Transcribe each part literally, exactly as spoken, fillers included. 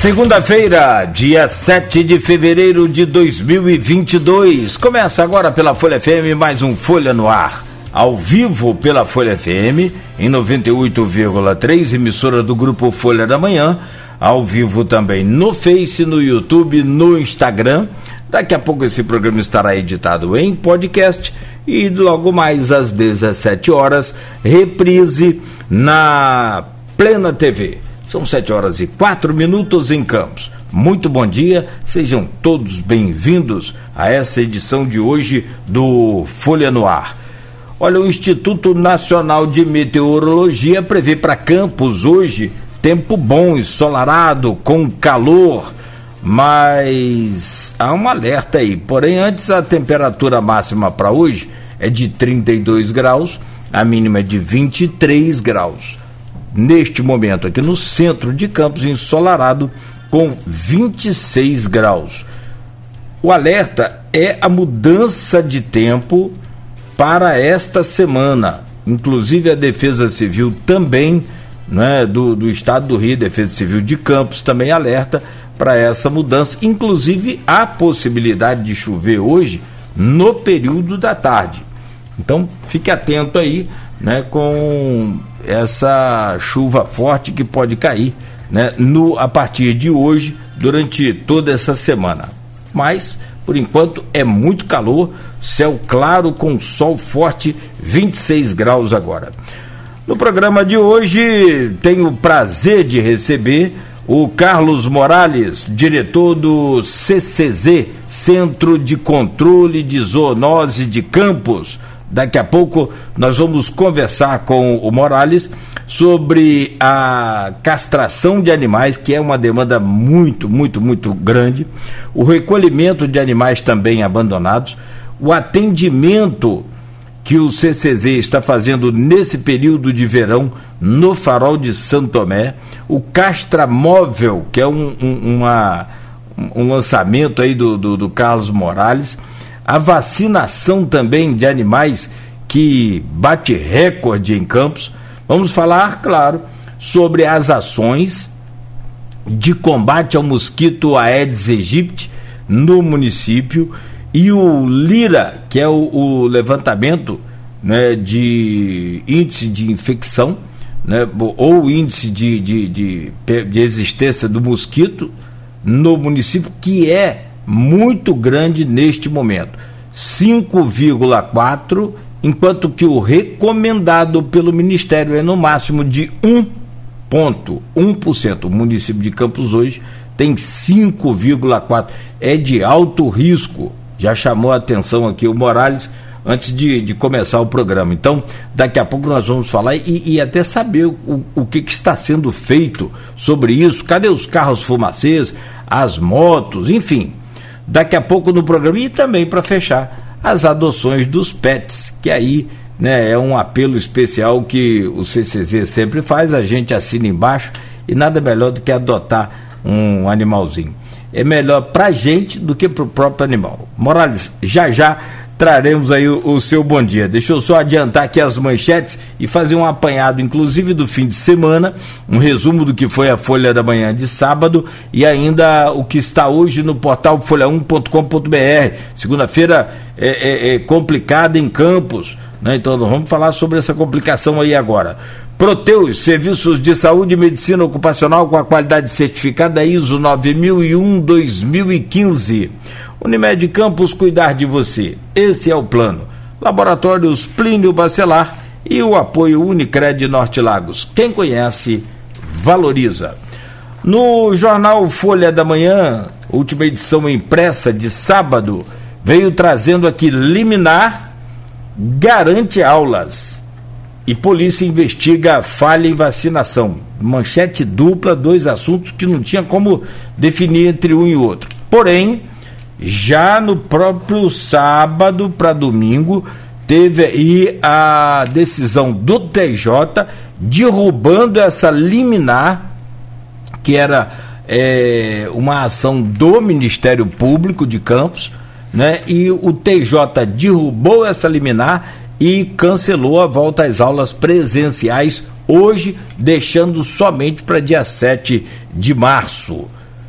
Segunda-feira, dia sete de fevereiro de dois mil e vinte e dois. Começa agora pela Folha F M mais um Folha no Ar. Ao vivo pela Folha F M, em noventa e oito vírgula três, emissora do Grupo Folha da Manhã. Ao vivo também no Face, no YouTube, no Instagram. Daqui a pouco esse programa estará editado em podcast. E logo mais às dezessete horas, reprise na Plena T V. São sete horas e quatro minutos em Campos. Muito bom dia, sejam todos bem-vindos a essa edição de hoje do Folha no Ar. Olha, o Instituto Nacional de Meteorologia prevê para Campos hoje tempo bom, ensolarado, com calor, mas há um alerta aí. Porém, antes a temperatura máxima para hoje é de trinta e dois graus, a mínima é de vinte e três graus. Neste momento aqui no centro de Campos, ensolarado com vinte e seis graus. O alerta é a mudança de tempo para esta semana. Inclusive a Defesa Civil também, né, do, do Estado do Rio, Defesa Civil de Campos também alerta para essa mudança. Inclusive há possibilidade de chover hoje no período da tarde. Então fique atento aí, né, com essa chuva forte que pode cair, né, no, a partir de hoje, durante toda essa semana. Mas, por enquanto, é muito calor, céu claro com sol forte, vinte e seis graus agora. No programa de hoje, tenho o prazer de receber o Carlos Morales, diretor do C C Z, Centro de Controle de Zoonose de Campos. Daqui a pouco nós vamos conversar com o Morales sobre a castração de animais, que é uma demanda muito, muito, muito grande, o recolhimento de animais também abandonados, o atendimento que o C C Z está fazendo nesse período de verão no Farol de Santo Tomé, o Castramóvel, que é um, um, uma, um lançamento aí do, do, do Carlos Morales, a vacinação também de animais que bate recorde em Campos. Vamos falar, claro, sobre as ações de combate ao mosquito Aedes aegypti no município e o LIRA, que é o, o levantamento, né, de índice de infecção, né, ou índice de, de, de, de existência do mosquito no município, que é muito grande neste momento, cinco vírgula quatro, enquanto que o recomendado pelo Ministério é no máximo de um vírgula um por cento. O município de Campos hoje tem cinco vírgula quatro, é de alto risco. Já chamou a atenção aqui o Morales antes de, de começar o programa. Então, daqui a pouco nós vamos falar e, e até saber o, o que, que está sendo feito sobre isso. Cadê os carros fumacês, as motos, enfim. Daqui a pouco no programa, e também para fechar, as adoções dos pets, que aí, né, é um apelo especial que o C C Z sempre faz, a gente assina embaixo, e nada melhor do que adotar um animalzinho. É melhor para a gente do que para o próprio animal. Morales, já já traremos aí o, o seu bom dia. Deixa eu só adiantar aqui as manchetes e fazer um apanhado, inclusive do fim de semana, um resumo do que foi a Folha da Manhã de sábado e ainda o que está hoje no portal folha um ponto com ponto b r. Segunda-feira é, é, é complicada em Campos, né? Então nós vamos falar sobre essa complicação aí agora. Proteus, serviços de saúde e medicina ocupacional com a qualidade certificada I S O nove mil e um barra dois mil e quinze. Unimed Campos, cuidar de você. Esse é o plano. Laboratórios Plínio Bacelar e o apoio Unicred Norte Lagos. Quem conhece, valoriza. No jornal Folha da Manhã, última edição impressa de sábado, veio trazendo aqui: liminar garante aulas e polícia investiga falha em vacinação. Manchete dupla, dois assuntos que não tinha como definir entre um e outro. Porém, já no próprio sábado para domingo, teve aí a decisão do T J derrubando essa liminar, que era é, uma ação do Ministério Público de Campos, né? E o T J derrubou essa liminar e cancelou a volta às aulas presenciais hoje, deixando somente para dia sete de março.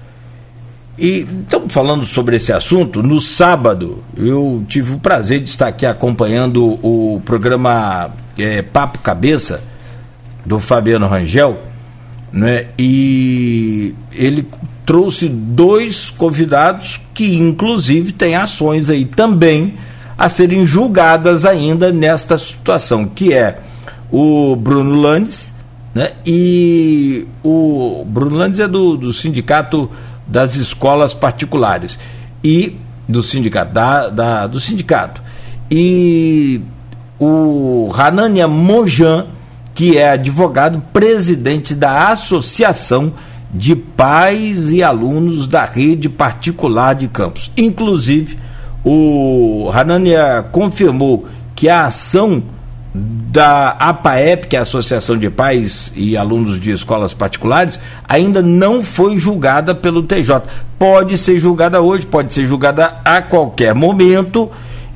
E estamos falando sobre esse assunto. No sábado, eu tive o prazer de estar aqui acompanhando o programa é, Papo Cabeça, do Fabiano Rangel, né? E ele trouxe dois convidados que, inclusive, têm ações aí também a serem julgadas ainda nesta situação, que é o Bruno Landes, né? E o Bruno Landes é do, do sindicato das escolas particulares e do sindicato da, da, do sindicato e o Hanania Mojan, que é advogado, presidente da Associação de Pais e Alunos da Rede Particular de Campos. Inclusive, o Hanania confirmou que a ação da APAEP, que é a Associação de Pais e Alunos de Escolas Particulares, ainda não foi julgada pelo T J. Pode ser julgada hoje, pode ser julgada a qualquer momento,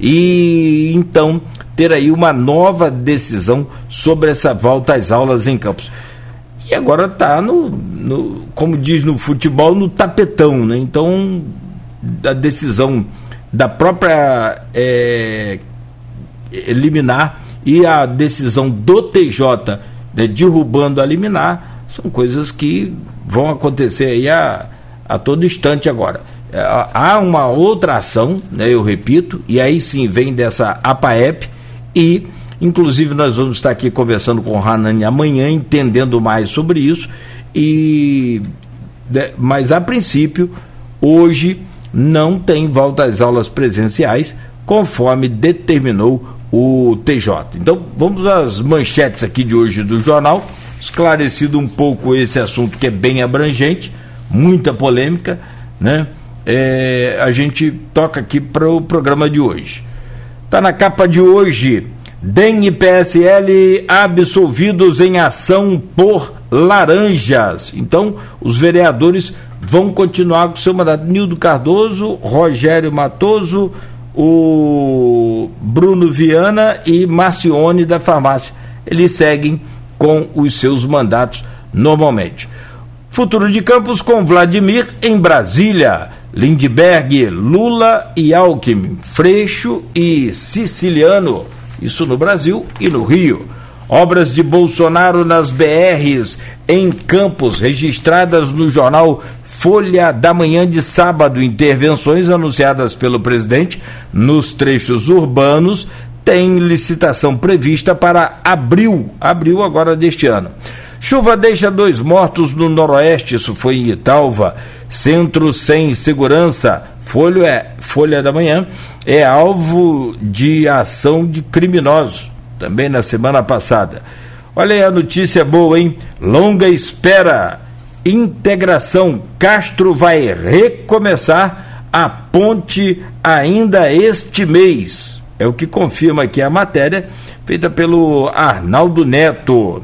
e então ter aí uma nova decisão sobre essa volta às aulas em Campos. E agora está, no, no, como diz no futebol, no tapetão, né? Então, a decisão da própria é, liminar e a decisão do T J, né, derrubando a liminar, são coisas que vão acontecer aí a, a todo instante agora. Há uma outra ação, né, eu repito, e aí sim vem dessa APAEP, e inclusive nós vamos estar aqui conversando com o Hanani amanhã, entendendo mais sobre isso, e, mas a princípio, hoje não tem volta às aulas presenciais, conforme determinou o T J. Então vamos às manchetes aqui de hoje do jornal, esclarecido um pouco esse assunto que é bem abrangente, muita polêmica, né? É, a gente toca aqui para o programa de hoje. Está na capa de hoje: D E M e P S L absolvidos em ação por laranjas. Então, os vereadores vão continuar com o seu mandato. Nildo Cardoso, Rogério Matoso, o Bruno Viana e Marcione da farmácia. Eles seguem com os seus mandatos normalmente. Futuro de Campos com Vladimir em Brasília. Lindbergh, Lula e Alckmin, Freixo e Siciliano, isso no Brasil e no Rio. Obras de Bolsonaro nas B Rs em Campos, registradas no jornal Folha da Manhã de sábado. Intervenções anunciadas pelo presidente nos trechos urbanos têm licitação prevista para abril, abril agora deste ano. Chuva deixa dois mortos no Noroeste, isso foi em Italva. Centro sem segurança, Folha, é, Folha da Manhã, é alvo de ação de criminosos, também na semana passada. Olha aí a notícia boa, hein? Longa espera, integração, Castro vai recomeçar a ponte ainda este mês. É o que confirma aqui a matéria, feita pelo Arnaldo Neto.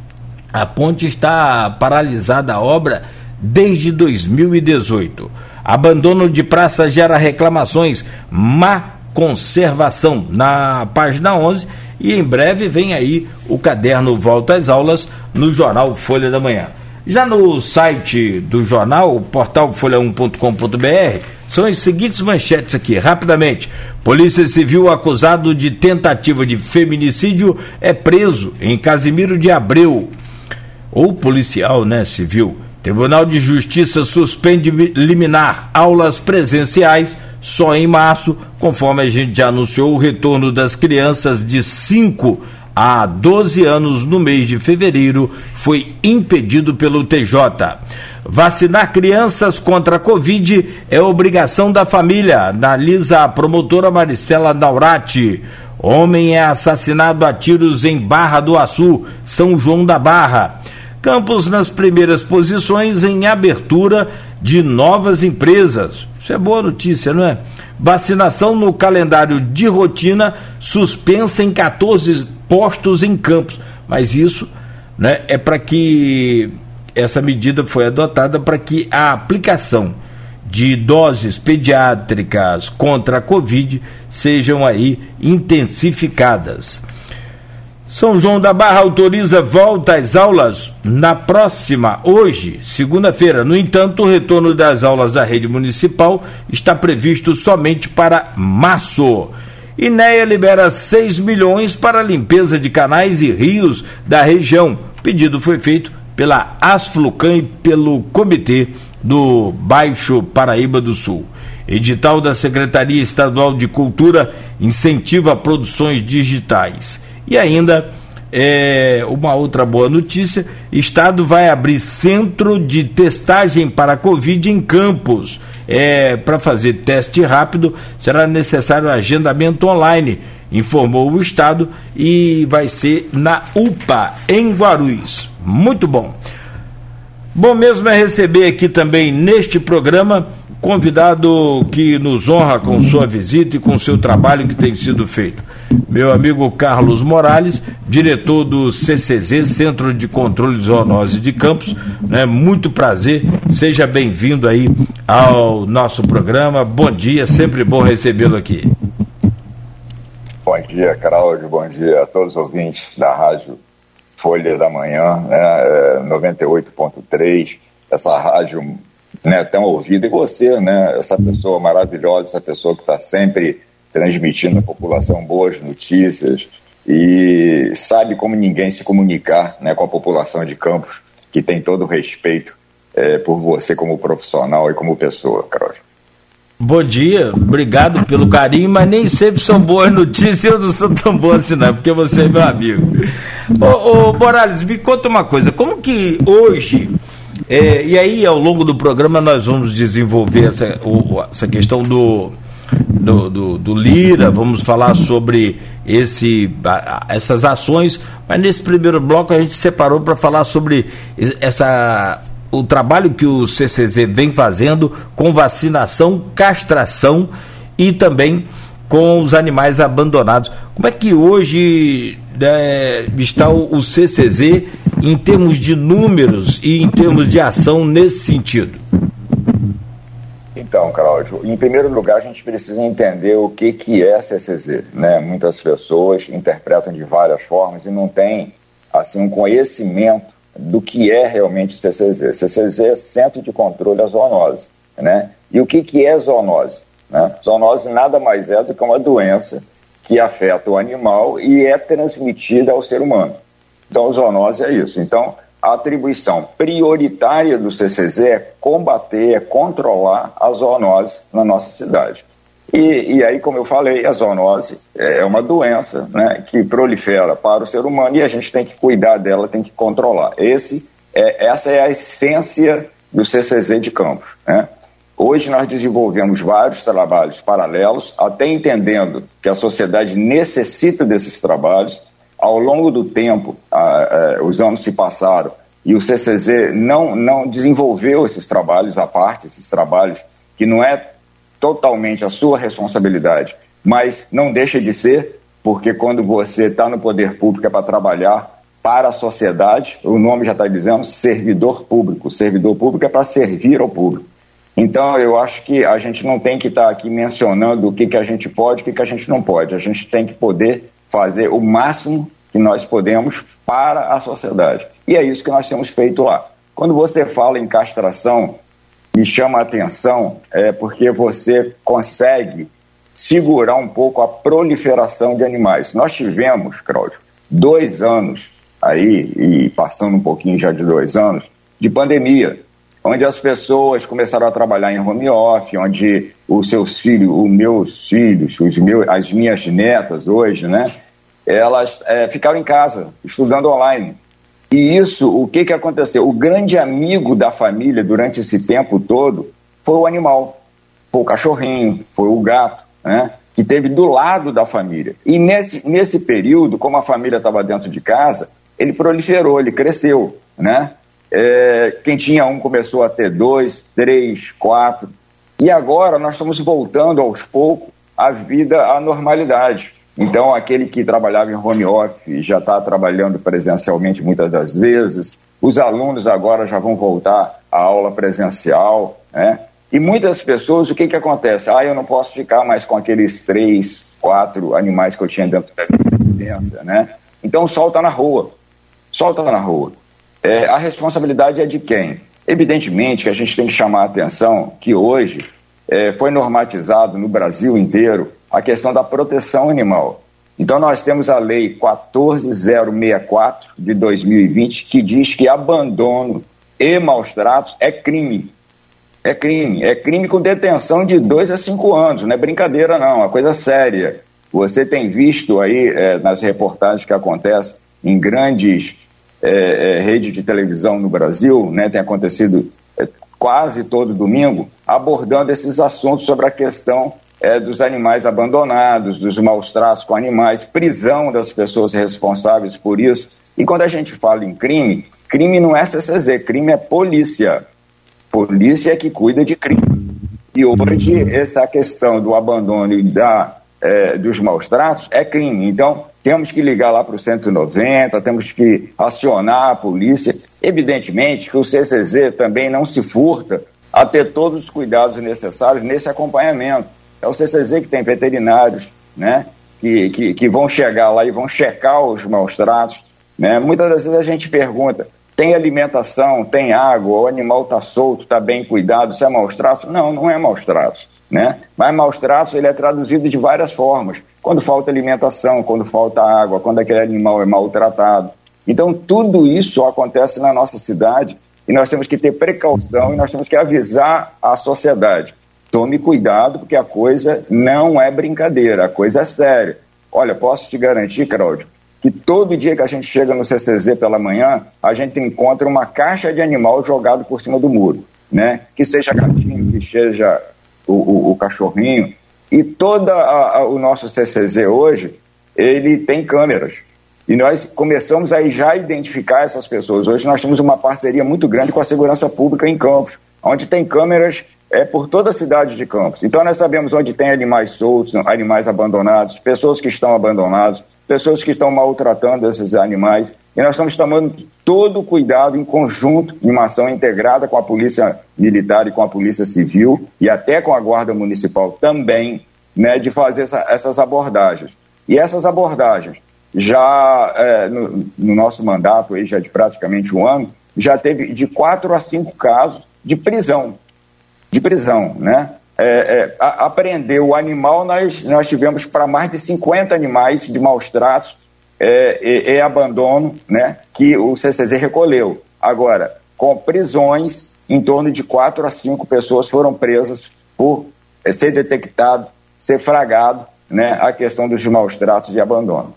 A ponte está paralisada, a obra, desde dois mil e dezoito. Abandono de praça gera reclamações, má conservação, na página onze, e em breve vem aí o caderno Volta às Aulas no jornal Folha da Manhã. Já no site do jornal, o portal folha um ponto com ponto b r, são as seguintes manchetes aqui, rapidamente. Polícia Civil acusado de tentativa de feminicídio é preso em Casimiro de Abreu. Ou policial, né, civil. Tribunal de Justiça suspende liminar aulas presenciais só em março, conforme a gente já anunciou o retorno das crianças de cinco a doze anos no mês de fevereiro foi impedido pelo T J. Vacinar crianças contra a Covid é obrigação da família, analisa a promotora Maricela Naurati. Homem é assassinado a tiros em Barra do Açu, São João da Barra. Campos nas primeiras posições em abertura de novas empresas. Isso é boa notícia, não é? Vacinação no calendário de rotina suspensa em catorze postos em Campos. Mas isso, né, é para que essa medida foi adotada para que a aplicação de doses pediátricas contra a Covid sejam aí intensificadas. São João da Barra autoriza volta às aulas na próxima, hoje, segunda-feira. No entanto, o retorno das aulas da rede municipal está previsto somente para março. INEA libera seis milhões para a limpeza de canais e rios da região. O pedido foi feito pela Asflucan e pelo Comitê do Baixo Paraíba do Sul. Edital da Secretaria Estadual de Cultura incentiva produções digitais. E ainda, é, uma outra boa notícia: Estado vai abrir centro de testagem para a Covid em Campos. É, para fazer teste rápido, será necessário agendamento online, informou o Estado, e vai ser na U P A, em Guarulhos. Muito bom. Bom mesmo é receber aqui também neste programa convidado que nos honra com sua visita e com seu trabalho que tem sido feito. Meu amigo Carlos Morales, diretor do C C Z, Centro de Controle de Zoonose de Campos, né? Muito prazer, seja bem-vindo aí ao nosso programa. Bom dia, sempre bom recebê-lo aqui. Bom dia, Cláudio, bom dia a todos os ouvintes da Rádio Folha da Manhã, né? noventa e oito ponto três, essa rádio, né, tão ouvida, e você, né, essa pessoa maravilhosa, essa pessoa que está sempre transmitindo à população boas notícias e sabe como ninguém se comunicar, né, com a população de Campos, que tem todo o respeito é, por você como profissional e como pessoa, Carol. Bom dia, obrigado pelo carinho, mas nem sempre são boas notícias, eu não sou tão bom assim não, porque você é meu amigo. Ô, ô Morales, me conta uma coisa, como que hoje, é, e aí ao longo do programa nós vamos desenvolver essa, o, essa questão do Do, do, do Lira, vamos falar sobre esse, essas ações, mas nesse primeiro bloco a gente separou para falar sobre essa, o trabalho que o C C Z vem fazendo com vacinação, castração e também com os animais abandonados. Como é que hoje é, está o, o C C Z em termos de números e em termos de ação nesse sentido? Então, Cláudio, em primeiro lugar a gente precisa entender o que, que é C C Z, né? Muitas pessoas interpretam de várias formas e não têm assim, um conhecimento do que é realmente o C C Z. C C Z é Centro de Controle da Zoonose, né? E o que, que é zoonose? Né? Zoonose nada mais é do que uma doença que afeta o animal e é transmitida ao ser humano. Então, zoonose é isso. Então, a atribuição prioritária do C C Z é combater, é controlar a zoonose na nossa cidade. E, e aí, como eu falei, a zoonose é uma doença, né, que prolifera para o ser humano e a gente tem que cuidar dela, tem que controlar. Esse é, essa é a essência do C C Z de Campos, né? Hoje nós desenvolvemos vários trabalhos paralelos, até entendendo que a sociedade necessita desses trabalhos. Ao longo do tempo, ah, ah, os anos se passaram e o C C Z não, não desenvolveu esses trabalhos à parte, esses trabalhos que não é totalmente a sua responsabilidade, mas não deixa de ser, porque quando você está no poder público é para trabalhar para a sociedade, o nome já está dizendo servidor público, servidor público é para servir ao público. Então eu acho que a gente não tem que estar tá aqui mencionando o que, que a gente pode e o que, que a gente não pode, a gente tem que poder fazer o máximo que nós podemos para a sociedade. E é isso que nós temos feito lá. Quando você fala em castração, me chama a atenção, é porque você consegue segurar um pouco a proliferação de animais. Nós tivemos, Cláudio, dois anos aí, e passando um pouquinho já de dois anos, de pandemia, onde as pessoas começaram a trabalhar em home office, onde os seus filhos, os meus filhos, os meus, as minhas netas hoje, né, elas é, ficaram em casa, estudando online. E isso, o que, que aconteceu? O grande amigo da família durante esse tempo todo foi o animal, foi o cachorrinho, foi o gato, né, que esteve do lado da família. E nesse, nesse período, como a família estava dentro de casa, ele proliferou, ele cresceu, né? É, quem tinha um começou a ter dois, três, quatro. E agora nós estamos voltando aos poucos à vida, à normalidade. Então, aquele que trabalhava em home office já está trabalhando presencialmente muitas das vezes. Os alunos agora já vão voltar à aula presencial, né? E muitas pessoas, o que, que acontece? Ah, eu não posso ficar mais com aqueles três, quatro animais que eu tinha dentro da minha residência, né? Então solta na rua, solta na rua. É, a responsabilidade é de quem? Evidentemente que a gente tem que chamar a atenção que hoje é, foi normatizado no Brasil inteiro a questão da proteção animal. Então nós temos a lei quatorze mil sessenta e quatro de dois mil e vinte que diz que abandono e maus tratos é crime. É crime, é crime com detenção de dois a cinco anos, não é brincadeira não, é uma coisa séria. Você tem visto aí é, nas reportagens que acontecem em grandes é, é, redes de televisão no Brasil, né, tem acontecido é, quase todo domingo, abordando esses assuntos sobre a questão é, dos animais abandonados, dos maus tratos com animais, prisão das pessoas responsáveis por isso. E quando a gente fala em crime, crime não é C C Z, crime é polícia. Polícia é que cuida de crime. E hoje essa questão do abandono e da, é, dos maus tratos é crime. Então temos que ligar lá para o cento e noventa, temos que acionar a polícia. Evidentemente que o C C Z também não se furta a ter todos os cuidados necessários nesse acompanhamento. É o C C Z que tem veterinários, né, que, que, que vão chegar lá e vão checar os maus tratos, né? Muitas das vezes a gente pergunta, tem alimentação, tem água, o animal está solto, está bem cuidado, isso é maus tratos? Não, não é maus tratos, né? Mas maus tratos ele é traduzido de várias formas, quando falta alimentação, quando falta água, quando aquele animal é maltratado. Então tudo isso acontece na nossa cidade e nós temos que ter precaução e nós temos que avisar a sociedade. Tome cuidado porque a coisa não é brincadeira, a coisa é séria. Olha, posso te garantir, Cláudio, que todo dia que a gente chega no C C Z pela manhã, a gente encontra uma caixa de animal jogado por cima do muro, né? Que seja gatinho, que seja o, o, o cachorrinho. E todo o nosso C C Z hoje, ele tem câmeras. E nós começamos a já identificar essas pessoas. Hoje nós temos uma parceria muito grande com a Segurança Pública em Campos, onde tem câmeras é, por toda a cidade de Campos. Então nós sabemos onde tem animais soltos, animais abandonados, pessoas que estão abandonadas, pessoas que estão maltratando esses animais, e nós estamos tomando todo o cuidado em conjunto, em uma ação integrada com a Polícia Militar e com a Polícia Civil, e até com a Guarda Municipal também, né, de fazer essa, essas abordagens. E essas abordagens, já é, no, no nosso mandato, aí, já de praticamente um ano, já teve de quatro a cinco casos de prisão, de prisão, né? É, é, a, apreender o animal, nós, nós tivemos para mais de cinquenta animais de maus tratos é, e, e abandono, né, que o C C Z recolheu. Agora, com prisões, em torno de quatro a cinco pessoas foram presas por é, ser detectado, ser fragado, né, a questão dos maus tratos e abandono.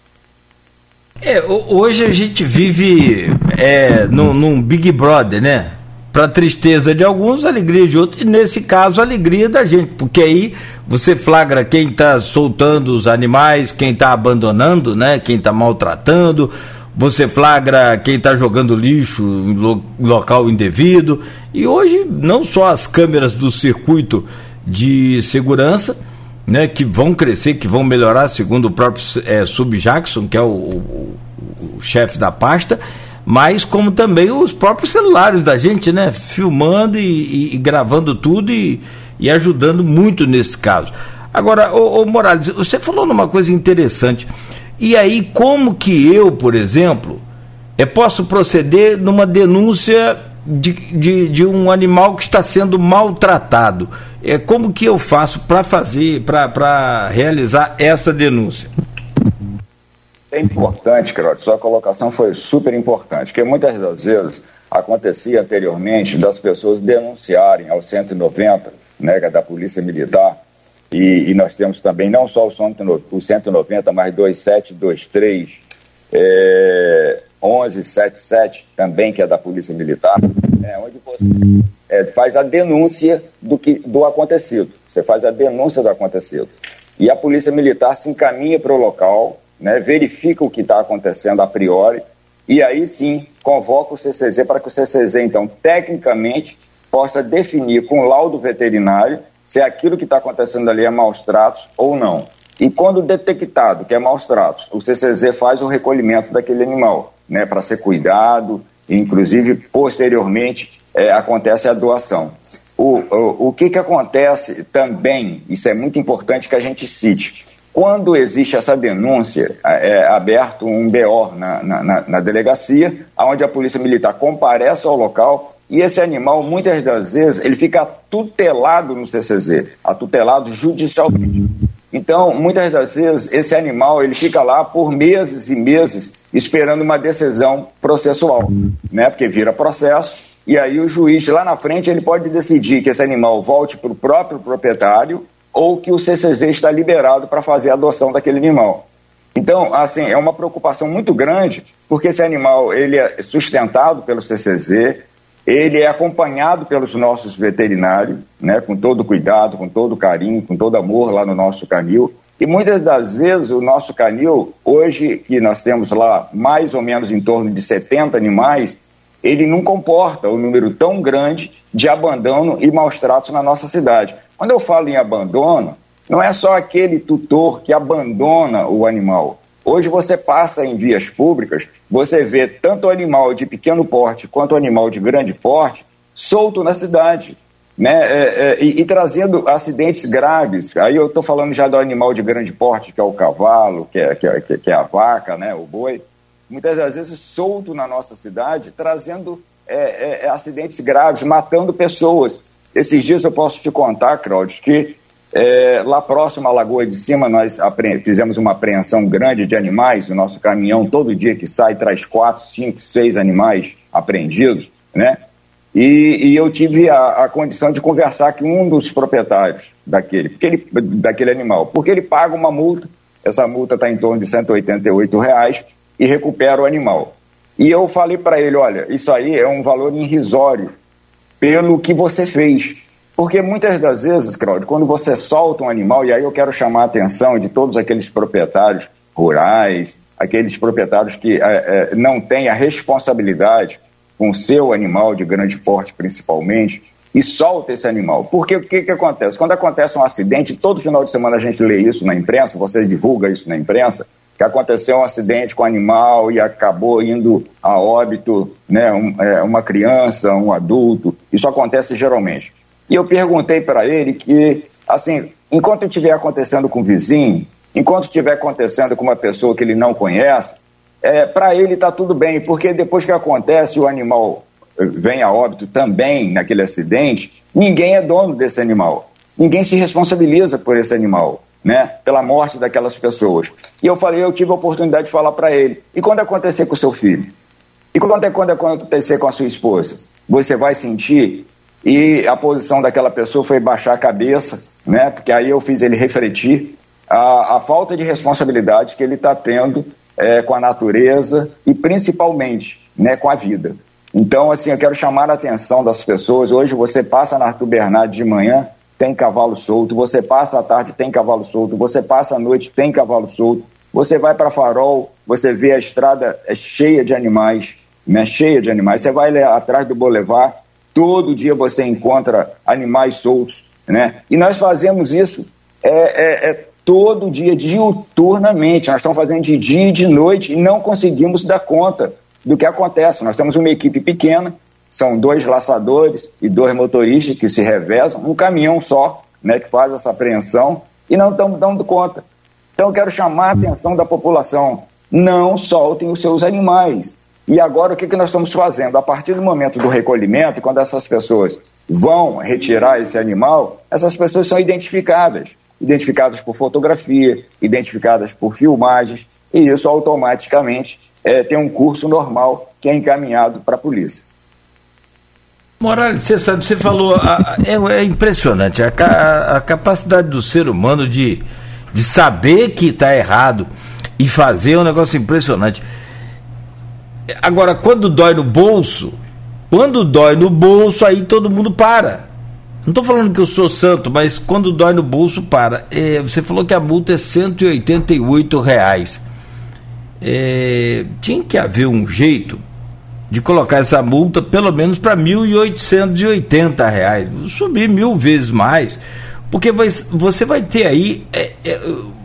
É, hoje a gente vive é, num, num Big Brother, né? Para tristeza de alguns, alegria de outros, e nesse caso, alegria da gente, porque aí você flagra quem está soltando os animais, quem está abandonando, né? Quem está maltratando, você flagra quem está jogando lixo em lo, local indevido, e hoje não só as câmeras do circuito de segurança, né, que vão crescer, que vão melhorar, segundo o próprio é, Sub Jackson, que é o, o, o chefe da pasta, mas como também os próprios celulares da gente, né, filmando e, e, e gravando tudo e, e ajudando muito nesse caso. Agora, ô, ô Morales, você falou numa coisa interessante, e aí como que eu, por exemplo, é, posso proceder numa denúncia de, de, de um animal que está sendo maltratado? É, como que eu faço para fazer, para realizar essa denúncia? É importante, Cláudio, sua colocação foi super importante, porque muitas das vezes acontecia anteriormente das pessoas denunciarem ao cento e noventa, né, da Polícia Militar, e, e nós temos também não só o cento e noventa, mas dois sete dois três, é, onze setenta e sete também, que é da Polícia Militar, é, onde você é, faz a denúncia do, que, do acontecido, você faz a denúncia do acontecido, e a Polícia Militar se encaminha para o local, né, verifica o que está acontecendo a priori, e aí sim convoca o C C Z para que o C C Z, então, tecnicamente, possa definir com laudo veterinário se aquilo que está acontecendo ali é maus tratos ou não. E quando detectado que é maus tratos, o C C Z faz o recolhimento daquele animal, né, para ser cuidado, e, inclusive, posteriormente, é, acontece a doação. O, o, o que, que acontece também, isso é muito importante que a gente cite, quando existe essa denúncia, é aberto um B O na, na, na delegacia, onde a Polícia Militar comparece ao local e esse animal, muitas das vezes, ele fica tutelado no C C Z, atutelado judicialmente. Então, muitas das vezes, esse animal ele fica lá por meses e meses esperando uma decisão processual, né? Porque vira processo e aí o juiz lá na frente ele pode decidir que esse animal volte para o próprio proprietário ou que o C C Z está liberado para fazer a adoção daquele animal. Então, assim, é uma preocupação muito grande, porque esse animal ele é sustentado pelo C C Z, ele é acompanhado pelos nossos veterinários, né, com todo cuidado, com todo carinho, com todo amor lá no nosso canil. E muitas das vezes o nosso canil, hoje que nós temos lá mais ou menos em torno de setenta animais, ele não comporta um número tão grande de abandono e maus tratos na nossa cidade. Quando eu falo em abandono, não é só aquele tutor que abandona o animal. Hoje você passa em vias públicas, você vê tanto animal de pequeno porte quanto animal de grande porte solto na cidade, né? É, é, e, e trazendo acidentes graves. Aí eu estou falando já do animal de grande porte, que é o cavalo, que é, que é, que é a vaca, né? O boi. Muitas das vezes solto na nossa cidade, trazendo é, é, acidentes graves, matando pessoas. Esses dias eu posso te contar, Cláudio, que é, lá próximo à Lagoa de Cima nós apre- fizemos uma apreensão grande de animais. O nosso caminhão todo dia que sai traz quatro, cinco, seis animais apreendidos, né? E, e eu tive a, a condição de conversar com um dos proprietários daquele, porque ele, daquele animal, porque ele paga uma multa, essa multa está em torno de cento e oitenta e oito reais, e recupera o animal. E eu falei para ele, olha, isso aí é um valor irrisório pelo que você fez. Porque muitas das vezes, Cláudio, quando você solta um animal, e aí eu quero chamar a atenção de todos aqueles proprietários rurais, aqueles proprietários que é, é, não têm a responsabilidade com o seu animal de grande porte, principalmente, e solta esse animal. Porque o que, que acontece? Quando acontece um acidente, todo final de semana a gente lê isso na imprensa, você divulga isso na imprensa, que aconteceu um acidente com o animal e acabou indo a óbito, né, um, é, uma criança, um adulto. Isso acontece geralmente. E eu perguntei para ele que, assim, enquanto estiver acontecendo com o vizinho, enquanto estiver acontecendo com uma pessoa que ele não conhece, é, para ele está tudo bem, porque depois que acontece o animal vem a óbito também naquele acidente, ninguém é dono desse animal, ninguém se responsabiliza por esse animal, né, pela morte daquelas pessoas. E eu falei, eu tive a oportunidade de falar para ele, e quando acontecer com o seu filho? E quando, é, quando acontecer com a sua esposa? Você vai sentir? E a posição daquela pessoa foi baixar a cabeça, né, porque aí eu fiz ele refletir a, a falta de responsabilidade que ele está tendo é, com a natureza e principalmente, né, com a vida. Então, assim, eu quero chamar a atenção das pessoas. Hoje você passa na Arthur Bernardes de manhã, tem cavalo solto, você passa à tarde, tem cavalo solto, você passa à noite, tem cavalo solto, você vai para Farol, você vê a estrada é cheia de animais, né, cheia de animais, você vai atrás do Boulevard, todo dia você encontra animais soltos, né? E nós fazemos isso é, é, é todo dia, diuturnamente. Nós estamos fazendo de dia e de noite e não conseguimos dar conta do que acontece. Nós temos uma equipe pequena, são dois laçadores e dois motoristas que se revezam, um caminhão só, né, que faz essa apreensão e não estamos dando conta. Então eu quero chamar a atenção da população, não soltem os seus animais. E agora o que, que nós estamos fazendo? A partir do momento do recolhimento, quando essas pessoas vão retirar esse animal, essas pessoas são identificadas. Identificadas por fotografia, identificadas por filmagens, e isso automaticamente é, tem um curso normal que é encaminhado para a polícia. Morales, você sabe, você falou, a, é, é impressionante a, a, a capacidade do ser humano de, de saber que está errado e fazer um negócio impressionante. Agora, quando dói no bolso, quando dói no bolso, aí todo mundo para. Não estou falando que eu sou santo, mas quando dói no bolso, para. É, você falou que a multa é cento e oitenta e oito reais. É, tinha que haver um jeito de colocar essa multa pelo menos para mil oitocentos e oitenta reais. Subir mil vezes mais, porque vai, você vai ter aí é, é,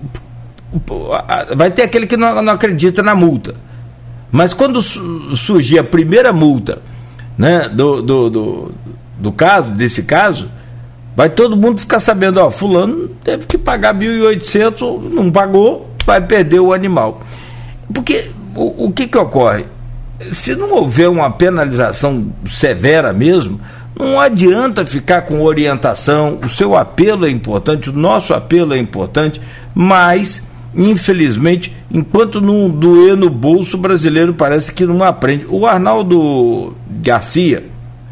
vai ter aquele que não, não acredita na multa. Mas quando surgir a primeira multa, né, do, do, do, do caso, desse caso, vai todo mundo ficar sabendo, ó, fulano teve que pagar mil e oitocentos, não pagou, vai perder o animal. Porque o, o que que ocorre? Se não houver uma penalização severa mesmo, não adianta ficar com orientação. O seu apelo é importante, o nosso apelo é importante, mas infelizmente, enquanto não doer no bolso, o brasileiro parece que não aprende. O Arnaldo Garcia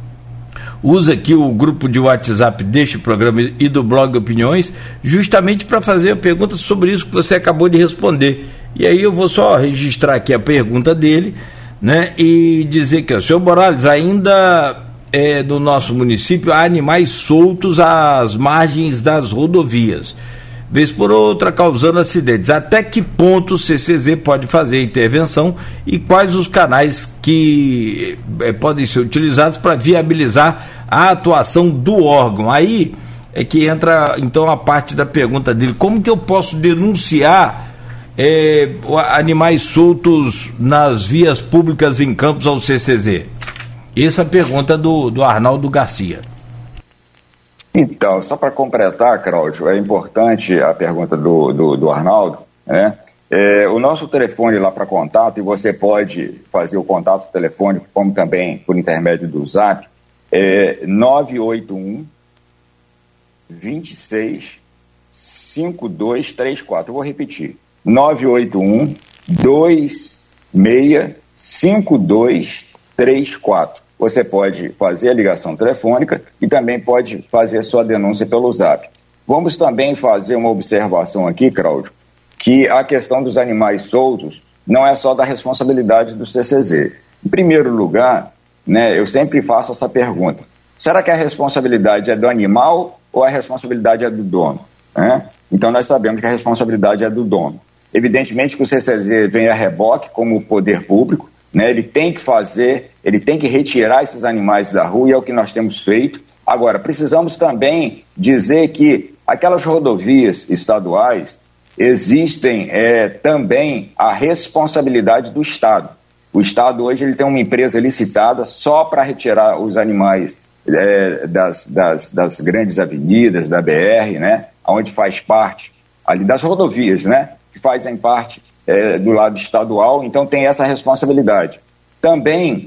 usa aqui o grupo de WhatsApp deste programa e do blog Opiniões, justamente para fazer a pergunta sobre isso que você acabou de responder. E aí eu vou só registrar aqui a pergunta dele, né, e dizer que o senhor Morales, ainda é, no nosso município há animais soltos às margens das rodovias, vez por outra causando acidentes. Até que ponto o C C Z pode fazer intervenção e quais os canais que é, podem ser utilizados para viabilizar a atuação do órgão? Aí é que entra então a parte da pergunta dele: como que eu posso denunciar é, animais soltos nas vias públicas em Campos ao C C Z? Essa é a pergunta do, do Arnaldo Garcia. Então, só para completar, Cláudio, é importante a pergunta do, do, do Arnaldo, né? É, o nosso telefone lá para contato, e você pode fazer o contato telefônico, como também por intermédio do Zap, é nove oito um, dois seis, cinco dois três quatro. Eu vou repetir: nove oito um, dois seis, cinco dois três quatro. Você pode fazer a ligação telefônica e também pode fazer sua denúncia pelo Zap. Vamos também fazer uma observação aqui, Cláudio, que a questão dos animais soltos não é só da responsabilidade do C C Z. Em primeiro lugar, né, eu sempre faço essa pergunta: será que a responsabilidade é do animal ou a responsabilidade é do dono? Né? Então nós sabemos que a responsabilidade é do dono. Evidentemente que o C C Z vem a reboque como poder público, né? Ele tem que fazer, ele tem que retirar esses animais da rua, e é o que nós temos feito. Agora, precisamos também dizer que aquelas rodovias estaduais existem é, também a responsabilidade do Estado. O Estado hoje ele tem uma empresa licitada só para retirar os animais é, das, das, das grandes avenidas, da B R, né? Onde faz parte ali das rodovias, né? Que fazem parte É, do lado estadual, então tem essa responsabilidade. Também,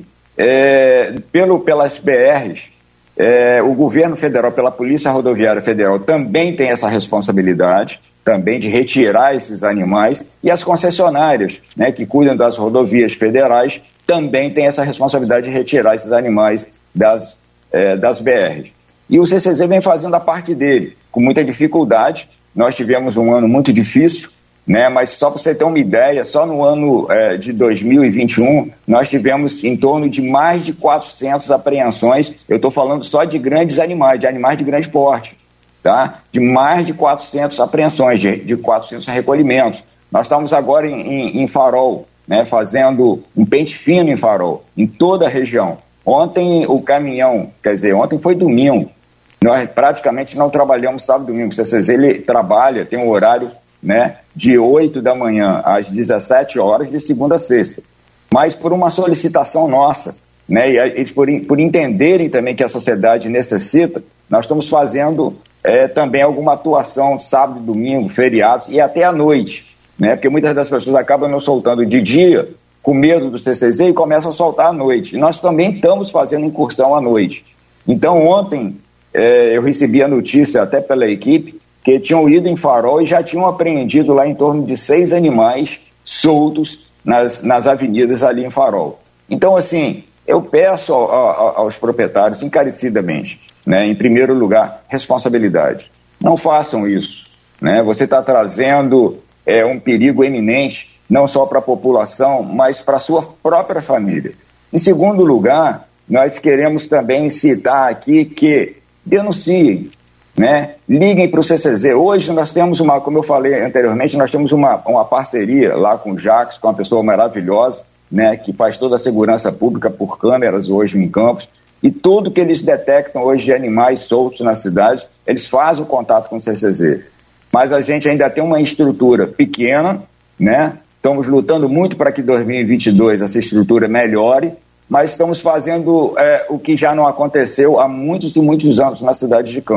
é, pelo, pelas B Rs, é, o governo federal, pela Polícia Rodoviária Federal, também tem essa responsabilidade, também de retirar esses animais, e as concessionárias, né, que cuidam das rodovias federais, também tem essa responsabilidade de retirar esses animais das, é, das B Rs. E o C C Z vem fazendo a parte dele, com muita dificuldade. Nós tivemos um ano muito difícil, né, mas só para você ter uma ideia, só no ano é, de dois mil e vinte e um, nós tivemos em torno de mais de quatrocentas apreensões. Eu estou falando só de grandes animais, de animais de grande porte, tá? De mais de quatrocentas apreensões, de, de quatrocentos recolhimentos. Nós estamos agora em, em, em Farol, né, fazendo um pente fino em Farol, em toda a região. Ontem o caminhão, quer dizer, ontem foi domingo, nós praticamente não trabalhamos sábado e domingo. O C C Z ele trabalha, tem um horário, né, de oito da manhã às dezessete horas, de segunda a sexta. Mas por uma solicitação nossa, né, e eles por, por entenderem também que a sociedade necessita, nós estamos fazendo é, também alguma atuação sábado, domingo, feriados e até à noite, né, porque muitas das pessoas acabam não soltando de dia com medo do C C Z e começam a soltar à noite. E nós também estamos fazendo incursão à noite. Então ontem é, eu recebi a notícia até pela equipe que tinham ido em Farol e já tinham apreendido lá em torno de seis animais soltos nas, nas avenidas ali em Farol. Então, assim, eu peço a, a, aos proprietários encarecidamente, né, em primeiro lugar, responsabilidade. Não façam isso, né? Você está trazendo é, um perigo eminente, não só para a população, mas para a sua própria família. Em segundo lugar, nós queremos também citar aqui que denunciem, né? Liguem para o C C Z. Hoje nós temos uma, como eu falei anteriormente, nós temos uma, uma parceria lá com o Jacques, com uma pessoa maravilhosa, né, que faz toda a segurança pública por câmeras hoje em Campos, e tudo que eles detectam hoje de animais soltos na cidade, eles fazem o contato com o C C Z. Mas a gente ainda tem uma estrutura pequena, né? Estamos lutando muito para que dois mil e vinte e dois essa estrutura melhore, mas estamos fazendo é, o que já não aconteceu há muitos e muitos anos na cidade de Campos.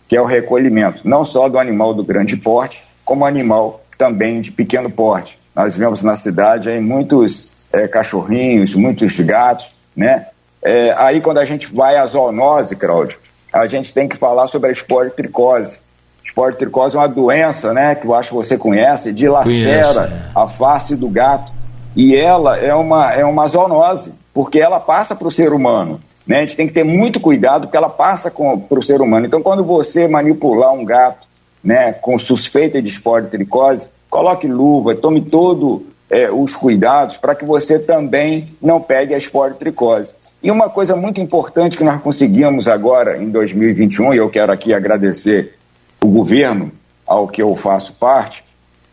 que é o recolhimento, não só do animal do grande porte, como animal também de pequeno porte. Nós vemos na cidade aí muitos é, cachorrinhos, muitos gatos, né? É, aí quando a gente vai à zoonose, Cláudio, a gente tem que falar sobre a esporotricose. Esporotricose é uma doença, né, que eu acho que você conhece, dilacera Conheço, é. a face do gato, e ela é uma, é uma zoonose, porque ela passa para o ser humano, né? A gente tem que ter muito cuidado, porque ela passa para o ser humano. Então, quando você manipular um gato, né, com suspeita de esporotricose, coloque luva, tome todos é, os cuidados para que você também não pegue a esporotricose. E uma coisa muito importante que nós conseguimos agora em dois mil e vinte e um, e eu quero aqui agradecer o governo, ao que eu faço parte,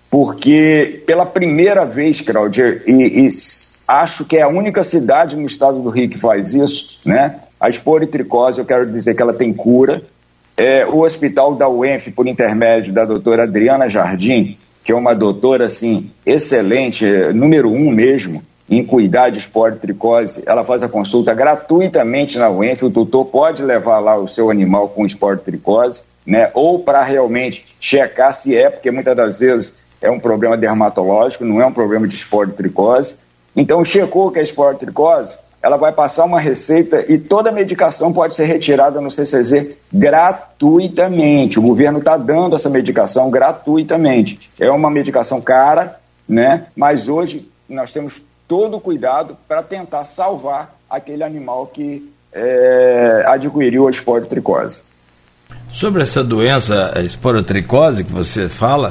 porque pela primeira vez, Cláudio, e, e acho que é a única cidade no estado do Rio que faz isso, né? A esporotricose, eu quero dizer que ela tem cura. É, o hospital da U E N F, por intermédio da doutora Adriana Jardim, que é uma doutora, assim, excelente, número um mesmo, em cuidar de esporotricose, ela faz a consulta gratuitamente na U E N F, o tutor pode levar lá o seu animal com esporotricose, né, ou para realmente checar se é, porque muitas das vezes é um problema dermatológico, não é um problema de esporotricose. Então, checou que é esporotricose, ela vai passar uma receita e toda a medicação pode ser retirada no C C Z gratuitamente. O governo está dando essa medicação gratuitamente. É uma medicação cara, né, mas hoje nós temos todo o cuidado para tentar salvar aquele animal que é, adquiriu a esporotricose. Sobre essa doença, a esporotricose que você fala,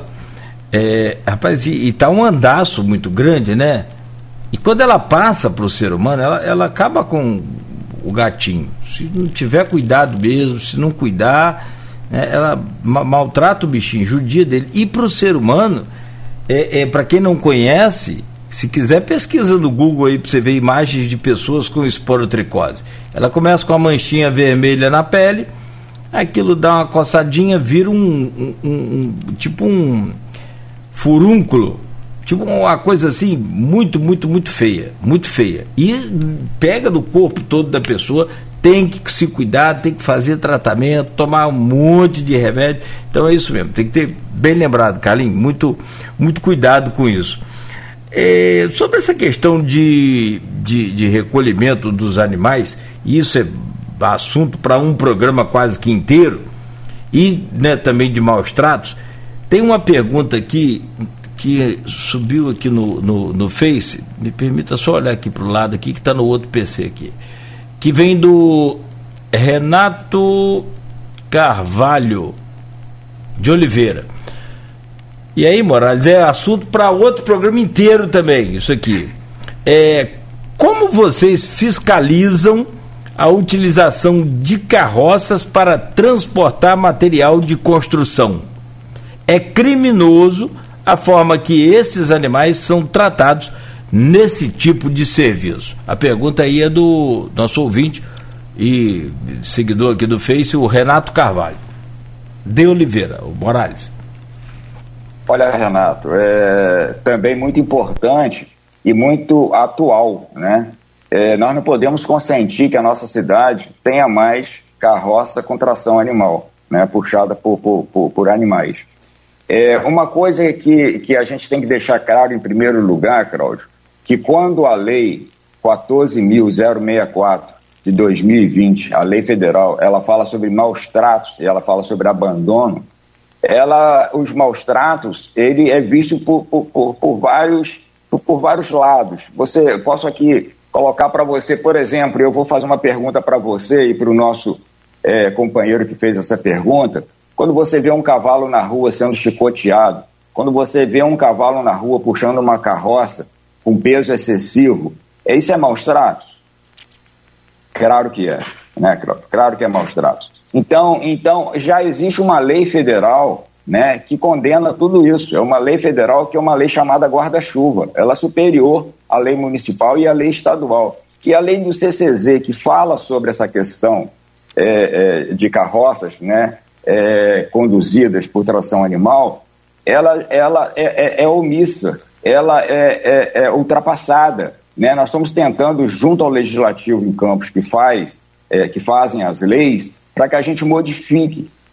é, rapaz, e está um andaço muito grande, né? E quando ela passa para o ser humano, ela, ela acaba com o gatinho. Se não tiver cuidado mesmo, se não cuidar, né, ela ma- maltrata o bichinho, judia dele. E para o ser humano, é, é, para quem não conhece, se quiser, pesquisa no Google aí para você ver imagens de pessoas com esporotricose. Ela começa com a manchinha vermelha na pele, aquilo dá uma coçadinha, vira um, um, um tipo um furúnculo, tipo uma coisa assim, muito, muito, muito feia, muito feia. E pega do corpo todo da pessoa, tem que se cuidar, tem que fazer tratamento, tomar um monte de remédio. Então é isso mesmo, tem que ter bem lembrado, Carlinhos, muito, muito cuidado com isso. É, sobre essa questão de, de, de recolhimento dos animais, isso é assunto para um programa quase que inteiro, e né, também de maus tratos. Tem uma pergunta aqui que subiu aqui no, no, no Face, me permita só olhar aqui para o lado aqui, que está no outro P C aqui, que vem do Renato Carvalho de Oliveira. E aí, Morales, é assunto para outro programa inteiro também, isso aqui. É, como vocês fiscalizam a utilização de carroças para transportar material de construção? É criminoso a forma que esses animais são tratados nesse tipo de serviço. A pergunta aí é do nosso ouvinte e seguidor aqui do Face, o Renato Carvalho de Oliveira, o Morales. Olha, Renato, é também muito importante e muito atual, né? É, nós não podemos consentir que a nossa cidade tenha mais carroça com tração animal, né? Puxada por, por, por, por animais. É, uma coisa que, que a gente tem que deixar claro em primeiro lugar, Cláudio, que quando a lei quatorze mil sessenta e quatro de dois mil e vinte, a lei federal, ela fala sobre maus tratos e ela fala sobre abandono, ela, os maus tratos, ele é visto por, por, por, por, vários, por, por vários lados. Você, posso aqui colocar para você, por exemplo, eu vou fazer uma pergunta para você e para o nosso é, companheiro que fez essa pergunta. Quando você vê um cavalo na rua sendo chicoteado, quando você vê um cavalo na rua puxando uma carroça com peso excessivo, isso é maus tratos? Claro que é, né? Claro que é maus tratos. Então, então, já existe uma lei federal, né, que condena tudo isso. É uma lei federal que é uma lei chamada guarda-chuva. Ela é superior à lei municipal e à lei estadual. E a lei do C C Z, que fala sobre essa questão é, é, de carroças, né, é, conduzidas por tração animal, ela, ela é, é, é omissa, ela é, é, é ultrapassada, né? Nós estamos tentando, junto ao Legislativo em Campos, que, faz, é, que fazem as leis, para que a gente modifique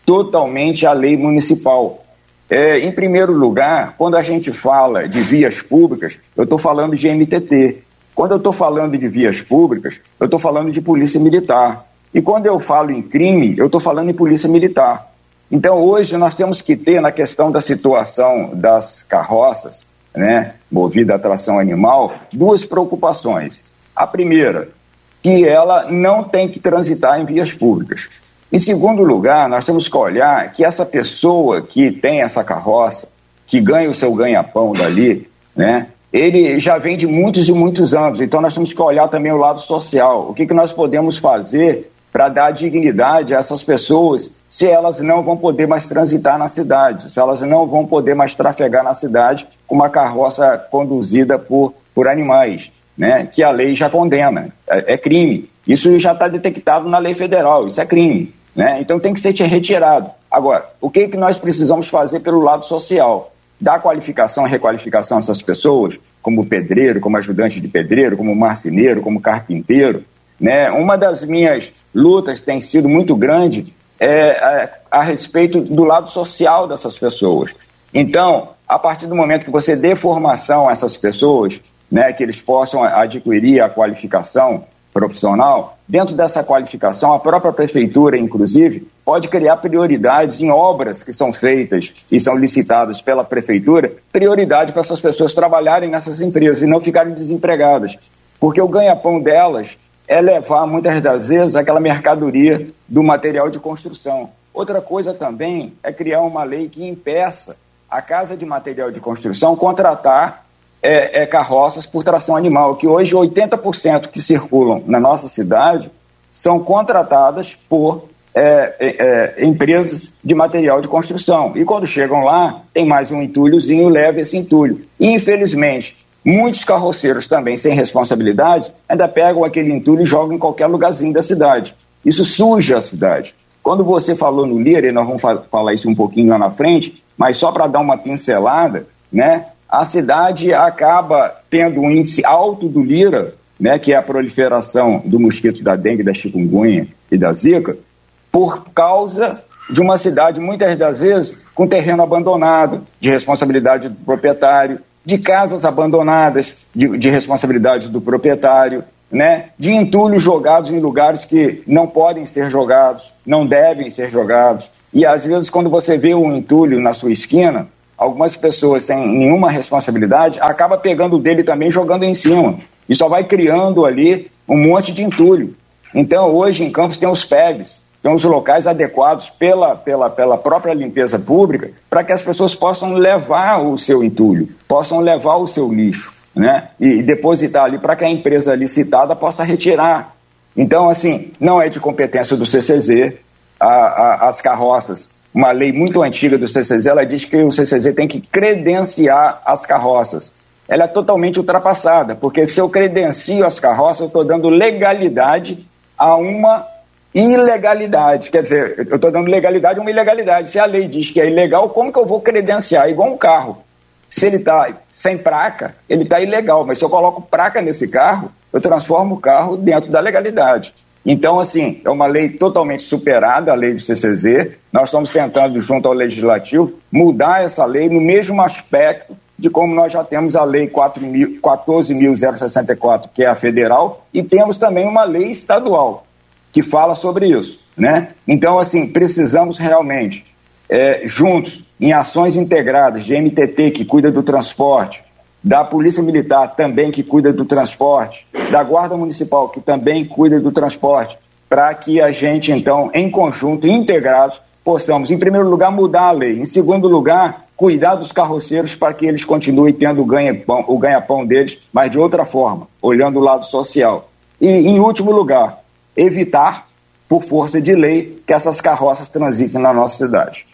totalmente a lei municipal. É, em primeiro lugar, quando a gente fala de vias públicas, eu estou falando de M T T. Quando eu estou falando de vias públicas, eu estou falando de polícia militar. E quando eu falo em crime, eu estou falando em polícia militar. Então, hoje, nós temos que ter, na questão da situação das carroças, né, movida a tração animal, duas preocupações. A primeira, que ela não tem que transitar em vias públicas. Em segundo lugar, nós temos que olhar que essa pessoa que tem essa carroça, que ganha o seu ganha-pão dali, né, ele já vem de muitos e muitos anos. Então, nós temos que olhar também o lado social. O que, que nós podemos fazer para dar dignidade a essas pessoas, se elas não vão poder mais transitar na cidade, se elas não vão poder mais trafegar na cidade com uma carroça conduzida por, por animais, né, que a lei já condena, é, é crime. Isso já está detectado na lei federal, isso é crime, né? Então tem que ser retirado. Agora, o que, que nós precisamos fazer pelo lado social? Dar qualificação e requalificação dessas pessoas, como pedreiro, como ajudante de pedreiro, como marceneiro, como carpinteiro, né? Uma das minhas lutas tem sido muito grande é, a, a respeito do lado social dessas pessoas. Então, a partir do momento que você dê formação a essas pessoas, né, que eles possam adquirir a qualificação profissional, dentro dessa qualificação, a própria prefeitura, inclusive, pode criar prioridades em obras que são feitas e são licitadas pela prefeitura, prioridade para essas pessoas trabalharem nessas empresas e não ficarem desempregadas. Porque o ganha-pão delas é levar, muitas das vezes, aquela mercadoria do material de construção. Outra coisa também é criar uma lei que impeça a casa de material de construção contratar é, é, carroças por tração animal, que hoje oitenta por cento que circulam na nossa cidade são contratadas por é, é, é, empresas de material de construção. E quando chegam lá, tem mais um entulhozinho, leva esse entulho. E, infelizmente, muitos carroceiros também, sem responsabilidade, ainda pegam aquele entulho e jogam em qualquer lugarzinho da cidade. Isso suja a cidade. Quando você falou no Lira, e nós vamos falar isso um pouquinho lá na frente, mas só para dar uma pincelada, né, a cidade acaba tendo um índice alto do Lira, né, que é a proliferação do mosquito da dengue, da chikungunya e da zika, por causa de uma cidade, muitas das vezes, com terreno abandonado, de responsabilidade do proprietário, de casas abandonadas, de, de responsabilidade do proprietário, né, de entulhos jogados em lugares que não podem ser jogados, não devem ser jogados. E, às vezes, quando você vê um entulho na sua esquina, algumas pessoas sem nenhuma responsabilidade acabam pegando o dele também e jogando em cima. E só vai criando ali um monte de entulho. Então, hoje, em Campos, tem os P E Vs, tem os locais adequados pela, pela, pela própria limpeza pública para que as pessoas possam levar o seu entulho, possam levar o seu lixo, né? E, e depositar ali para que a empresa licitada possa retirar. Então, assim, não é de competência do C C Z, a, a, as carroças. Uma lei muito antiga do C C Z, ela diz que o C C Z tem que credenciar as carroças. Ela é totalmente ultrapassada, porque se eu credencio as carroças, eu estou dando legalidade a uma ilegalidade. Quer dizer, eu estou dando legalidade a uma ilegalidade. Se a lei diz que é ilegal, como que eu vou credenciar? Igual um carro. Se ele está sem placa, ele está ilegal, mas se eu coloco placa nesse carro, eu transformo o carro dentro da legalidade. Então, assim, é uma lei totalmente superada, a lei do C C Z. Nós estamos tentando, junto ao Legislativo, mudar essa lei no mesmo aspecto de como nós já temos a lei quatorze mil sessenta e quatro, que é a federal, e temos também uma lei estadual que fala sobre isso, né? Então, assim, precisamos realmente, é, juntos, em ações integradas de M T T, que cuida do transporte, da Polícia Militar também, que cuida do transporte, da Guarda Municipal, que também cuida do transporte, para que a gente, então, em conjunto, integrados, possamos, em primeiro lugar, mudar a lei, em segundo lugar, cuidar dos carroceiros para que eles continuem tendo o ganha-pão, o ganha-pão deles, mas de outra forma, olhando o lado social. E, em último lugar, evitar, por força de lei, que essas carroças transitem na nossa cidade.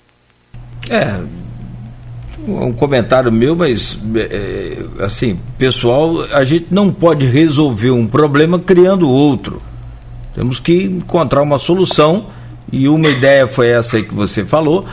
É... um comentário meu, mas é, assim, pessoal, a gente não pode resolver um problema criando outro. Temos que encontrar uma solução, e uma ideia foi essa aí que você falou,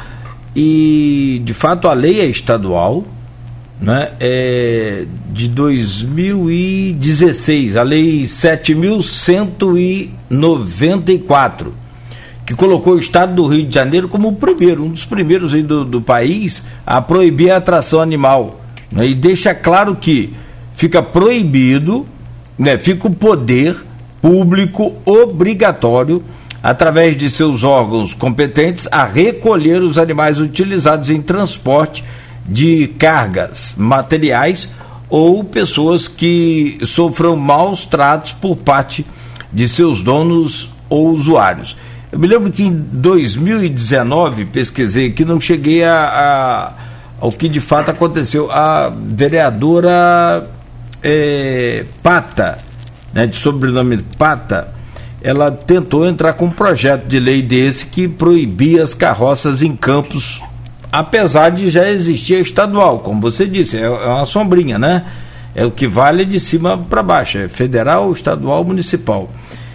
e de fato a lei é estadual, né, é de dois mil e dezesseis, a lei sete mil cento e noventa e quatro, que colocou o estado do Rio de Janeiro como o primeiro, um dos primeiros aí do, do país a proibir a atração animal, né? E deixa claro que fica proibido, né? Fica o poder público obrigatório, através de seus órgãos competentes, a recolher os animais utilizados em transporte de cargas, materiais ou pessoas que sofram maus tratos por parte de seus donos ou usuários. Eu me lembro que em dois mil e dezenove, pesquisei aqui, não cheguei a, a, ao que de fato aconteceu. A vereadora é, Pata, né, de sobrenome Pata, ela tentou entrar com um projeto de lei desse que proibia as carroças em campos, apesar de já existir a estadual, como você disse, é, é uma sombrinha, né? É o que vale de cima para baixo, é federal, estadual, municipal.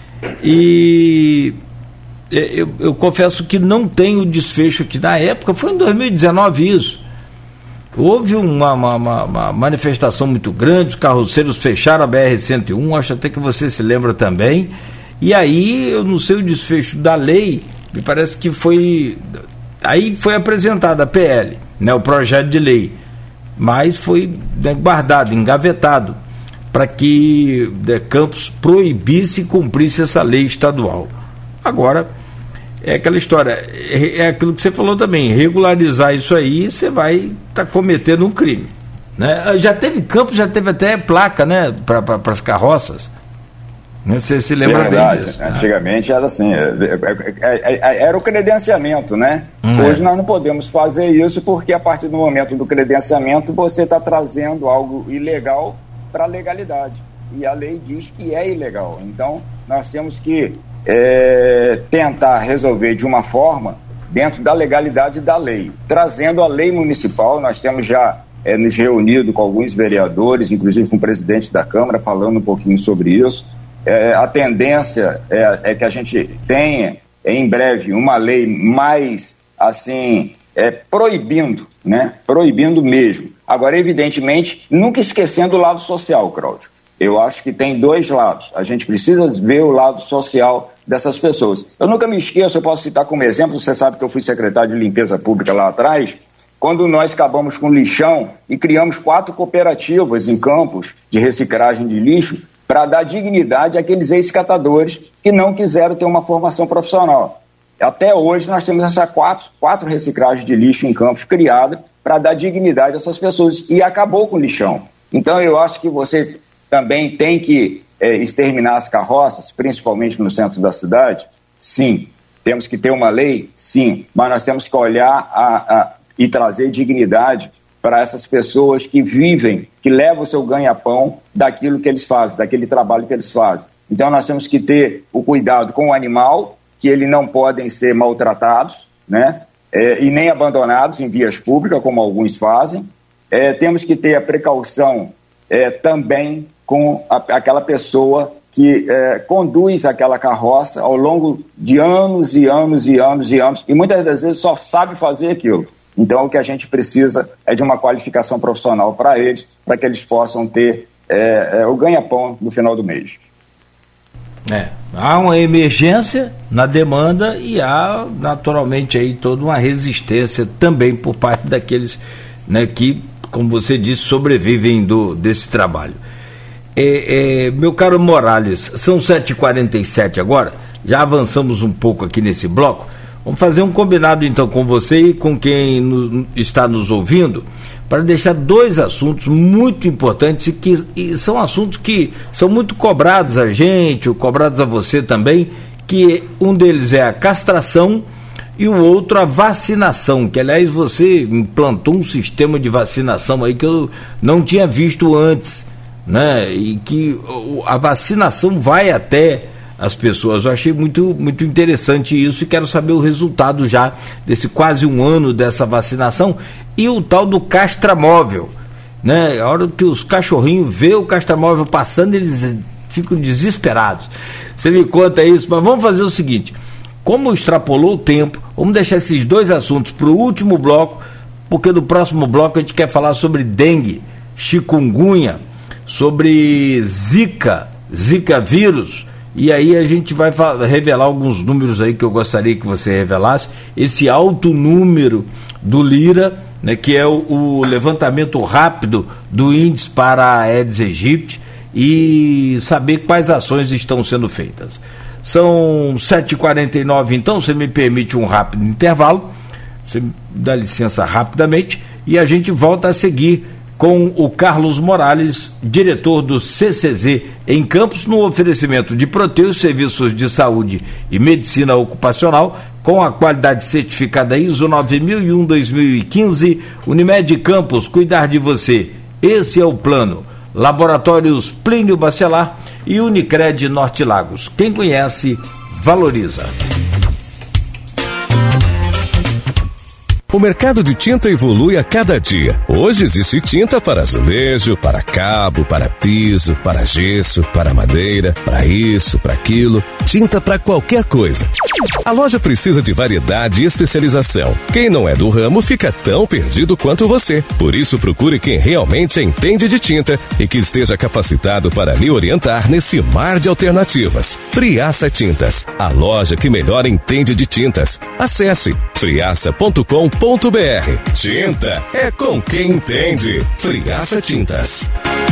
E eu, eu confesso que não tem o desfecho aqui. Na época, foi em dois mil e dezenove isso. Houve uma, uma, uma, uma manifestação muito grande, os carroceiros fecharam a B R cento e um, acho até que você se lembra também. E aí, eu não sei o desfecho da lei, me parece que foi. Aí foi apresentada a P L, né, o projeto de lei, mas foi, né, guardado, engavetado, para que, né, Campos proibisse e cumprisse essa lei estadual. Agora, é aquela história, é, é aquilo que você falou também, regularizar isso aí, você vai estar tá cometendo um crime, né? Já teve Campos, já teve até placa, né, para pra, as carroças. Você se lembra Verdade. bem disso? Antigamente era assim, era o credenciamento, né? Hum, Hoje é. nós não podemos fazer isso porque a partir do momento do credenciamento você está trazendo algo ilegal para a legalidade. E a lei diz que é ilegal. Então nós temos que é, tentar resolver de uma forma dentro da legalidade da lei. Trazendo a lei municipal, nós temos já é, nos reunido com alguns vereadores, inclusive com o presidente da Câmara, falando um pouquinho sobre isso. É, a tendência é, é que a gente tenha em breve uma lei mais assim, é, proibindo, né? Proibindo mesmo. Agora, evidentemente, nunca esquecendo o lado social, Cláudio. Eu acho que tem dois lados. A gente precisa ver o lado social dessas pessoas. Eu nunca me esqueço, eu posso citar como exemplo, você sabe que eu fui secretário de limpeza pública lá atrás, quando nós acabamos com lixão e criamos quatro cooperativas em Campos de reciclagem de lixo, para dar dignidade àqueles ex-catadores que não quiseram ter uma formação profissional. Até hoje nós temos essas quatro, quatro reciclagens de lixo em Campos criadas para dar dignidade a essas pessoas e acabou com o lixão. Então eu acho que você também tem que é, exterminar as carroças, principalmente no centro da cidade. Sim, temos que ter uma lei, sim, mas nós temos que olhar a, a, e trazer dignidade para essas pessoas que vivem, que levam o seu ganha-pão daquilo que eles fazem, daquele trabalho que eles fazem. Então nós temos que ter o cuidado com o animal, que eles não podem ser maltratados, né? É, e nem abandonados em vias públicas, como alguns fazem. É, temos que ter a precaução é, também com a, aquela pessoa que é, conduz aquela carroça ao longo de anos e anos e anos e anos, e muitas das vezes só sabe fazer aquilo. Então, o que a gente precisa é de uma qualificação profissional para eles, para que eles possam ter é, é, o ganha-pão no final do mês. É, há uma emergência na demanda e há, naturalmente, aí toda uma resistência também por parte daqueles, né, que, como você disse, sobrevivem do, desse trabalho. É, é, meu caro Morales, são sete e quarenta e sete agora, já avançamos um pouco aqui nesse bloco. Vamos fazer um combinado então com você e com quem no, está nos ouvindo, para deixar dois assuntos muito importantes e que e são assuntos que são muito cobrados a gente, ou cobrados a você também, que um deles é a castração e o outro a vacinação, que aliás você implantou um sistema de vacinação aí que eu não tinha visto antes, né? E que a vacinação vai até as pessoas. Eu achei muito, muito interessante isso e quero saber o resultado já desse quase um ano dessa vacinação e o tal do castramóvel, né? A hora que os cachorrinhos vê o castramóvel passando, eles ficam desesperados. Você me conta isso, mas vamos fazer o seguinte, como extrapolou o tempo, vamos deixar esses dois assuntos para o último bloco, porque no próximo bloco a gente quer falar sobre dengue, chikungunya, sobre zika, zika vírus e aí a gente vai revelar alguns números aí que eu gostaria que você revelasse, esse alto número do Lira, né, que é o, o levantamento rápido do índice para a Aedes aegypti, e saber quais ações estão sendo feitas. São sete e quarenta e nove, então você me permite um rápido intervalo, você dá licença rapidamente, e a gente volta a seguir com o Carlos Morales, diretor do C C Z em Campos, no oferecimento de Proteus, serviços de saúde e medicina ocupacional, com a qualidade certificada I S O nove mil e um barra dois mil e quinze, Unimed Campos, cuidar de você, esse é o plano. Laboratórios Plínio Bacelar e Unicred Norte Lagos. Quem conhece, valoriza. O mercado de tinta evolui a cada dia. Hoje existe tinta para azulejo, para cabo, para piso, para gesso, para madeira, para isso, para aquilo. Tinta para qualquer coisa. A loja precisa de variedade e especialização. Quem não é do ramo fica tão perdido quanto você. Por isso, procure quem realmente entende de tinta e que esteja capacitado para lhe orientar nesse mar de alternativas. Friaça Tintas, a loja que melhor entende de tintas. Acesse friaça ponto com ponto br. Tinta é com quem entende. Friaça Tintas.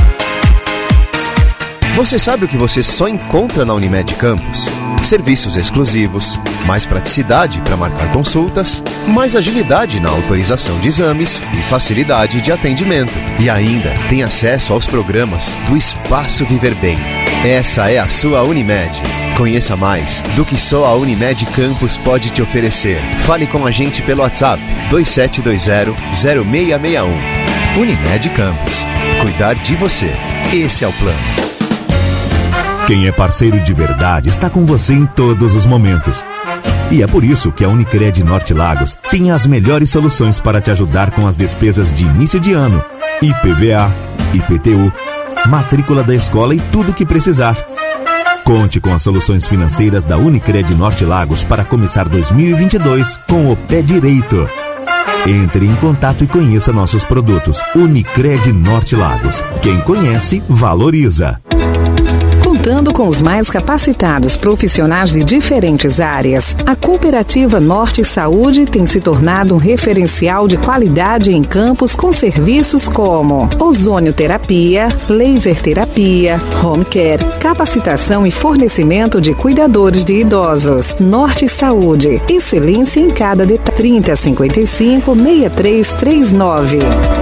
Você sabe o que você só encontra na Unimed Campos? Serviços exclusivos, mais praticidade para marcar consultas, mais agilidade na autorização de exames e facilidade de atendimento. E ainda tem acesso aos programas do Espaço Viver Bem. Essa é a sua Unimed. Conheça mais do que só a Unimed Campos pode te oferecer. Fale com a gente pelo WhatsApp dois sete dois zero, zero seis seis um. Unimed Campos. Cuidar de você. Esse é o plano. Quem é parceiro de verdade está com você em todos os momentos. E é por isso que a Unicred Norte Lagos tem as melhores soluções para te ajudar com as despesas de início de ano, I P V A, I P T U, matrícula da escola e tudo o que precisar. Conte com as soluções financeiras da Unicred Norte Lagos para começar dois mil e vinte e dois com o pé direito. Entre em contato e conheça nossos produtos. Unicred Norte Lagos. Quem conhece, valoriza. Contando com os mais capacitados profissionais de diferentes áreas, a Cooperativa Norte Saúde tem se tornado um referencial de qualidade em Campos com serviços como ozonioterapia, laser terapia, home care, capacitação e fornecimento de cuidadores de idosos. Norte Saúde, excelência em cada detalhe. trinta, cinquenta e cinco, sessenta e três trinta e nove.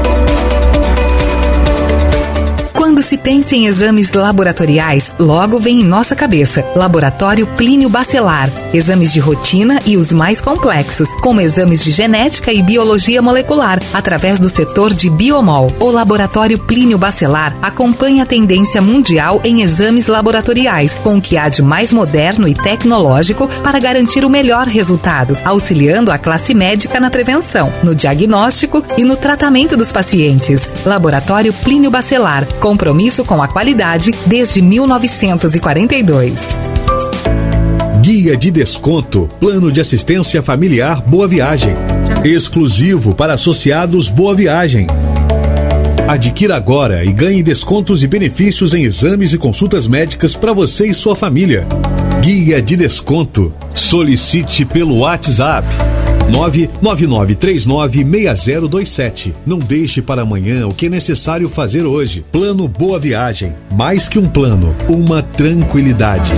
Quando se pensa em exames laboratoriais, logo vem em nossa cabeça Laboratório Plínio Bacelar. Exames de rotina e os mais complexos, como exames de genética e biologia molecular, através do setor de Biomol. O Laboratório Plínio Bacelar acompanha a tendência mundial em exames laboratoriais, com o que há de mais moderno e tecnológico para garantir o melhor resultado, auxiliando a classe médica na prevenção, no diagnóstico e no tratamento dos pacientes. Laboratório Plínio Bacelar, compromisso com a qualidade desde mil novecentos e quarenta e dois. Guia de desconto, plano de assistência familiar Boa Viagem, exclusivo para associados Boa Viagem. Adquira agora e ganhe descontos e benefícios em exames e consultas médicas para você e sua família. Guia de desconto. Solicite pelo WhatsApp nove nove nove três nove seis zero dois sete. Não deixe para amanhã o que é necessário fazer hoje. Plano Boa Viagem. Mais que um plano, uma tranquilidade.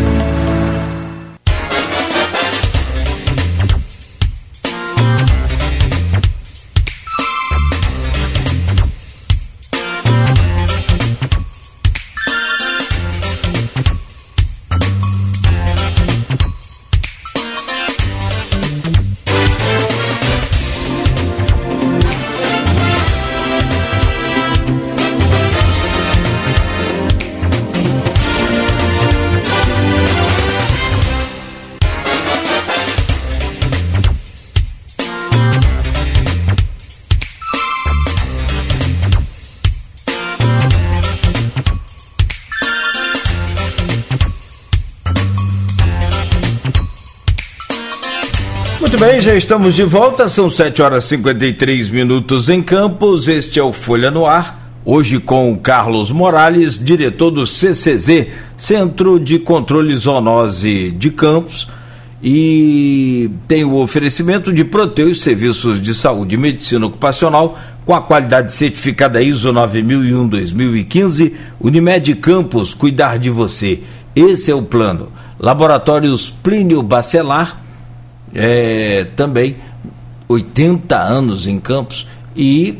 Muito bem, já estamos de volta, são sete horas e cinquenta e três minutos em Campos, este é o Folha no Ar, Hoje com o Carlos Morales, diretor do C C Z, Centro de Controle Zoonose de Campos, e tem o oferecimento de Proteus Serviços de Saúde e Medicina Ocupacional com a qualidade certificada I S O nove mil e um barra dois mil e quinze. Unimed Campos, cuidar de você, esse é o plano. Laboratórios Plínio Bacelar, é, também oitenta anos em Campos, e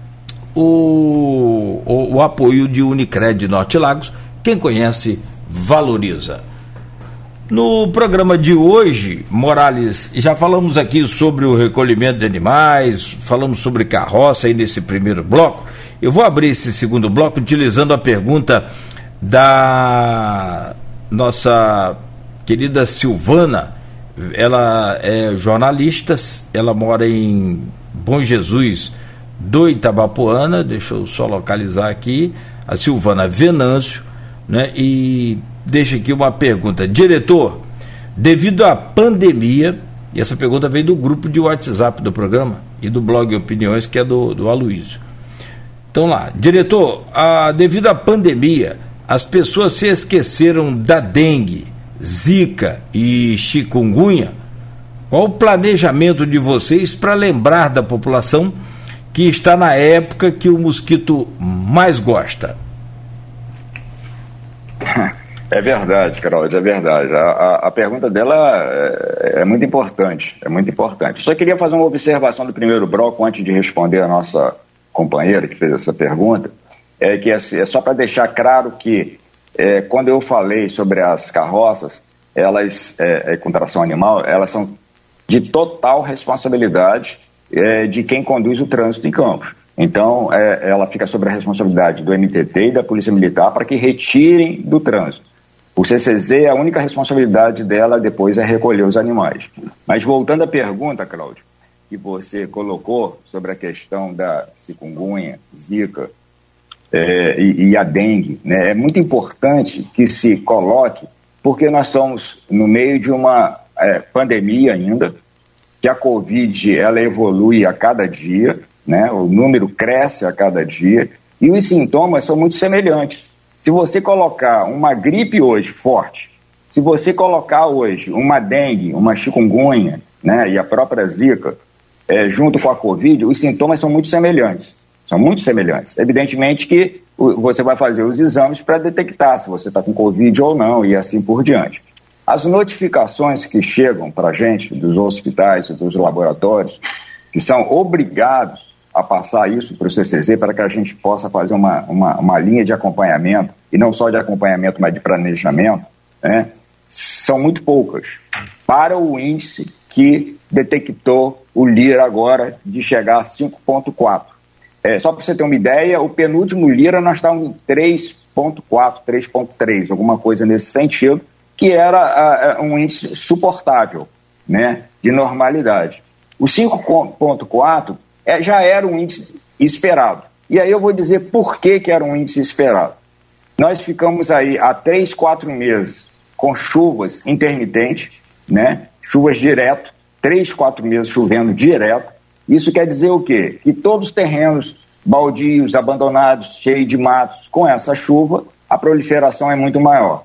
o, o, o apoio de Unicred Norte Lagos. Quem conhece, valoriza. No programa de hoje, Morales, já falamos aqui sobre o recolhimento de animais, falamos sobre carroça aí nesse primeiro bloco. Eu vou abrir esse segundo bloco utilizando a pergunta da nossa querida Silvana. Ela é jornalista, ela mora em Bom Jesus do Itabapoana, deixa eu só localizar aqui, a Silvana Venâncio, né? E deixa aqui uma pergunta. Diretor, devido à pandemia, e essa pergunta veio do grupo de WhatsApp do programa e do blog Opiniões, que é do, do Aloysio. Então lá, diretor, a, devido à pandemia, as pessoas se esqueceram da dengue, zika e chikungunya. Qual o planejamento de vocês para lembrar da população que está na época que o mosquito mais gosta? É verdade, Carol, é verdade. A, a, a pergunta dela é, é muito importante, é muito importante. Só queria fazer uma observação do primeiro bloco antes de responder a nossa companheira que fez essa pergunta, é que é, é só para deixar claro que é, quando eu falei sobre as carroças, elas, é, é, com tração animal, elas são de total responsabilidade é, de quem conduz o trânsito em Campos. Então, é, ela fica sob a responsabilidade do M T T e da Polícia Militar para que retirem do trânsito. O C C Z, a única responsabilidade dela depois é recolher os animais. Mas voltando à pergunta, Cláudio, que você colocou sobre a questão da chikungunya, zika é, e, e a dengue, né? É muito importante que se coloque, porque nós estamos no meio de uma é, pandemia ainda, que a Covid ela evolui a cada dia, né? O número cresce a cada dia e os sintomas são muito semelhantes. Se você colocar uma gripe hoje forte, se você colocar hoje uma dengue, uma chikungunya, né, e a própria zika, é, junto com a Covid, os sintomas são muito semelhantes. São muito semelhantes. Evidentemente que você vai fazer os exames para detectar se você está com Covid ou não e assim por diante. As notificações que chegam para a gente dos hospitais e dos laboratórios, que são obrigados a passar isso para o C C Z para que a gente possa fazer uma, uma, uma linha de acompanhamento, e não só de acompanhamento, mas de planejamento, né, são muito poucas para o índice que detectou o Lira agora de chegar a cinco ponto quatro. É, só para você ter uma ideia, o penúltimo Lira nós estávamos em três ponto quatro, três ponto três, alguma coisa nesse sentido, que era uh, um índice suportável, né, de normalidade. O cinco ponto quatro É, já era um índice esperado. E aí eu vou dizer por que, que era um índice esperado. Nós ficamos aí há três, quatro meses com chuvas intermitentes, né? Chuvas direto, três, quatro meses chovendo direto. Isso quer dizer o quê? Que todos os terrenos baldios, abandonados, cheios de matos, com essa chuva, a proliferação é muito maior.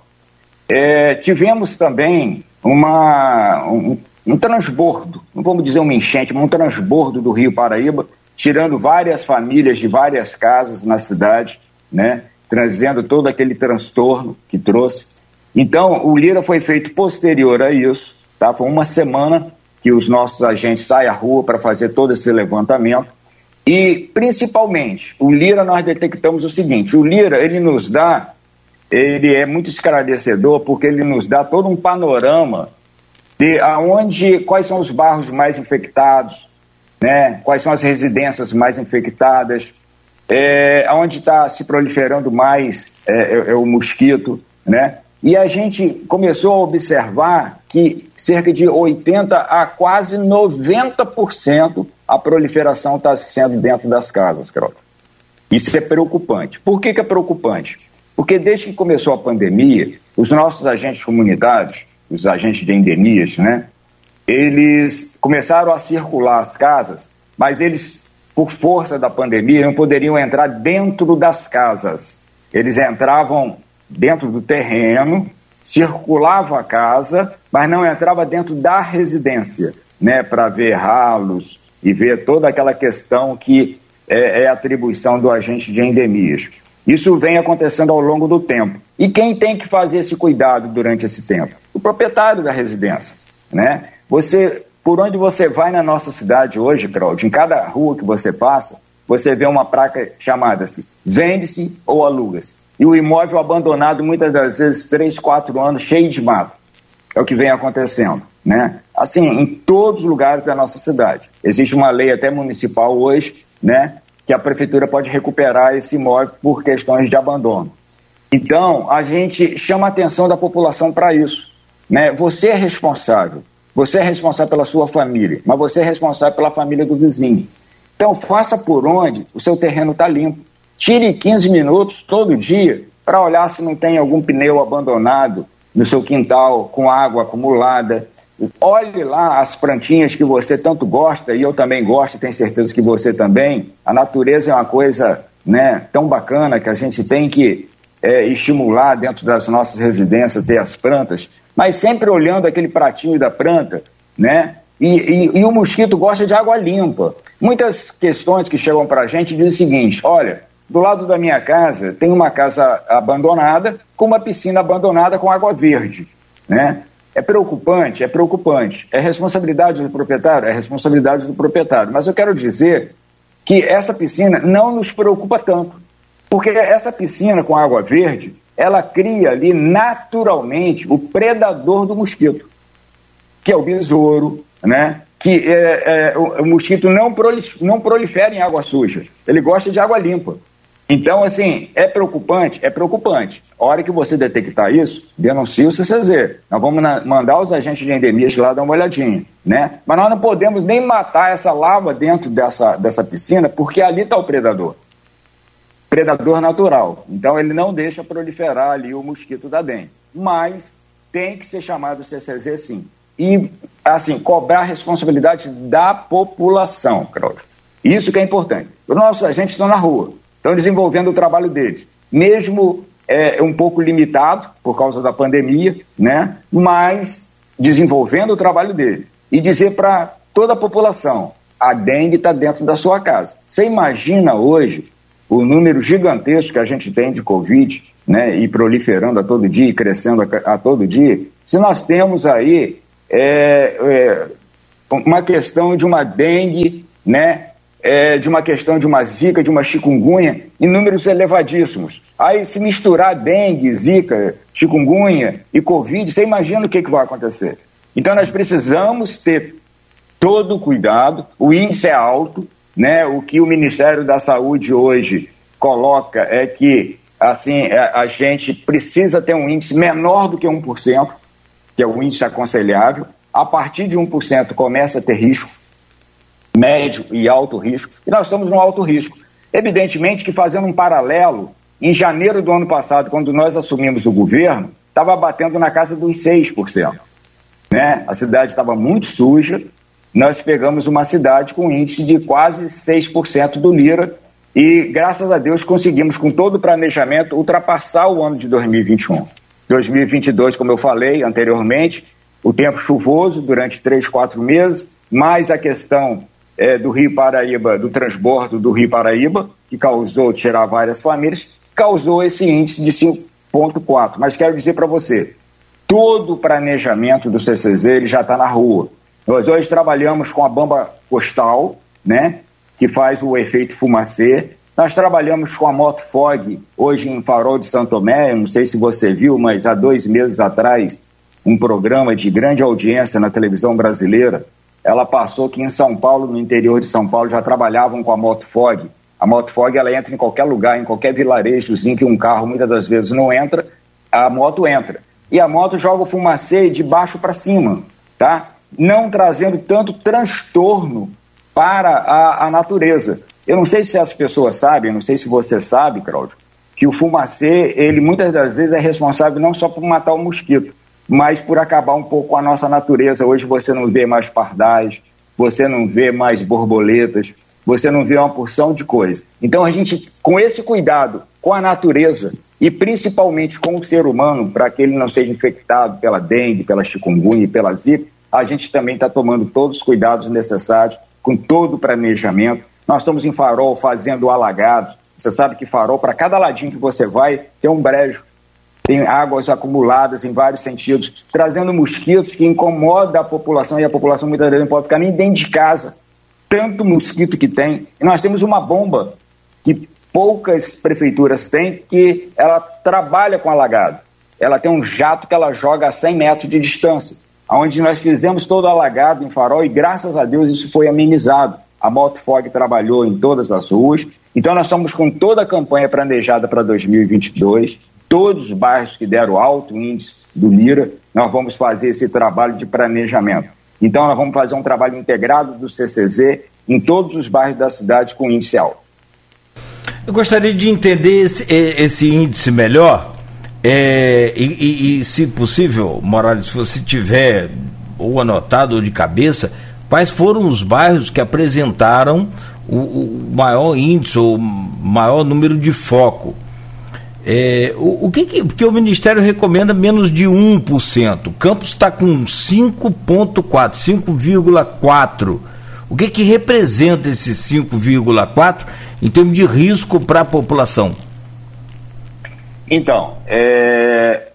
É, tivemos também uma... Um, um transbordo, não vamos dizer uma enchente, mas um transbordo do Rio Paraíba, tirando várias famílias de várias casas na cidade, né, trazendo todo aquele transtorno que trouxe. Então, o Lira foi feito posterior a isso, tá? Foi uma semana que os nossos agentes saem à rua para fazer todo esse levantamento e, principalmente, o Lira nós detectamos o seguinte, o Lira, ele nos dá, ele é muito esclarecedor porque ele nos dá todo um panorama de aonde, quais são os bairros mais infectados, né? Quais são as residências mais infectadas, é, onde está se proliferando mais é, é, é o mosquito, né? E a gente começou a observar que cerca de oitenta a quase noventa por cento a proliferação está sendo dentro das casas, Carol. Isso é preocupante. Por que que é preocupante? Porque desde que começou a pandemia, os nossos agentes comunitários, os agentes de endemias, né, eles começaram a circular as casas, mas eles por força da pandemia, não poderiam entrar dentro das casas. Eles entravam dentro do terreno, circulavam a casa, mas não entrava dentro da residência, né, para ver ralos e ver toda aquela questão que é, é atribuição do agente de endemias. Isso vem acontecendo ao longo do tempo. E quem tem que fazer esse cuidado durante esse tempo? O proprietário da residência, né? Você, por onde você vai na nossa cidade hoje, Cláudio, em cada rua que você passa, você vê uma placa chamada-se vende-se ou aluga-se. E o imóvel abandonado, muitas das vezes, três, quatro anos, cheio de mato. É o que vem acontecendo, né? Assim, em todos os lugares da nossa cidade. Existe uma lei até municipal hoje, né, que a prefeitura pode recuperar esse imóvel por questões de abandono. Então, a gente chama a atenção da população para isso, né? Você é responsável, você é responsável pela sua família, mas você é responsável pela família do vizinho. Então, faça por onde o seu terreno está limpo. Tire quinze minutos todo dia para olhar se não tem algum pneu abandonado no seu quintal com água acumulada. Olhe lá as plantinhas que você tanto gosta, e eu também gosto, tenho certeza que você também. A natureza é uma coisa, né, tão bacana que a gente tem que é, estimular dentro das nossas residências, ter as plantas, mas sempre olhando aquele pratinho da planta, né? E, e, e o mosquito gosta de água limpa. Muitas questões que chegam para a gente dizem o seguinte: olha, do lado da minha casa tem uma casa abandonada com uma piscina abandonada com água verde, né? É preocupante, é preocupante. É responsabilidade do proprietário? É responsabilidade do proprietário. Mas eu quero dizer que essa piscina não nos preocupa tanto, porque essa piscina com água verde, ela cria ali naturalmente o predador do mosquito, que é o besouro, né? Que é, é, o, o mosquito não, prolif, não prolifera em água suja, ele gosta de água limpa. Então, assim, é preocupante? É preocupante. A hora que você detectar isso, denuncie o C C Z. Nós vamos na, mandar os agentes de endemias lá dar uma olhadinha, né? Mas nós não podemos nem matar essa lava dentro dessa, dessa piscina, porque ali está o predador. Predador natural. Então, ele não deixa proliferar ali o mosquito da dengue. Mas tem que ser chamado o C C Z, sim. E, assim, cobrar a responsabilidade da população, Cláudio. Isso que é importante. Os nossos agentes estão na rua, estão desenvolvendo o trabalho deles, mesmo é, um pouco limitado por causa da pandemia, né? Mas desenvolvendo o trabalho dele. E dizer para toda a população: a dengue está dentro da sua casa. Você imagina hoje o número gigantesco que a gente tem de Covid, né? E proliferando a todo dia, e crescendo a, a todo dia. Se nós temos aí é, é, uma questão de uma dengue, né? É, de uma questão de uma zika, de uma chikungunya, em números elevadíssimos. Aí, se misturar dengue, zika, chikungunya e Covid, você imagina o que, que vai acontecer. Então, nós precisamos ter todo o cuidado, o índice é alto, né? O que o Ministério da Saúde hoje coloca é que, assim, a, a gente precisa ter um índice menor do que um por cento, que é o índice aconselhável. A partir de um por cento começa a ter risco, médio e alto risco, e nós estamos no alto risco. Evidentemente que, fazendo um paralelo, em janeiro do ano passado, quando nós assumimos o governo, estava batendo na casa dos seis por cento. Né? A cidade estava muito suja, nós pegamos uma cidade com um índice de quase seis por cento do Lira e, graças a Deus, conseguimos, com todo o planejamento, ultrapassar o ano de dois mil e vinte e um. dois mil e vinte e dois, como eu falei anteriormente, o tempo chuvoso durante três, quatro meses, mais a questão É, do Rio Paraíba, do transbordo do Rio Paraíba, que causou tirar várias famílias, causou esse índice de cinco vírgula quatro. Mas quero dizer para você, todo o planejamento do C C Z ele já está na rua. Nós hoje trabalhamos com a bomba costal, né, que faz o efeito fumacê. Nós trabalhamos com a moto Fog, hoje em Farol de Santo Tomé. Eu não sei se você viu, mas há dois meses atrás, um programa de grande audiência na televisão brasileira, ela passou que em São Paulo, no interior de São Paulo, já trabalhavam com a moto Fog. A moto Fog, ela entra em qualquer lugar, em qualquer vilarejozinho que um carro muitas das vezes não entra, a moto entra. E a moto joga o fumacê de baixo para cima, tá? Não trazendo tanto transtorno para a, a natureza. Eu não sei se as pessoas sabem, não sei se você sabe, Cláudio, que o fumacê, ele muitas das vezes é responsável não só por matar o mosquito, mas por acabar um pouco com a nossa natureza. Hoje você não vê mais pardais, você não vê mais borboletas, você não vê uma porção de coisa. Então a gente, com esse cuidado com a natureza e principalmente com o ser humano, para que ele não seja infectado pela dengue, pela chikungunya e pela zika, a gente também está tomando todos os cuidados necessários, com todo o planejamento. Nós estamos em Farol fazendo alagados. Você sabe que Farol, para cada ladinho que você vai, tem um brejo. Tem águas acumuladas em vários sentidos, trazendo mosquitos que incomodam a população, e a população muitas vezes não pode ficar nem dentro de casa. Tanto mosquito que tem. E nós temos uma bomba que poucas prefeituras têm, que ela trabalha com alagado. Ela tem um jato que ela joga a cem metros de distância, onde nós fizemos todo o alagado em Farol e graças a Deus isso foi amenizado. A Motofog trabalhou em todas as ruas. Então nós estamos com toda a campanha planejada para dois mil e vinte e dois. Todos os bairros que deram alto índice do Lira, nós vamos fazer esse trabalho de planejamento. Então nós vamos fazer um trabalho integrado do C C Z em todos os bairros da cidade com índice alto. Eu gostaria de entender esse, esse índice melhor, é, e, e, e se possível, Morales, se você tiver ou anotado ou de cabeça, quais foram os bairros que apresentaram o, o maior índice ou maior número de foco. É, o, o que, que porque o Ministério recomenda menos de um por cento, Campos está com cinco vírgula quatro, cinco vírgula quatro. O que que representa esse cinco vírgula quatro em termos de risco para a população? Então, é,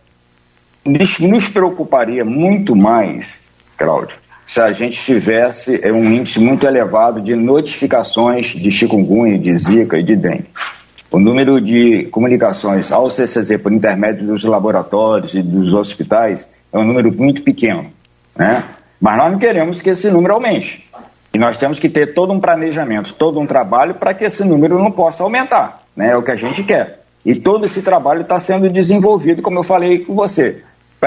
nos, nos preocuparia muito mais, Cláudio, se a gente tivesse é, um índice muito elevado de notificações de chikungunya, de zika e de dengue. O número de comunicações ao C C Z por intermédio dos laboratórios e dos hospitais é um número muito pequeno, né? Mas nós não queremos que esse número aumente. E nós temos que ter todo um planejamento, todo um trabalho para que esse número não possa aumentar, né? É o que a gente quer. E todo esse trabalho está sendo desenvolvido, como eu falei com você,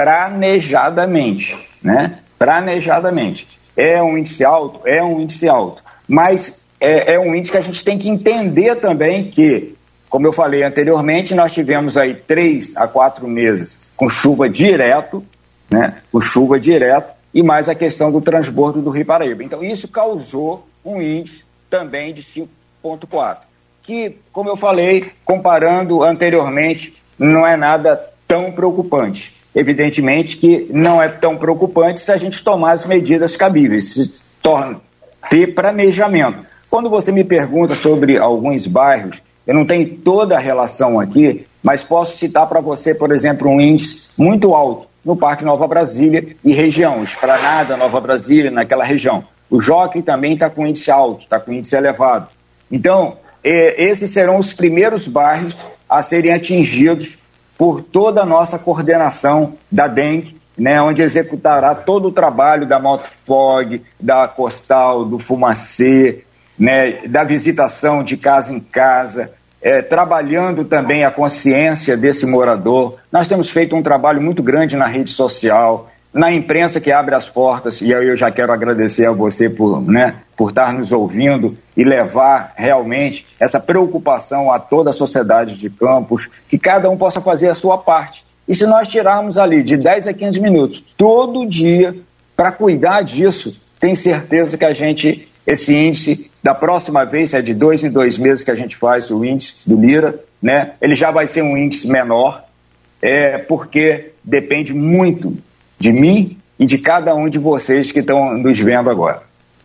planejadamente, né? Planejadamente. É um índice alto? É um índice alto. Mas é, é um índice que a gente tem que entender também que, como eu falei anteriormente, nós tivemos aí três a quatro meses com chuva direto, né? Com chuva direto, e mais a questão do transbordo do Rio Paraíba. Então, isso causou um índice também de cinco vírgula quatro, que, como eu falei, comparando anteriormente, não é nada tão preocupante. Evidentemente que não é tão preocupante se a gente tomar as medidas cabíveis, se torna, ter planejamento. Quando você me pergunta sobre alguns bairros, eu não tenho toda a relação aqui, mas posso citar para você, por exemplo, um índice muito alto no Parque Nova Brasília e região, Esplanada, Nova Brasília, naquela região. O Jockey também está com índice alto, está com índice elevado. Então, eh, esses serão os primeiros bairros a serem atingidos por toda a nossa coordenação da dengue, né, onde executará todo o trabalho da Motofog, da Costal, do Fumacê, né, da visitação de casa em casa, é, trabalhando também a consciência desse morador. Nós temos feito um trabalho muito grande na rede social, na imprensa que abre as portas, e eu já quero agradecer a você por, né, por estar nos ouvindo e levar realmente essa preocupação a toda a sociedade de Campos, que cada um possa fazer a sua parte. E se nós tirarmos ali de dez a quinze minutos, todo dia, para cuidar disso, tenho certeza que a gente, esse índice, da próxima vez, é de dois em dois meses que a gente faz o índice do Lira, né? Ele já vai ser um índice menor, é, porque depende muito de mim e de cada um de vocês que estão nos vendo agora.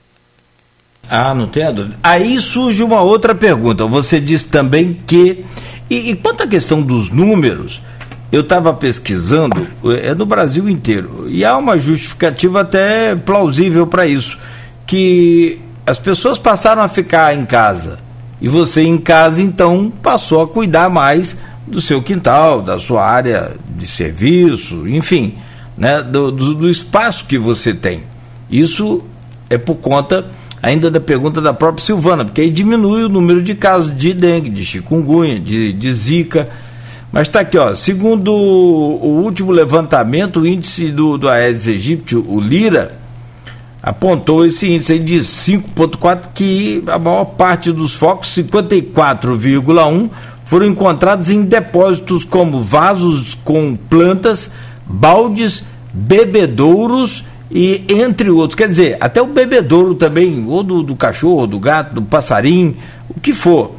Ah, não tenho dúvida. Aí surge uma outra pergunta. Você disse também que... E, e quanto à questão dos números, eu estava pesquisando, é no Brasil inteiro, e há uma justificativa até plausível para isso, que as pessoas passaram a ficar em casa, e você em casa, então, passou a cuidar mais do seu quintal, da sua área de serviço, enfim... Né, do, do, do espaço que você tem. Isso é por conta ainda da pergunta da própria Silvana, porque aí diminui o número de casos de dengue, de chikungunya, de, de zika. Mas está aqui, ó, segundo o último levantamento, o índice do, do Aedes aegypti, o Lira, apontou esse índice aí de cinco vírgula quatro, que a maior parte dos focos, cinquenta e quatro vírgula um, foram encontrados em depósitos como vasos com plantas, baldes, bebedouros e entre outros, quer dizer, até o bebedouro também, ou do, do cachorro, do gato, do passarinho, o que for.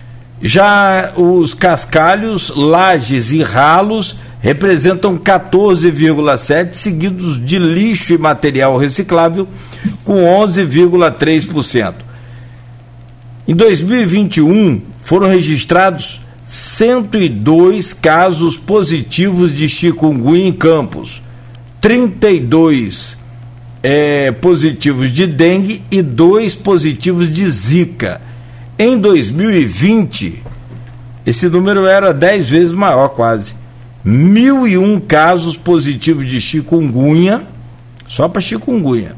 Já os cascalhos, lajes e ralos representam quatorze vírgula sete por cento, seguidos de lixo e material reciclável, com onze vírgula três por cento. Em dois mil e vinte e um, foram registrados cento e dois casos positivos de chikungunya em Campos, trinta e dois é, positivos de dengue e dois positivos de zika. Em dois mil e vinte, esse número era dez vezes maior, quase. mil e um casos positivos de chikungunya, só para chikungunya.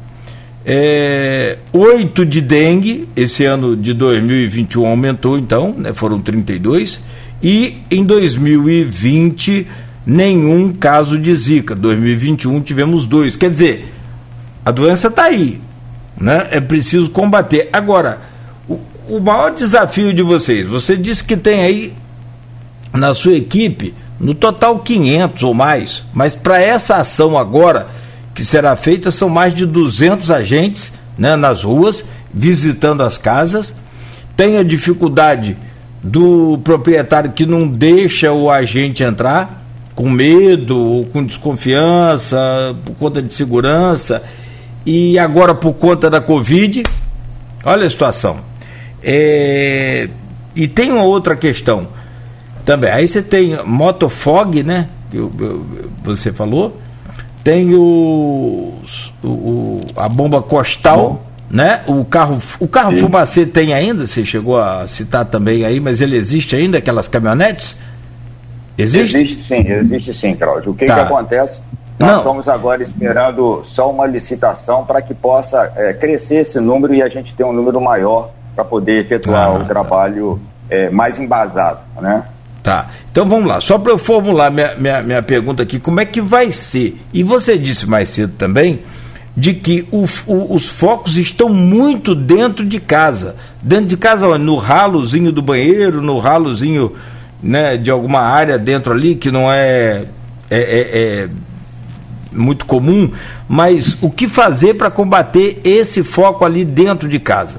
É, oito de dengue, esse ano de dois mil e vinte e um aumentou, então, né, foram trinta e dois. E em dois mil e vinte, nenhum caso de zika. dois mil e vinte e um tivemos dois. Quer dizer, a doença está aí, né? É preciso combater. Agora, o maior desafio de vocês, você disse que tem aí na sua equipe, no total quinhentos ou mais, mas para essa ação agora que será feita, são mais de duzentos agentes, né, nas ruas, visitando as casas. Tem a dificuldade do proprietário que não deixa o agente entrar, com medo ou com desconfiança, por conta de segurança, e agora por conta da Covid. Olha a situação. É, e tem uma outra questão também. Aí você tem motofog, né? Eu, eu, você falou. Tem o, o, a bomba costal, bom, né? O carro, o carro fumacê tem ainda, você chegou a citar também aí, mas ele existe ainda, aquelas caminhonetes? Existe? Existe sim, existe sim, Cláudio. O que, tá. que acontece? Nós Não. estamos agora esperando só uma licitação para que possa é, crescer esse número e a gente ter um número maior para poder efetuar ah, o trabalho é, mais embasado, né? Tá, então vamos lá, só para eu formular minha, minha, minha pergunta aqui, como é que vai ser? E você disse mais cedo também de que o, o, os focos estão muito dentro de casa, dentro de casa, no ralozinho do banheiro, no ralozinho, né, de alguma área dentro ali, que não é, é, é, é muito comum, mas o que fazer para combater esse foco ali dentro de casa?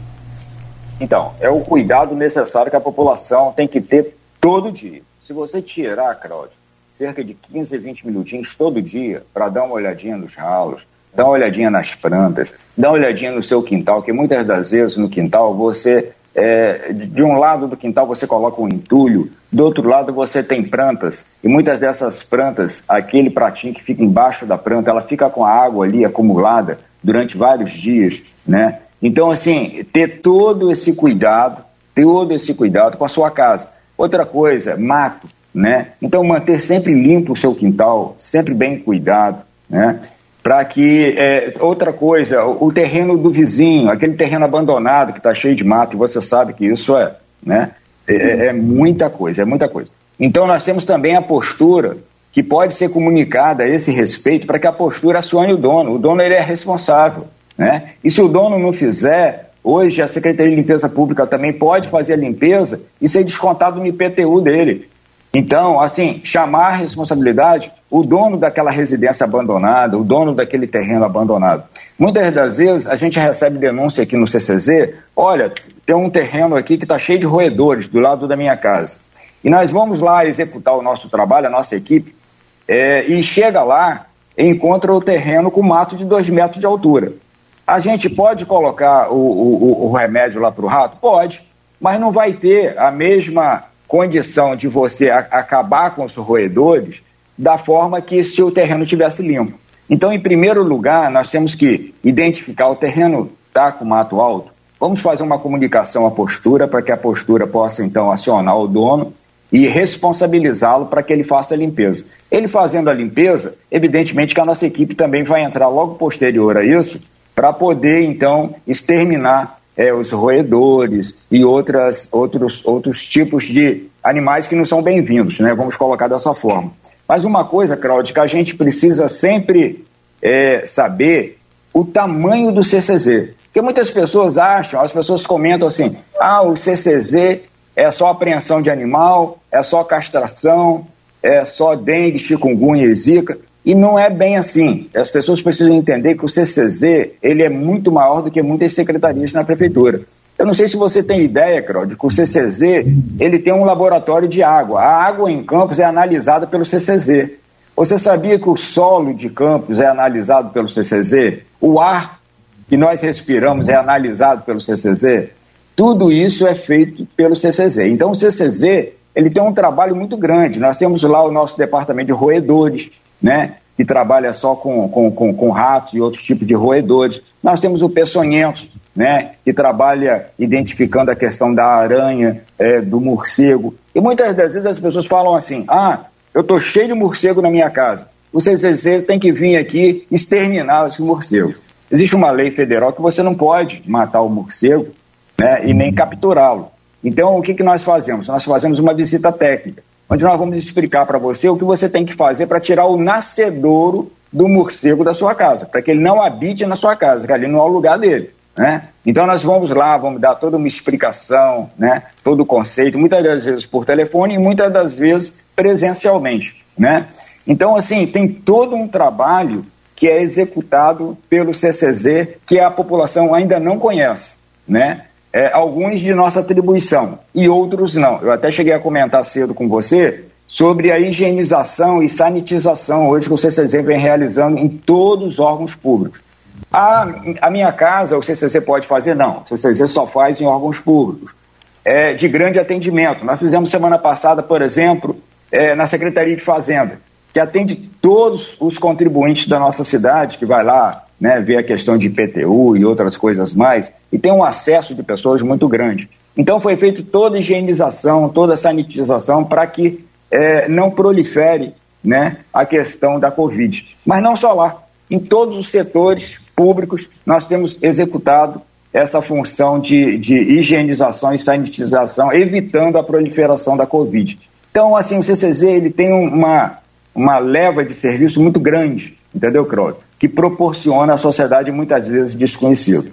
Então, é o cuidado necessário que a população tem que ter todo dia. Se você tirar, Cláudio, cerca de quinze, vinte minutinhos todo dia para dar uma olhadinha nos ralos, dar uma olhadinha nas plantas, dar uma olhadinha no seu quintal, que muitas das vezes no quintal você, é, de um lado do quintal você coloca um entulho, do outro lado você tem plantas, e muitas dessas plantas, aquele pratinho que fica embaixo da planta, ela fica com a água ali acumulada durante vários dias, né? Então, assim, ter todo esse cuidado, todo esse cuidado com a sua casa. Outra coisa, mato, né? Então, manter sempre limpo o seu quintal, sempre bem cuidado, né? Para que, é, outra coisa, o, o terreno do vizinho, aquele terreno abandonado que está cheio de mato, e você sabe que isso é, né? É, é muita coisa, é muita coisa. Então, nós temos também a postura que pode ser comunicada a esse respeito, para que a postura acione o dono. O dono, ele é responsável, né? E se o dono não fizer, hoje a Secretaria de Limpeza Pública também pode fazer a limpeza e ser descontado no I P T U dele. Então, assim, chamar a responsabilidade o dono daquela residência abandonada, o dono daquele terreno abandonado. Muitas das vezes a gente recebe denúncia aqui no C C Z, olha, tem um terreno aqui que está cheio de roedores do lado da minha casa. E nós vamos lá executar o nosso trabalho, a nossa equipe, é, e chega lá e encontra o terreno com mato de dois metros de altura. A gente pode colocar o, o, o remédio lá para o rato? Pode, mas não vai ter a mesma condição de você a, acabar com os roedores da forma que se o terreno tivesse limpo. Então, em primeiro lugar, nós temos que identificar o terreno está com mato alto. Vamos fazer uma comunicação à postura para que a postura possa, então, acionar o dono e responsabilizá-lo para que ele faça a limpeza. Ele fazendo a limpeza, evidentemente que a nossa equipe também vai entrar logo posterior a isso para poder, então, exterminar é, os roedores e outras, outros, outros tipos de animais que não são bem-vindos, né? Vamos colocar dessa forma. Mas uma coisa, Cláudio, que a gente precisa sempre é, saber o tamanho do C C Z. Porque muitas pessoas acham, as pessoas comentam assim, ah, o C C Z é só apreensão de animal, é só castração, é só dengue, chikungunya e zika. E não é bem assim. As pessoas precisam entender que o C C Z ele é muito maior do que muitas secretarias na prefeitura. Eu não sei se você tem ideia, Cláudio, que o C C Z ele tem um laboratório de água. A água em Campos é analisada pelo C C Z. Você sabia que o solo de Campos é analisado pelo C C Z? O ar que nós respiramos é analisado pelo C C Z? Tudo isso é feito pelo C C Z. Então o C C Z ele tem um trabalho muito grande. Nós temos lá o nosso departamento de roedores, né, que trabalha só com, com, com, com ratos e outros tipos de roedores. Nós temos o peçonhento, né, que trabalha identificando a questão da aranha, é, do morcego. E muitas das vezes as pessoas falam assim, ah, eu estou cheio de morcego na minha casa. O C C Z tem que vir aqui exterminar esse morcego. Existe uma lei federal que você não pode matar o morcego, né, e nem capturá-lo. Então, o que, que nós fazemos? Nós fazemos uma visita técnica, onde nós vamos explicar para você o que você tem que fazer para tirar o nascedouro do morcego da sua casa, para que ele não habite na sua casa, que ali não é o lugar dele, né? Então, nós vamos lá, vamos dar toda uma explicação, né, todo o conceito, muitas das vezes por telefone e muitas das vezes presencialmente, né? Então, assim, tem todo um trabalho que é executado pelo C C Z, que a população ainda não conhece, né? É, alguns de nossa atribuição e outros não. Eu até cheguei a comentar cedo com você sobre a higienização e sanitização hoje que o C C Z vem realizando em todos os órgãos públicos. A, a minha casa, o C C Z pode fazer? Não. O C C Z só faz em órgãos públicos. É, de grande atendimento. Nós fizemos semana passada, por exemplo, é, na Secretaria de Fazenda, que atende todos os contribuintes da nossa cidade, que vai lá, né, ver a questão de I P T U e outras coisas mais, e tem um acesso de pessoas muito grande. Então foi feita toda a higienização, toda a sanitização para que é, não prolifere, né, a questão da Covid. Mas não só lá, em todos os setores públicos nós temos executado essa função de, de higienização e sanitização, evitando a proliferação da Covid. Então, assim, o C C Z ele tem uma, uma leva de serviço muito grande, entendeu, Cláudio? Que proporciona à sociedade muitas vezes desconhecido.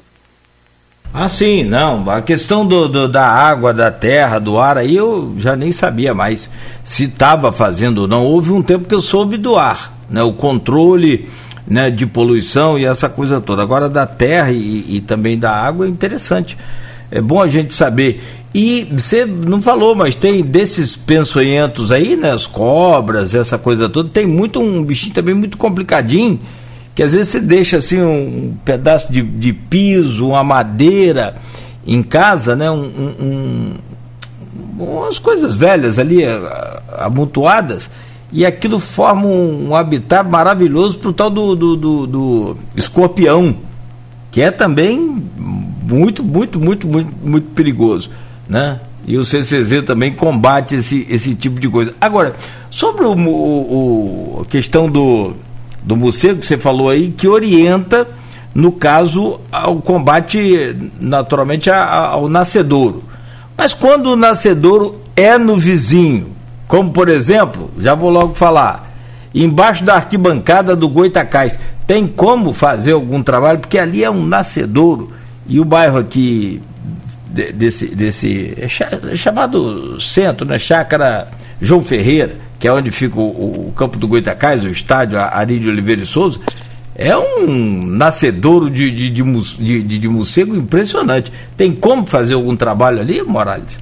Ah, sim, não, a questão do, do, da água, da terra, do ar, aí eu já nem sabia mais se estava fazendo ou não. Houve um tempo que eu soube do ar, né, o controle, né, de poluição e essa coisa toda. Agora da terra e, e também da água é interessante, é bom a gente saber. E você não falou, mas tem desses peçonhentos aí, né, as cobras, essa coisa toda, tem muito um bichinho também muito complicadinho, que às vezes você deixa assim um pedaço de, de piso, uma madeira em casa, né, um, um, um, umas coisas velhas ali amontoadas, e aquilo forma um, um habitat maravilhoso para o tal do, do, do, do escorpião, que é também muito, muito, muito, muito, muito perigoso, né? E o C C Z também combate esse, esse tipo de coisa. Agora, sobre o, o, o a questão do do morcego que você falou aí, que orienta, no caso, ao combate, naturalmente, a, a, ao nascedouro. Mas quando o nascedouro é no vizinho, como, por exemplo, já vou logo falar, embaixo da arquibancada do Goitacás, tem como fazer algum trabalho? Porque ali é um nascedouro, e o bairro aqui, de, desse, desse é chamado centro, né, Chácara João Ferreira, que é onde fica o, o campo do Goitacás, o estádio Ari de Oliveira e Souza, é um nascedouro de, de, de, de, de, de morcego impressionante. Tem como fazer algum trabalho ali, Morales?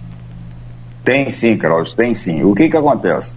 Tem sim, Carlos, tem sim. O que que acontece?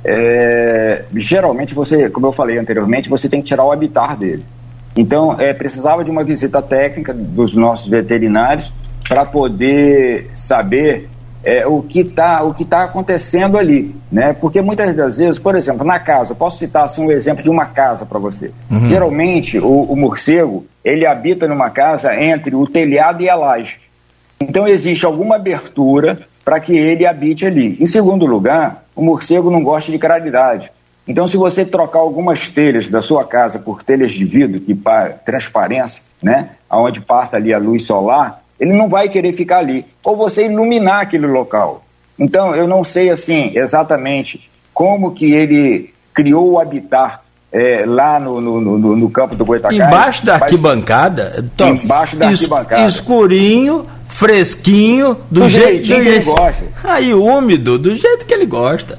É, geralmente você, como eu falei anteriormente, você tem que tirar o habitat dele. Então, é, precisava de uma visita técnica dos nossos veterinários para poder saber É, o que está o que tá acontecendo ali, né? Porque muitas das vezes, por exemplo, na casa, eu posso citar assim, um exemplo de uma casa para você. Uhum. Geralmente, o, o morcego, ele habita numa casa entre o telhado e a laje. Então, existe alguma abertura para que ele habite ali. Em segundo lugar, o morcego não gosta de claridade. Então, se você trocar algumas telhas da sua casa por telhas de vidro, que para transparência, né? Onde passa ali a luz solar, ele não vai querer ficar ali, ou você iluminar aquele local. Então, eu não sei, assim, exatamente como que ele criou o habitat é, lá no, no, no, no campo do Goitacás. Embaixo da arquibancada? Então, embaixo da es, arquibancada. Escurinho, fresquinho, do, do jeito, jeito que ele gosta. Aí, úmido, do jeito que ele gosta.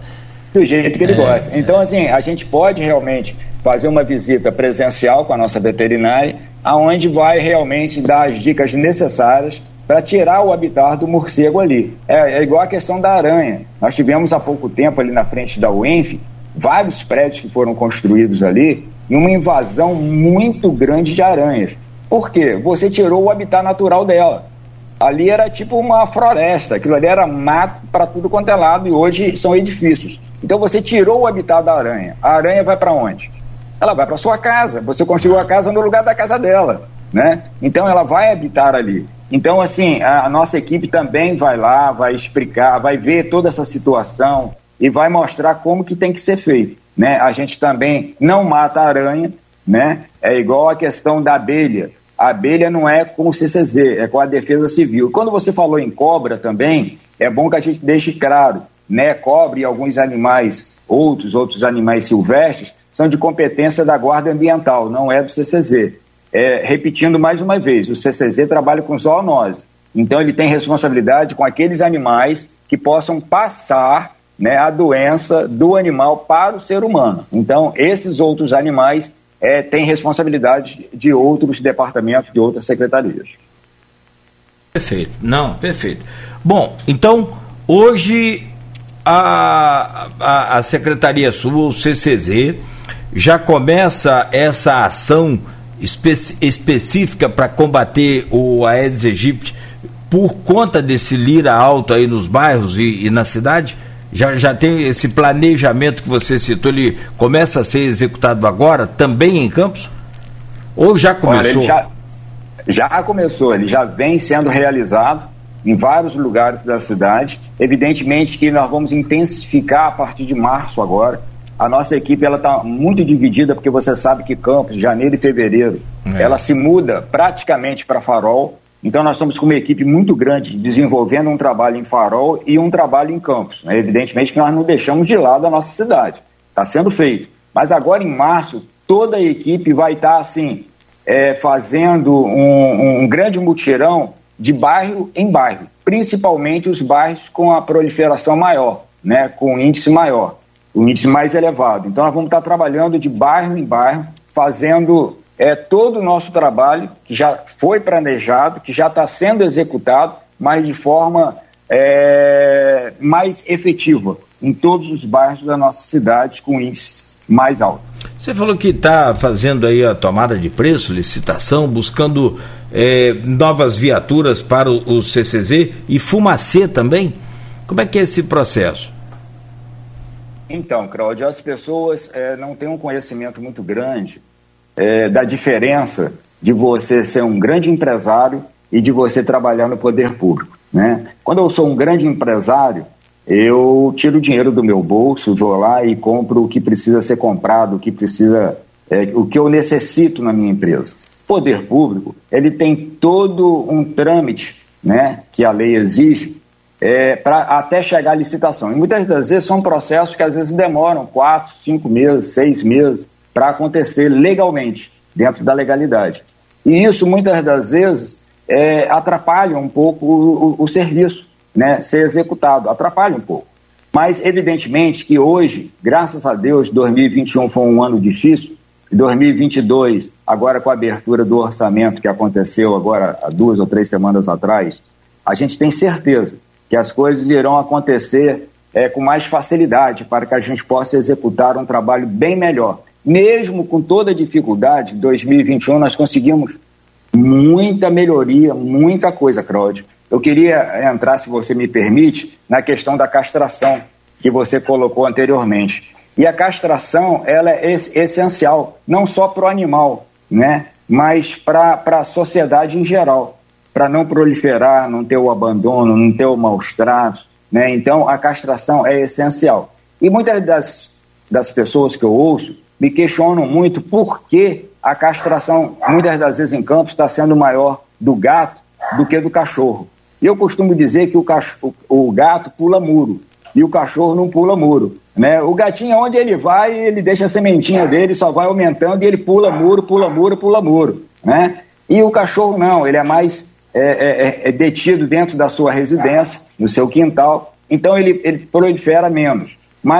do jeito que ele é, gosta. Então, é. assim, a gente pode realmente fazer uma visita presencial com a nossa veterinária, aonde vai realmente dar as dicas necessárias para tirar o habitat do morcego ali. É, é igual a questão da aranha. Nós tivemos há pouco tempo ali na frente da U E N F, vários prédios que foram construídos ali, e uma invasão muito grande de aranhas. Por quê? Você tirou o habitat natural dela. Ali era tipo uma floresta, aquilo ali era mato para tudo quanto é lado, e hoje são edifícios. Então você tirou o habitat da aranha. A aranha vai para onde? Ela vai para sua casa. Você construiu a casa no lugar da casa dela, né? Então ela vai habitar ali. Então, assim, a nossa equipe também vai lá, vai explicar, vai ver toda essa situação e vai mostrar como que tem que ser feito, né? A gente também não mata a aranha, né? É igual a questão da abelha. A abelha não é com o C C Z, é com a Defesa Civil. Quando você falou em cobra também, é bom que a gente deixe claro, né? Cobra e alguns animais, outros, outros animais silvestres, são de competência da Guarda Ambiental, não é do C C Z. É, repetindo mais uma vez, o C C Z trabalha com zoonose, então ele tem responsabilidade com aqueles animais que possam passar, né, a doença do animal para o ser humano. Então esses outros animais é, têm responsabilidade de outros departamentos, de outras secretarias. Perfeito, não, perfeito. Bom, então hoje a, a, a Secretaria Sua, o C C Z, já começa essa ação Espe- específica para combater o Aedes aegypti por conta desse lira alto aí nos bairros e, e na cidade? Já, já tem esse planejamento que você citou, ele começa a ser executado agora, também em Campos? Ou já começou? Olha, ele já, já começou, ele já vem sendo realizado em vários lugares da cidade. Evidentemente que nós vamos intensificar a partir de março agora. A nossa equipe está muito dividida, porque você sabe que Campos, janeiro e fevereiro, é. ela se muda praticamente para Farol. Então nós estamos com uma equipe muito grande desenvolvendo um trabalho em Farol e um trabalho em Campos. Né? Evidentemente que nós não deixamos de lado a nossa cidade. Está sendo feito. Mas agora em março, toda a equipe vai estar tá, assim, é, fazendo um, um grande mutirão de bairro em bairro. Principalmente os bairros com a proliferação maior, né? Com o índice maior. O índice mais elevado. Então nós vamos estar trabalhando de bairro em bairro, fazendo é, todo o nosso trabalho que já foi planejado, que já está sendo executado, mas de forma é, mais efetiva em todos os bairros da nossa cidade com índice mais alto. Você falou que está fazendo aí a tomada de preço, licitação, buscando é, novas viaturas para o, o C C Z e Fumacê também. Como é que é esse processo? Então, Cláudio, as pessoas é, não têm um conhecimento muito grande é, da diferença de você ser um grande empresário e de você trabalhar no poder público, né? Quando eu sou um grande empresário, eu tiro o dinheiro do meu bolso, vou lá e compro o que precisa ser comprado, o que precisa, é, o que eu necessito na minha empresa. Poder público, ele tem todo um trâmite, né, que a lei exige, É, para até chegar à licitação. E muitas das vezes são processos que às vezes demoram quatro, cinco meses, seis meses para acontecer legalmente, dentro da legalidade. E isso muitas das vezes é, atrapalha um pouco o, o, o serviço, né, ser executado, atrapalha um pouco. Mas evidentemente que hoje, graças a Deus, dois mil e vinte e um foi um ano difícil, dois mil e vinte e dois, agora com a abertura do orçamento que aconteceu agora há duas ou três semanas atrás, a gente tem certeza que as coisas irão acontecer é, com mais facilidade para que a gente possa executar um trabalho bem melhor. Mesmo com toda a dificuldade, em dois mil e vinte e um nós conseguimos muita melhoria, muita coisa, Cláudio. Eu queria entrar, se você me permite, na questão da castração que você colocou anteriormente. E a castração, ela é essencial, não só para o animal, né, mas para a sociedade em geral, para não proliferar, não ter o abandono, não ter o maus tratos, né? Então a castração é essencial. E muitas das, das pessoas que eu ouço me questionam muito por que a castração, muitas das vezes em Campos, está sendo maior do gato do que do cachorro. E eu costumo dizer que o, cachorro, o gato pula muro e o cachorro não pula muro, né? O gatinho, onde ele vai, ele deixa a sementinha dele, só vai aumentando e ele pula muro, pula muro, pula muro, né? E o cachorro não, ele é mais É, é, é detido dentro da sua residência, no seu quintal, então ele, ele prolifera menos. Mas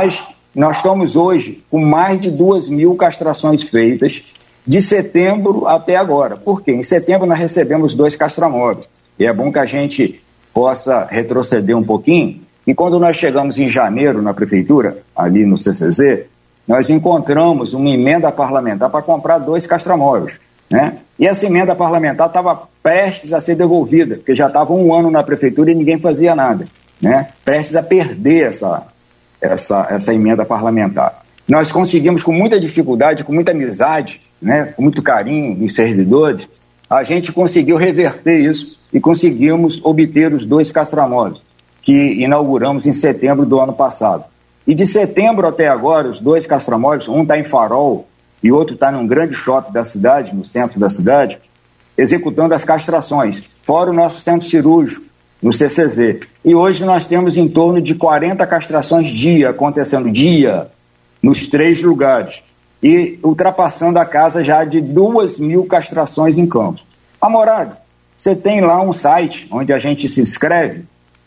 nós estamos hoje com mais de duas mil castrações feitas de setembro até agora. Por quê? Em setembro nós recebemos dois castramóveis. E é bom que a gente possa retroceder um pouquinho. E quando nós chegamos em janeiro na prefeitura, ali no C C Z, nós encontramos uma emenda parlamentar para comprar dois castramóveis, né? E essa emenda parlamentar estava prestes a ser devolvida, porque já estava um ano na prefeitura e ninguém fazia nada, né? Prestes a perder essa, essa, essa emenda parlamentar. Nós conseguimos, com muita dificuldade, com muita amizade, né, com muito carinho dos servidores, a gente conseguiu reverter isso e conseguimos obter os dois castramóveis que inauguramos em setembro do ano passado. E de setembro até agora, os dois castramóveis, um está em Farol e outro está num grande shopping da cidade, no centro da cidade, executando as castrações, fora o nosso centro cirúrgico, no C C Z. E hoje nós temos em torno de quarenta castrações dia, acontecendo dia, nos três lugares, e ultrapassando a casa já de duas mil castrações em Campos. Amorado, você tem lá um site onde a gente se inscreve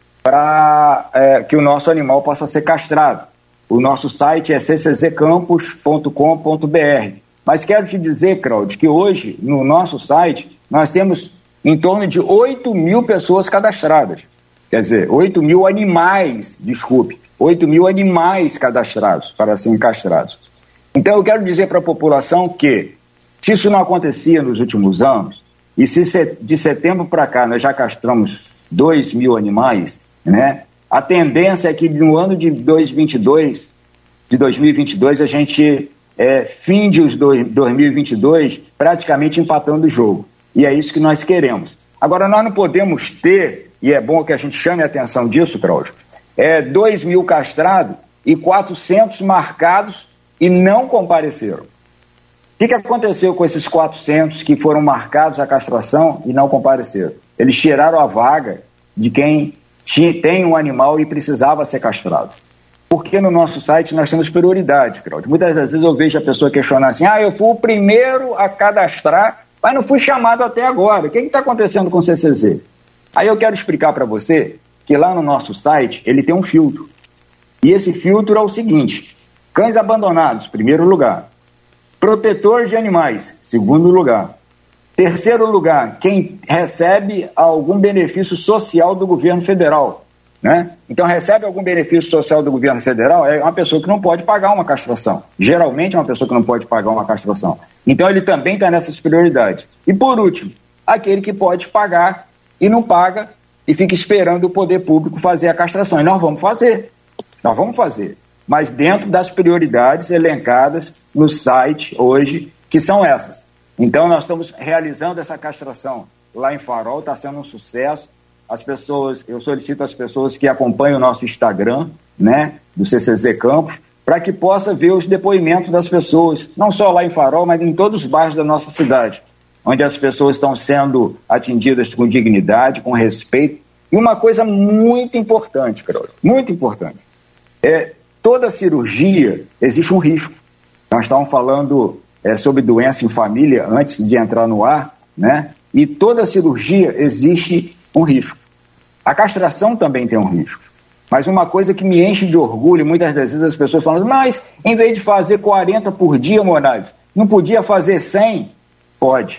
para é, que o nosso animal possa ser castrado. O nosso site é c c z campos ponto com ponto b r. Mas quero te dizer, Cláudio, que hoje, no nosso site, nós temos em torno de oito mil pessoas cadastradas. Quer dizer, oito mil animais, desculpe, oito mil animais cadastrados para serem castrados. Então, eu quero dizer para a população que, se isso não acontecia nos últimos anos, e se de setembro para cá nós já castramos dois mil animais, né, a tendência é que no ano de dois mil e vinte e dois, de dois mil e vinte e dois, a gente é, finde os dois, dois mil e vinte e dois praticamente empatando o jogo. E é isso que nós queremos. Agora, nós não podemos ter, e é bom que a gente chame a atenção disso, Cláudio, é, dois mil castrados e quatrocentos marcados e não compareceram. O que, que aconteceu com esses quatrocentos que foram marcados a castração e não compareceram? Eles tiraram a vaga de quem tinha, tem um animal e precisava ser castrado. Porque no nosso site nós temos prioridade, Cláudio. Muitas vezes eu vejo a pessoa questionar assim, ah, eu fui o primeiro a cadastrar, mas não fui chamado até agora. O que está acontecendo com o C C Z? Aí eu quero explicar para você que lá no nosso site ele tem um filtro. E esse filtro é o seguinte: cães abandonados, primeiro lugar. Protetor de animais, segundo lugar. Terceiro lugar, quem recebe algum benefício social do governo federal, né? Então, recebe algum benefício social do governo federal, é uma pessoa que não pode pagar uma castração. Geralmente é uma pessoa que não pode pagar uma castração. Então, ele também está nessas prioridades. E, por último, aquele que pode pagar e não paga e fica esperando o poder público fazer a castração. E nós vamos fazer. Nós vamos fazer. Mas dentro das prioridades elencadas no site hoje, que são essas. Então, nós estamos realizando essa castração lá em Farol, está sendo um sucesso. As pessoas, eu solicito às pessoas que acompanham o nosso Instagram, né, do C C Z Campos, para que possa ver os depoimentos das pessoas, não só lá em Farol, mas em todos os bairros da nossa cidade, onde as pessoas estão sendo atendidas com dignidade, com respeito. E uma coisa muito importante, Carol, muito importante, é toda cirurgia existe um risco. Nós estávamos falando é, sobre doença em família antes de entrar no ar, né? E toda cirurgia existe um risco. A castração também tem um risco. Mas uma coisa que me enche de orgulho, muitas das vezes as pessoas falam, mas em vez de fazer quarenta por dia, Morales, não podia fazer cem? Pode,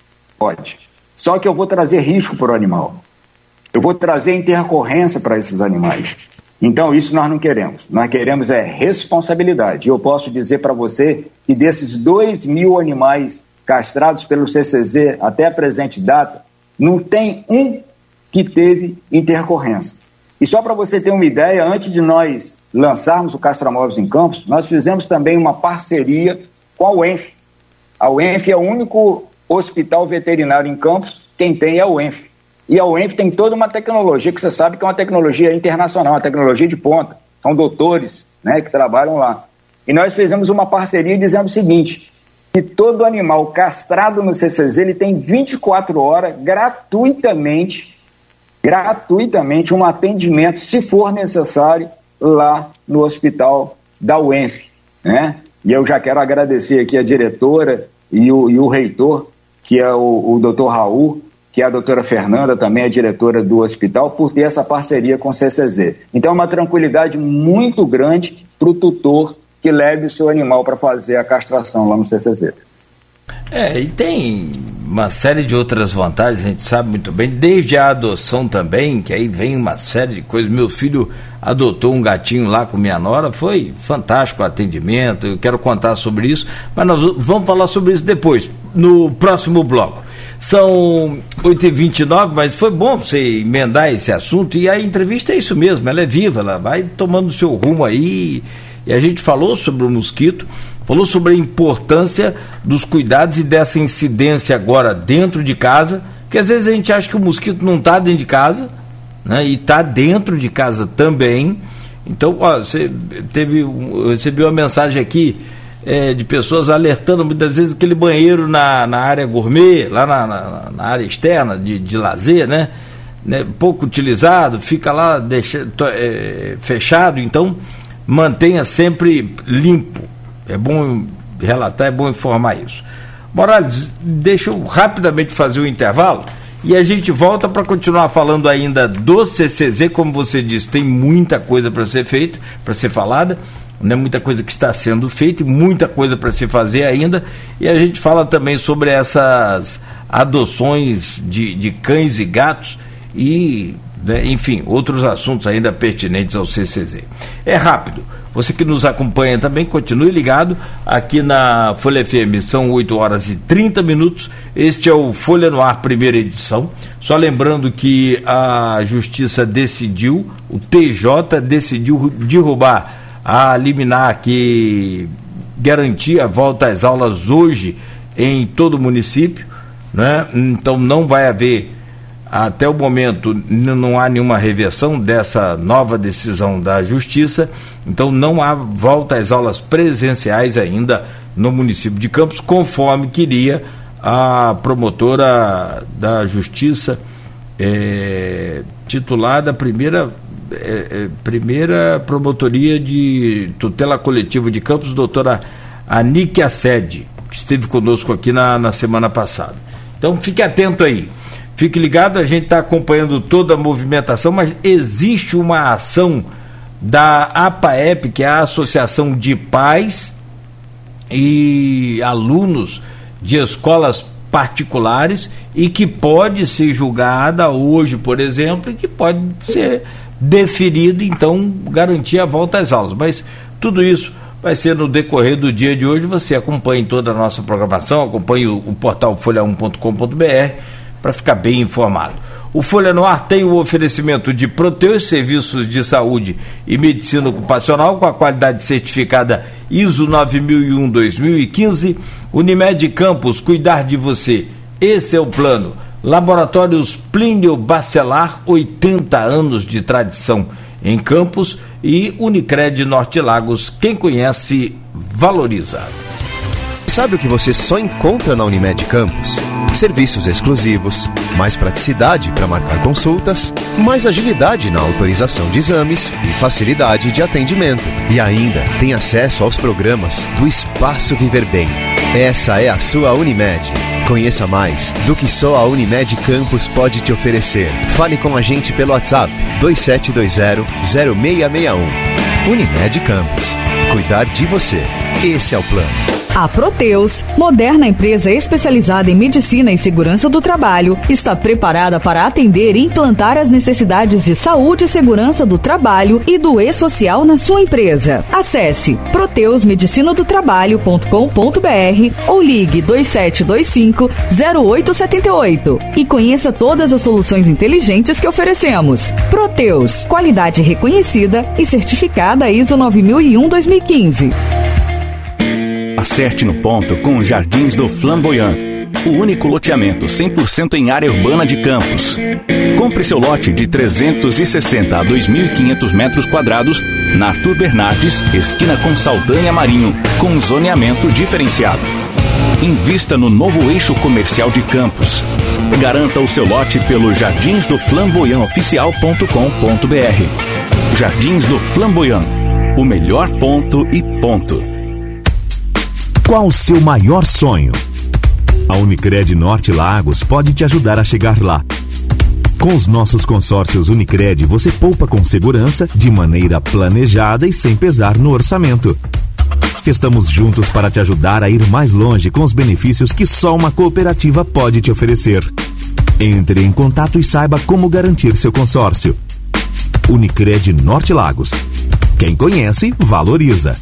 pode. Só que eu vou trazer risco para o animal. Eu vou trazer intercorrência para esses animais. Então, isso nós não queremos. Nós queremos é responsabilidade. E eu posso dizer para você que desses dois mil animais castrados pelo C C Z até a presente data, não tem um que teve intercorrência. E só para você ter uma ideia, antes de nós lançarmos o Castramóveis em Campos, nós fizemos também uma parceria com a U E N F. A U E N F é o único hospital veterinário em Campos, quem tem é a U E N F. E a U E N F tem toda uma tecnologia que você sabe que é uma tecnologia internacional, uma tecnologia de ponta. São doutores, né, que trabalham lá. E nós fizemos uma parceria dizendo o seguinte, que todo animal castrado no C C Z ele tem vinte e quatro horas gratuitamente, gratuitamente um atendimento, se for necessário, lá no hospital da U E N F, né? E eu já quero agradecer aqui a diretora e o, e o reitor, que é o, o doutor Raul, que é a doutora Fernanda, também a diretora do hospital, por ter essa parceria com o C C Z. Então é uma tranquilidade muito grande para o tutor que leve o seu animal para fazer a castração lá no C C Z. É, e tem uma série de outras vantagens, a gente sabe muito bem, desde a adoção também, que aí vem uma série de coisas. Meu filho adotou um gatinho lá com minha nora, foi fantástico o atendimento, eu quero contar sobre isso, mas nós vamos falar sobre isso depois, no próximo bloco. São oito e vinte e nove, mas foi bom você emendar esse assunto, e a entrevista é isso mesmo, ela é viva, ela vai tomando o seu rumo aí, e a gente falou sobre o mosquito, falou sobre a importância dos cuidados e dessa incidência agora dentro de casa, porque às vezes a gente acha que o mosquito não está dentro de casa, né, e está dentro de casa também. Então, ó, você teve, eu recebi uma mensagem aqui é, de pessoas alertando muitas vezes aquele banheiro na, na área gourmet, lá na, na, na área externa de, de lazer, né, né, pouco utilizado, fica lá deixa, é, fechado, então mantenha sempre limpo. É bom relatar, é bom informar isso. Morales, deixa eu rapidamente fazer o intervalo e a gente volta para continuar falando ainda do C C Z. Como você disse, tem muita coisa para ser feita, para ser falada, né? Muita coisa que está sendo feita e muita coisa para se fazer ainda, e a gente fala também sobre essas adoções de, de cães e gatos e, né, enfim, outros assuntos ainda pertinentes ao C C Z. É rápido. Você que nos acompanha também, continue ligado aqui na Folha F M, são oito horas e trinta minutos, este é o Folha no Ar, primeira edição. Só lembrando que a Justiça decidiu, o T J decidiu derrubar a liminar que garantia a volta às aulas hoje em todo o município, né? Então não vai haver, até o momento, não há nenhuma reversão dessa nova decisão da Justiça, então não há volta às aulas presenciais ainda no município de Campos, conforme queria a promotora da Justiça, é, titular da primeira, é, é, primeira promotoria de tutela coletiva de Campos, doutora Anique Assede, que esteve conosco aqui na, na semana passada. Então fique atento aí. Fique ligado, a gente está acompanhando toda a movimentação, mas existe uma ação da APAEP, que é a Associação de Pais e Alunos de Escolas Particulares, e que pode ser julgada hoje, por exemplo, e que pode ser deferida, então, garantir a volta às aulas. Mas tudo isso vai ser no decorrer do dia de hoje. Você acompanhe toda a nossa programação, acompanhe o, o portal folha um ponto com ponto b r, para ficar bem informado. O Folha no Ar tem o oferecimento de Proteus, serviços de saúde e medicina ocupacional com a qualidade certificada I S O nove mil e um barra dois mil e quinze. Unimed Campos, cuidar de você, esse é o plano. Laboratórios Plínio Bacelar, oitenta anos de tradição em Campos, e Unicred Norte Lagos, quem conhece, valoriza. Sabe o que você só encontra na Unimed Campos? Serviços exclusivos, mais praticidade para marcar consultas, mais agilidade na autorização de exames e facilidade de atendimento. E ainda tem acesso aos programas do Espaço Viver Bem. Essa é a sua Unimed. Conheça mais do que só a Unimed Campos pode te oferecer. Fale com a gente pelo WhatsApp dois sete dois zero, zero seis seis um. Unimed Campos. Cuidar de você. Esse é o plano. A Proteus, moderna empresa especializada em medicina e segurança do trabalho, está preparada para atender e implantar as necessidades de saúde e segurança do trabalho e do e-social na sua empresa. Acesse proteus medicina do trabalho ponto com ponto b r ou ligue dois sete dois cinco, zero oito sete oito e conheça todas as soluções inteligentes que oferecemos. Proteus, qualidade reconhecida e certificada I S O nove mil e um barra dois mil e quinze. Acerte no ponto com Jardins do Flamboyant, o único loteamento cem por cento em área urbana de Campos. Compre seu lote de trezentos e sessenta a dois mil e quinhentos metros quadrados na Arthur Bernardes, esquina com Saldanha Marinho, com zoneamento diferenciado. Invista no novo eixo comercial de Campos. Garanta o seu lote pelo jardins do flamboyant oficial ponto com ponto b r. Jardins do Flamboyant, o melhor ponto e ponto. Qual o seu maior sonho? A Unicred Norte Lagos pode te ajudar a chegar lá. Com os nossos consórcios Unicred, você poupa com segurança, de maneira planejada e sem pesar no orçamento. Estamos juntos para te ajudar a ir mais longe com os benefícios que só uma cooperativa pode te oferecer. Entre em contato e saiba como garantir seu consórcio. Unicred Norte Lagos. Quem conhece, valoriza.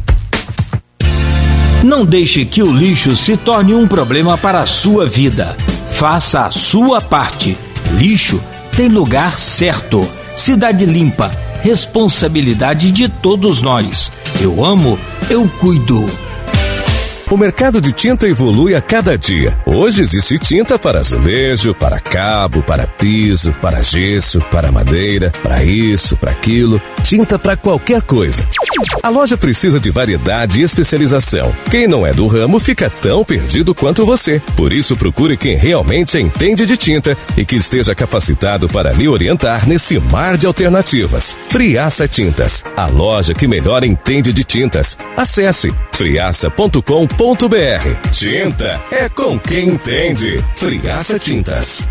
Não deixe que o lixo se torne um problema para a sua vida. Faça a sua parte. Lixo tem lugar certo. Cidade limpa. Responsabilidade de todos nós. Eu amo, eu cuido. O mercado de tinta evolui a cada dia. Hoje existe tinta para azulejo, para cabo, para piso, para gesso, para madeira, para isso, para aquilo. Tinta para qualquer coisa. A loja precisa de variedade e especialização. Quem não é do ramo fica tão perdido quanto você. Por isso, procure quem realmente entende de tinta e que esteja capacitado para lhe orientar nesse mar de alternativas. Friaça Tintas, a loja que melhor entende de tintas. Acesse friaça ponto com ponto br. Tinta é com quem entende. Friaça Tintas.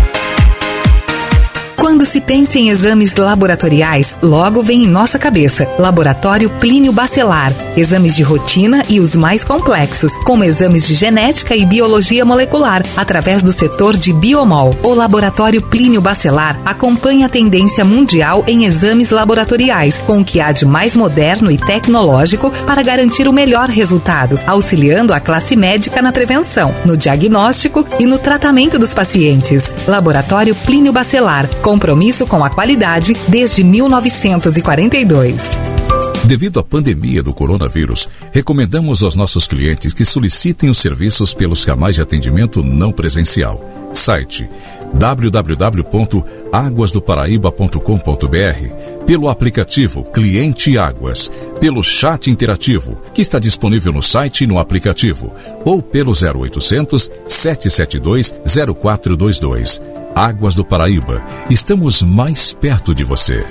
Quando se pensa em exames laboratoriais, logo vem em nossa cabeça Laboratório Plínio Bacelar. Exames de rotina e os mais complexos, como exames de genética e biologia molecular, através do setor de Biomol. O Laboratório Plínio Bacelar acompanha a tendência mundial em exames laboratoriais, com o que há de mais moderno e tecnológico para garantir o melhor resultado, auxiliando a classe médica na prevenção, no diagnóstico e no tratamento dos pacientes. Laboratório Plínio Bacelar, compromisso com a qualidade desde mil novecentos e quarenta e dois. Devido à pandemia do coronavírus, recomendamos aos nossos clientes que solicitem os serviços pelos canais de atendimento não presencial. Site w w w ponto águas do paraíba ponto com ponto br, pelo aplicativo Cliente Águas, pelo chat interativo, que está disponível no site e no aplicativo, ou pelo zero oitocentos, sete sete dois, zero quatro dois dois. Águas do Paraíba, estamos mais perto de você.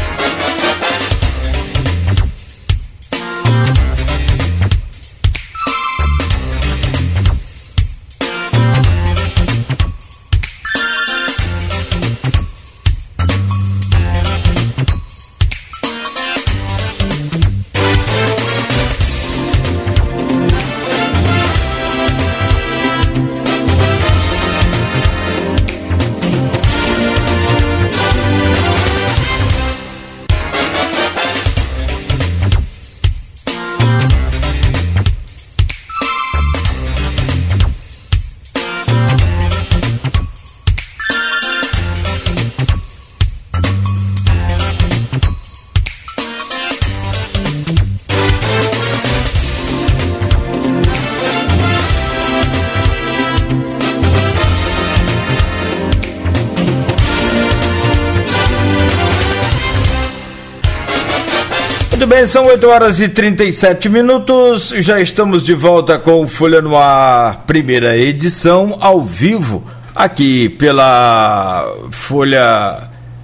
Muito bem, são oito horas e trinta e sete minutos, já estamos de volta com Folha no Ar, primeira edição, ao vivo, aqui pela Folha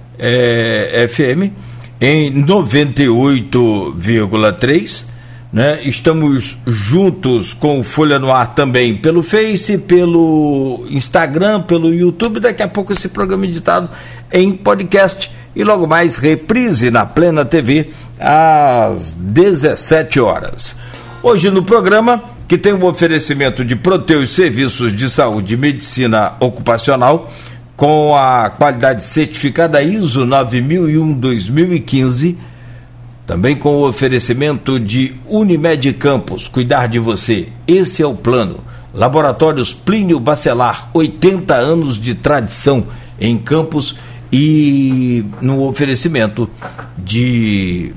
é, F M, em noventa e oito vírgula três, né? Estamos juntos com Folha no Ar também pelo Face, pelo Instagram, pelo YouTube, daqui a pouco esse programa editado em podcast e logo mais reprise na Plena T V às dezessete horas. Hoje no programa, que tem um oferecimento de Proteus Serviços de Saúde e Medicina Ocupacional, com a qualidade certificada I S O nove mil e um barra dois mil e quinze, também com o oferecimento de Unimed Campos, cuidar de você, esse é o plano. Laboratórios Plínio Bacelar, oitenta anos de tradição em Campos, e no oferecimento de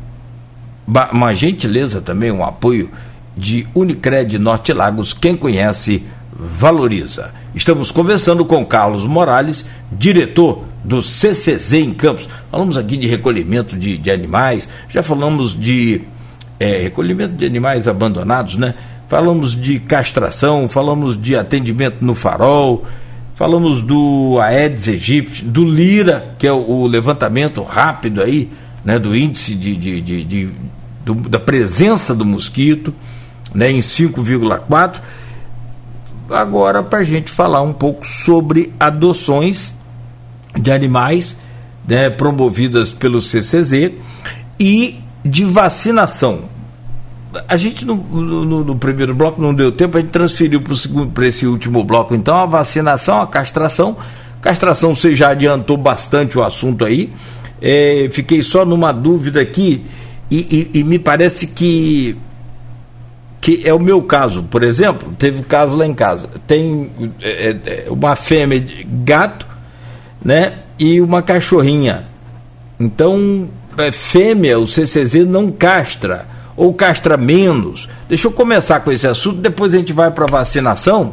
uma gentileza também, um apoio de Unicred Norte Lagos, quem conhece, valoriza. Estamos conversando com Carlos Morales, diretor do C C Z em Campos. Falamos aqui de recolhimento de, de animais, já falamos de é, recolhimento de animais abandonados, né? Falamos de castração, falamos de atendimento no farol, falamos do Aedes aegypti, do Lira, que é o, o levantamento rápido aí, né, do índice de, de, de, de do, da presença do mosquito, né, em cinco vírgula quatro. Agora, para a gente falar um pouco sobre adoções, de animais, né, promovidas pelo C C Z, e de vacinação. A gente no, no, no primeiro bloco não deu tempo, a gente transferiu para esse último bloco então a vacinação, a castração. Castração você já adiantou bastante o assunto aí. É, fiquei só numa dúvida aqui, e, e, e me parece que que é o meu caso, por exemplo. Teve um caso lá em casa, tem é, é, uma fêmea de gato, né, e uma cachorrinha. Então, é, fêmea, o C C Z não castra, ou castra menos. Deixa eu começar com esse assunto, depois a gente vai para a vacinação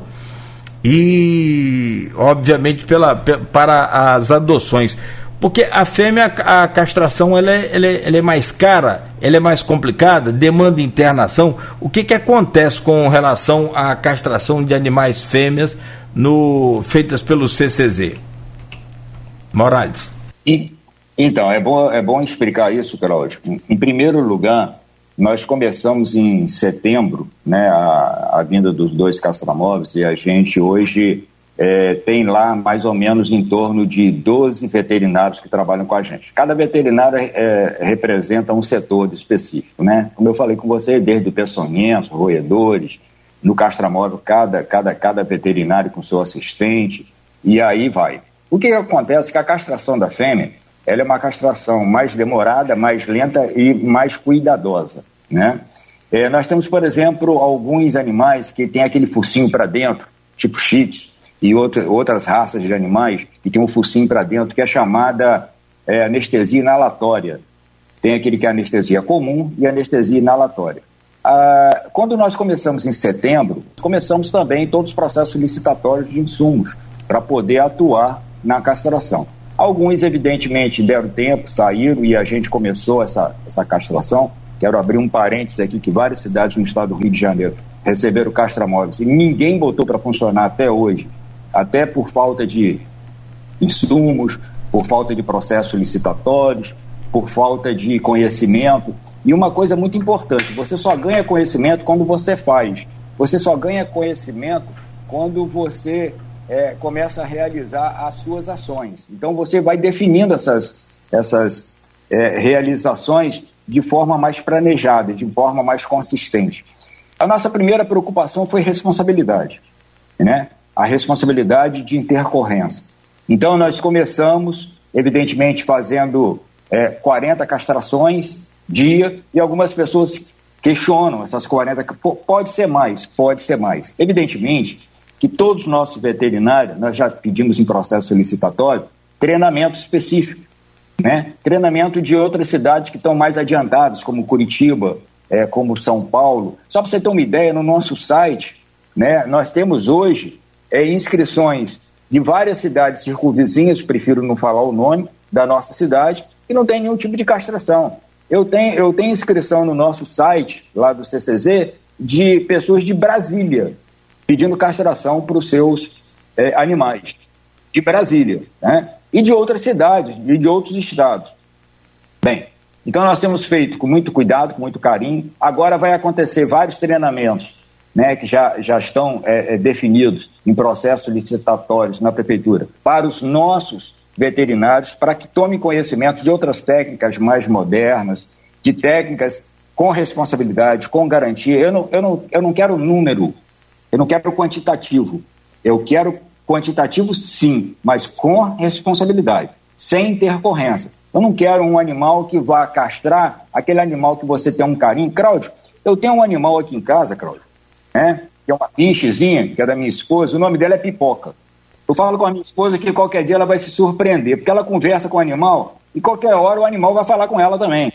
e, obviamente, pela, para as adoções. Porque a fêmea, a castração, ela é, ela, é, ela é mais cara, ela é mais complicada, demanda internação. O que, que acontece com relação à castração de animais fêmeas no, feitas pelo C C Z? Morales. E, então, é bom, é bom explicar isso, Cláudio. Em primeiro lugar, nós começamos em setembro, né, a, a vinda dos dois castramóveis, e a gente hoje é, tem lá mais ou menos em torno de doze veterinários que trabalham com a gente. Cada veterinário é, representa um setor específico, né? Como eu falei com você, desde o peçonhentos, roedores, no castramóvel, cada, cada, cada veterinário com seu assistente, e aí vai. O que acontece é que a castração da fêmea, ela é uma castração mais demorada, mais lenta e mais cuidadosa, né? É, nós temos, por exemplo, alguns animais que têm aquele focinho para dentro, tipo shih tzu, e outra, outras raças de animais que tem um focinho para dentro, que é chamada é, anestesia inalatória. Tem aquele que é anestesia comum e anestesia inalatória. Ah, quando nós começamos em setembro, começamos também todos os processos licitatórios de insumos para poder atuar na castração. Alguns, evidentemente, deram tempo, saíram e a gente começou essa, essa castração. Quero abrir um parênteses aqui, que várias cidades no estado do Rio de Janeiro receberam castramóveis e ninguém botou para funcionar até hoje, até por falta de insumos, por falta de processos licitatórios, por falta de conhecimento. E uma coisa muito importante, você só ganha conhecimento quando você faz. Você só ganha conhecimento quando você é, começa a realizar as suas ações. Então você vai definindo essas, essas é, realizações de forma mais planejada, de forma mais consistente. A nossa primeira preocupação foi responsabilidade, né? A responsabilidade de intercorrência. Então nós começamos, evidentemente, fazendo é, quarenta castrações dia, e algumas pessoas questionam essas quarenta, pode ser mais, pode ser mais. Evidentemente que todos os nossos veterinários, nós já pedimos em processo licitatório, treinamento específico, né? Treinamento de outras cidades que estão mais adiantadas, como Curitiba, é, como São Paulo. Só para você ter uma ideia, no nosso site, né, nós temos hoje é, inscrições de várias cidades circunvizinhas, prefiro não falar o nome, da nossa cidade, e não tem nenhum tipo de castração. Eu tenho, eu tenho inscrição no nosso site, lá do C C Z, de pessoas de Brasília, pedindo castração para os seus é, animais, de Brasília, né? E de outras cidades, e de outros estados. Bem, então nós temos feito com muito cuidado, com muito carinho. Agora vai acontecer vários treinamentos, né, que já, já estão é, é, definidos em processos licitatórios na prefeitura, para os nossos veterinários, para que tomem conhecimento de outras técnicas mais modernas, de técnicas com responsabilidade, com garantia. Eu não, eu não, eu não quero número, eu não quero quantitativo, eu quero quantitativo sim, mas com responsabilidade, sem intercorrências. Eu não quero um animal que vá castrar aquele animal que você tem um carinho. Cláudio, eu tenho um animal aqui em casa, Cláudio, né, que é uma bichezinha, que é da minha esposa, o nome dela é Pipoca. Eu falo com a minha esposa que qualquer dia ela vai se surpreender, porque ela conversa com o animal e qualquer hora o animal vai falar com ela também.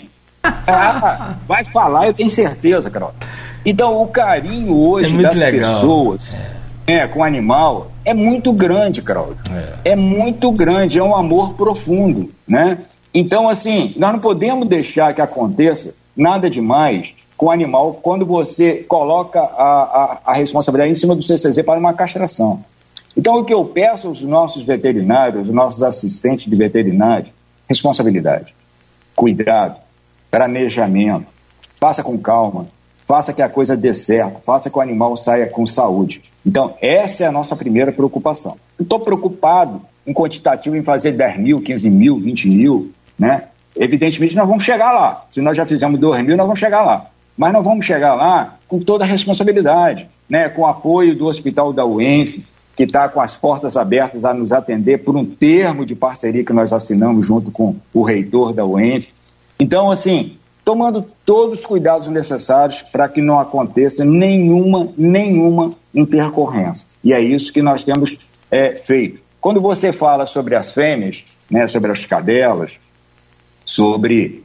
Ah, vai falar, eu tenho certeza, Cláudio. Então, o carinho hoje é das legal. pessoas é, com o animal é muito grande, Cláudio. É. é muito grande, é um amor profundo, né? Então, assim, nós não podemos deixar que aconteça nada demais com o animal quando você coloca a, a, a responsabilidade em cima do C C Z para uma castração. Então, o que eu peço aos nossos veterinários, aos nossos assistentes de veterinário, responsabilidade, cuidado, planejamento, faça com calma, faça que a coisa dê certo, faça que o animal saia com saúde. Então, essa é a nossa primeira preocupação. Eu estou preocupado um quantitativo em fazer dez mil, quinze mil, vinte mil, né? Evidentemente nós vamos chegar lá. Se nós já fizemos dois mil, nós vamos chegar lá. Mas nós vamos chegar lá com toda a responsabilidade, né? Com o apoio do Hospital da U E N F, que está com as portas abertas a nos atender por um termo de parceria que nós assinamos junto com o reitor da U E N F. Então, assim, tomando todos os cuidados necessários para que não aconteça nenhuma, nenhuma intercorrência. E é isso que nós temos é, feito. Quando você fala sobre as fêmeas, né, sobre as cadelas, sobre...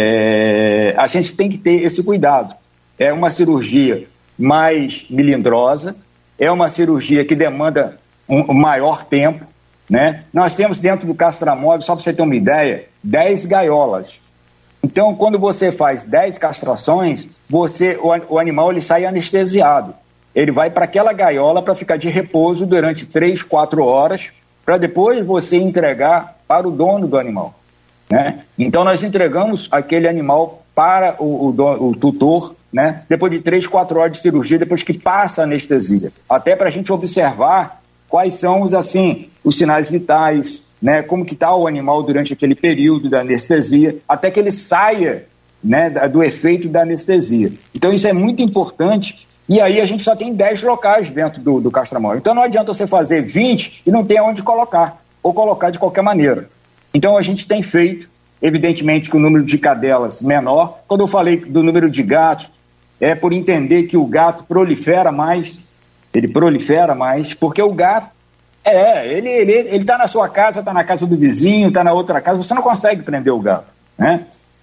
É, a gente tem que ter esse cuidado. É uma cirurgia mais melindrosa, é uma cirurgia que demanda um, um maior tempo, né? Nós temos dentro do castramóvel, só para você ter uma ideia, dez gaiolas. Então, quando você faz dez castrações, você, o, o animal ele sai anestesiado. Ele vai para aquela gaiola para ficar de repouso durante três, quatro horas, para depois você entregar para o dono do animal, né? Então, nós entregamos aquele animal para o, o, o tutor, né? Depois de três, quatro horas de cirurgia, depois que passa a anestesia, até para a gente observar quais são os, assim, os sinais vitais, né? Como que está o animal durante aquele período da anestesia, até que ele saia, né, do efeito da anestesia. Então isso é muito importante, e aí a gente só tem dez locais dentro do, do castramóvel. Então não adianta você fazer vinte e não ter onde colocar, ou colocar de qualquer maneira. Então a gente tem feito, evidentemente que o número de cadelas menor. Quando eu falei do número de gatos, é por entender que o gato prolifera mais, ele prolifera mais, porque o gato, é, ele ele ele está na sua casa, está na casa do vizinho, está na outra casa, você não consegue prender o gato, né?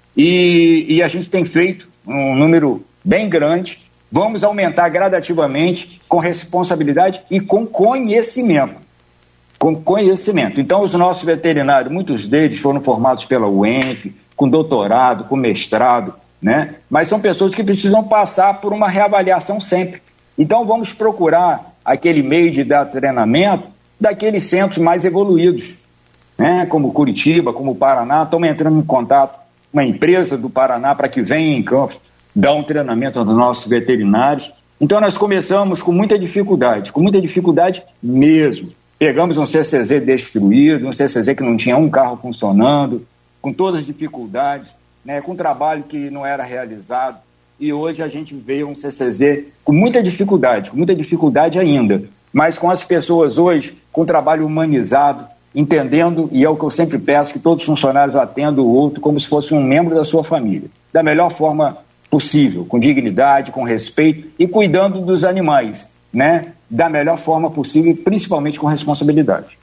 E, e a gente tem feito um número bem grande, vamos aumentar gradativamente com responsabilidade e com conhecimento, com conhecimento. Então os nossos veterinários, muitos deles foram formados pela U E N F, com doutorado, com mestrado, né? Mas são pessoas que precisam passar por uma reavaliação sempre. Então vamos procurar aquele meio de dar treinamento daqueles centros mais evoluídos, né? Como Curitiba, como o Paraná. Estamos entrando em contato com uma empresa do Paraná para que venha em Campos dar um treinamento aos nossos veterinários. Então nós começamos com muita dificuldade, com muita dificuldade mesmo. Pegamos um C C Z destruído, um C C Z que não tinha um carro funcionando, com todas as dificuldades, né, com trabalho que não era realizado, e hoje a gente vê um C C Z com muita dificuldade, com muita dificuldade ainda, mas com as pessoas hoje com trabalho humanizado, entendendo, e é o que eu sempre peço, que todos os funcionários atendam o outro como se fosse um membro da sua família, da melhor forma possível, com dignidade, com respeito e cuidando dos animais, né, da melhor forma possível e principalmente com responsabilidade.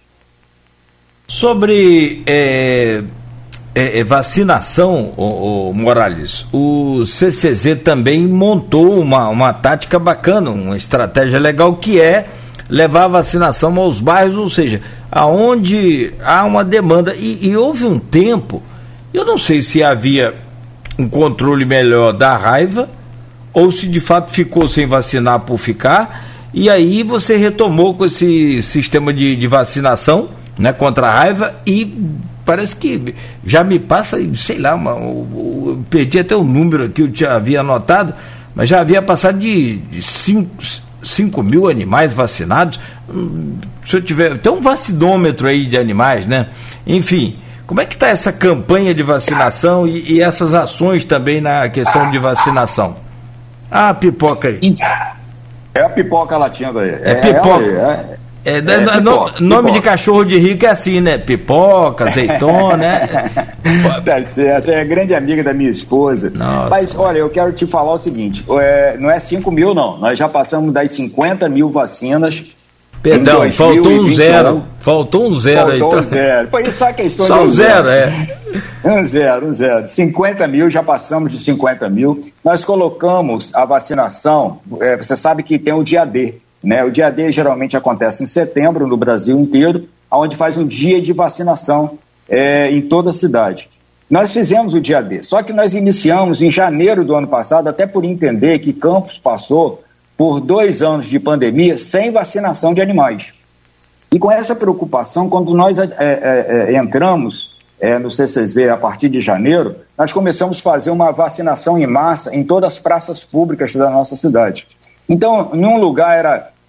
Sobre é, é, vacinação, o, o Morales, o C C Z também montou uma, uma tática bacana, uma estratégia legal, que é levar a vacinação aos bairros, ou seja, aonde há uma demanda, e, e houve um tempo, eu não sei se havia um controle melhor da raiva, ou se de fato ficou sem vacinar por ficar, e aí você retomou com esse sistema de, de vacinação, né, contra a raiva, e parece que já me passa, sei lá, uma, eu, eu perdi até o número aqui, eu já havia anotado, mas já havia passado de cinco mil animais vacinados. Se eu tiver, tem um vacinômetro aí de animais, né? Enfim, como é que está essa campanha de vacinação e, e essas ações também na questão de vacinação? Ah, pipoca aí. É a pipoca latindo aí. É, é pipoca. É, é, é, é, é pipoca, no, nome pipoca. De cachorro de rico é assim, né? Pipoca, azeitona, né? Tá certo, é grande amiga da minha esposa. Nossa. Mas, olha, eu quero te falar o seguinte, é, não é cinco mil não, nós já passamos das cinquenta mil vacinas. Perdão, faltou um zero. Faltou um zero aí. Faltou um zero. Foi só a questão só de um zero, zero, é. Um zero, um zero. cinquenta mil, já passamos de cinquenta mil. Nós colocamos a vacinação, é, você sabe que tem o dia D, né? O dia D geralmente acontece em setembro no Brasil inteiro, onde faz um dia de vacinação é, em toda a cidade. Nós fizemos o dia D, só que nós iniciamos em janeiro do ano passado, até por entender que Campos passou por dois anos de pandemia sem vacinação de animais. E com essa preocupação, quando nós é, é, é, entramos é, no C C Z a partir de janeiro, nós começamos a fazer uma vacinação em massa em todas as praças públicas da nossa cidade. Então, em um lugar era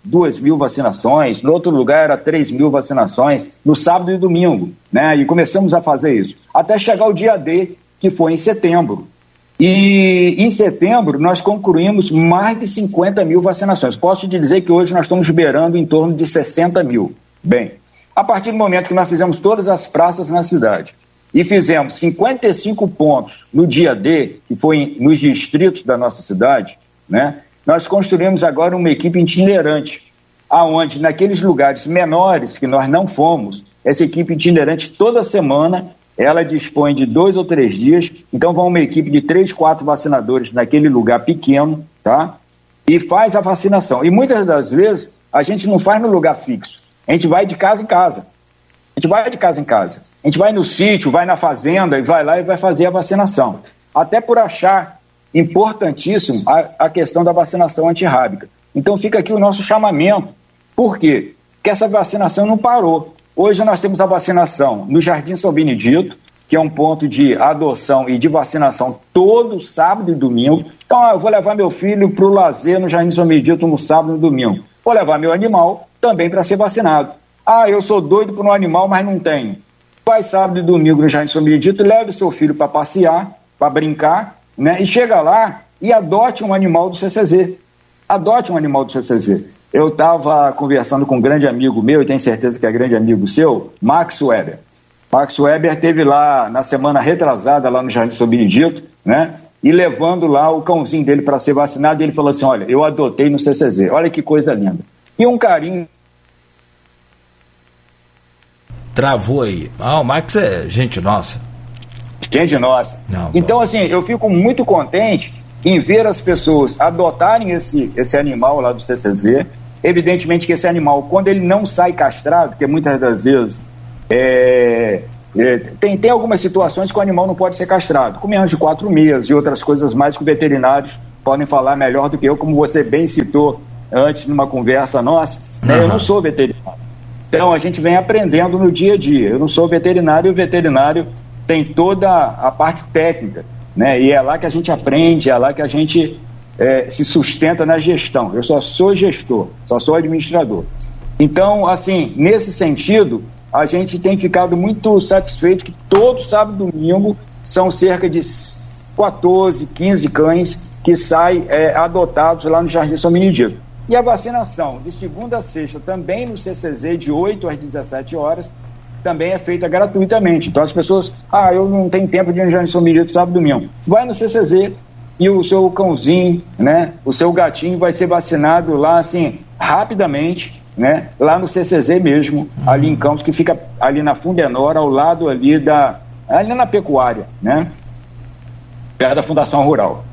duas mil vacinações, no outro lugar era três mil vacinações, no sábado e domingo, né? E começamos a fazer isso, até chegar o dia D, que foi em setembro. E em setembro nós concluímos mais de cinquenta mil vacinações. Posso te dizer que hoje nós estamos beirando em torno de sessenta mil. Bem, a partir do momento que nós fizemos todas as praças na cidade e fizemos cinquenta e cinco pontos no dia D, que foi nos distritos da nossa cidade, né? Nós construímos agora uma equipe itinerante, aonde naqueles lugares menores que nós não fomos, essa equipe itinerante toda semana ela dispõe de dois ou três dias, então vão uma equipe de três, quatro vacinadores naquele lugar pequeno, tá? E faz a vacinação. E muitas das vezes a gente não faz no lugar fixo, a gente vai de casa em casa. A gente vai de casa em casa. A gente vai no sítio, vai na fazenda e vai lá e vai fazer a vacinação. Até por achar importantíssimo a, a questão da vacinação antirrábica. Então fica aqui o nosso chamamento. Por quê? Porque essa vacinação não parou. Hoje nós temos a vacinação no Jardim São Benedito, que é um ponto de adoção e de vacinação todo sábado e domingo. Então, ah, eu vou levar meu filho para o lazer no Jardim São Benedito no sábado e no domingo. Vou levar meu animal também para ser vacinado. Ah, eu sou doido por um animal, mas não tenho. Vai sábado e domingo no Jardim São Benedito, leve seu filho para passear, para brincar, né? E chega lá e adote um animal do C C Z. Adote um animal do C C Z. Eu estava conversando com um grande amigo meu, e tenho certeza que é grande amigo seu, Max Weber. Max Weber esteve lá na semana retrasada, lá no Jardim São Benedito, né? E levando lá o cãozinho dele para ser vacinado, e ele falou assim, olha, eu adotei no C C Z, olha que coisa linda. E um carinho. Travou aí. Ah, o Max é gente nossa. Gente nossa. Não, então, assim, eu fico muito contente em ver as pessoas adotarem esse, esse animal lá do C C Z. Evidentemente que esse animal, quando ele não sai castrado, porque muitas das vezes é, é, tem, tem algumas situações que o animal não pode ser castrado, com menos de quatro meses e outras coisas mais que veterinários podem falar melhor do que eu, como você bem citou antes numa conversa nossa, né? Uhum. Eu não sou veterinário. Então a gente vem aprendendo no dia a dia. Eu não sou veterinário, e o veterinário tem toda a parte técnica, né? E é lá que a gente aprende, é lá que a gente é, se sustenta na gestão. Eu só sou gestor, só sou administrador. Então, assim, nesse sentido, a gente tem ficado muito satisfeito que todo sábado e domingo são cerca de quatorze, quinze cães que saem é, adotados lá no Jardim São Benedito. E a vacinação de segunda a sexta também no C C Z de oito às dezessete horas também é feita gratuitamente. Então as pessoas, ah, eu não tenho tempo de ir no Jardim São Benedito sábado e domingo. Vai no C C Z e o seu cãozinho, né, o seu gatinho vai ser vacinado lá, assim, rapidamente, né, lá no C C Z mesmo, ali em Campos, que fica ali na Fundenor, ao lado ali da, ali na pecuária, né, perto da Fundação Rural.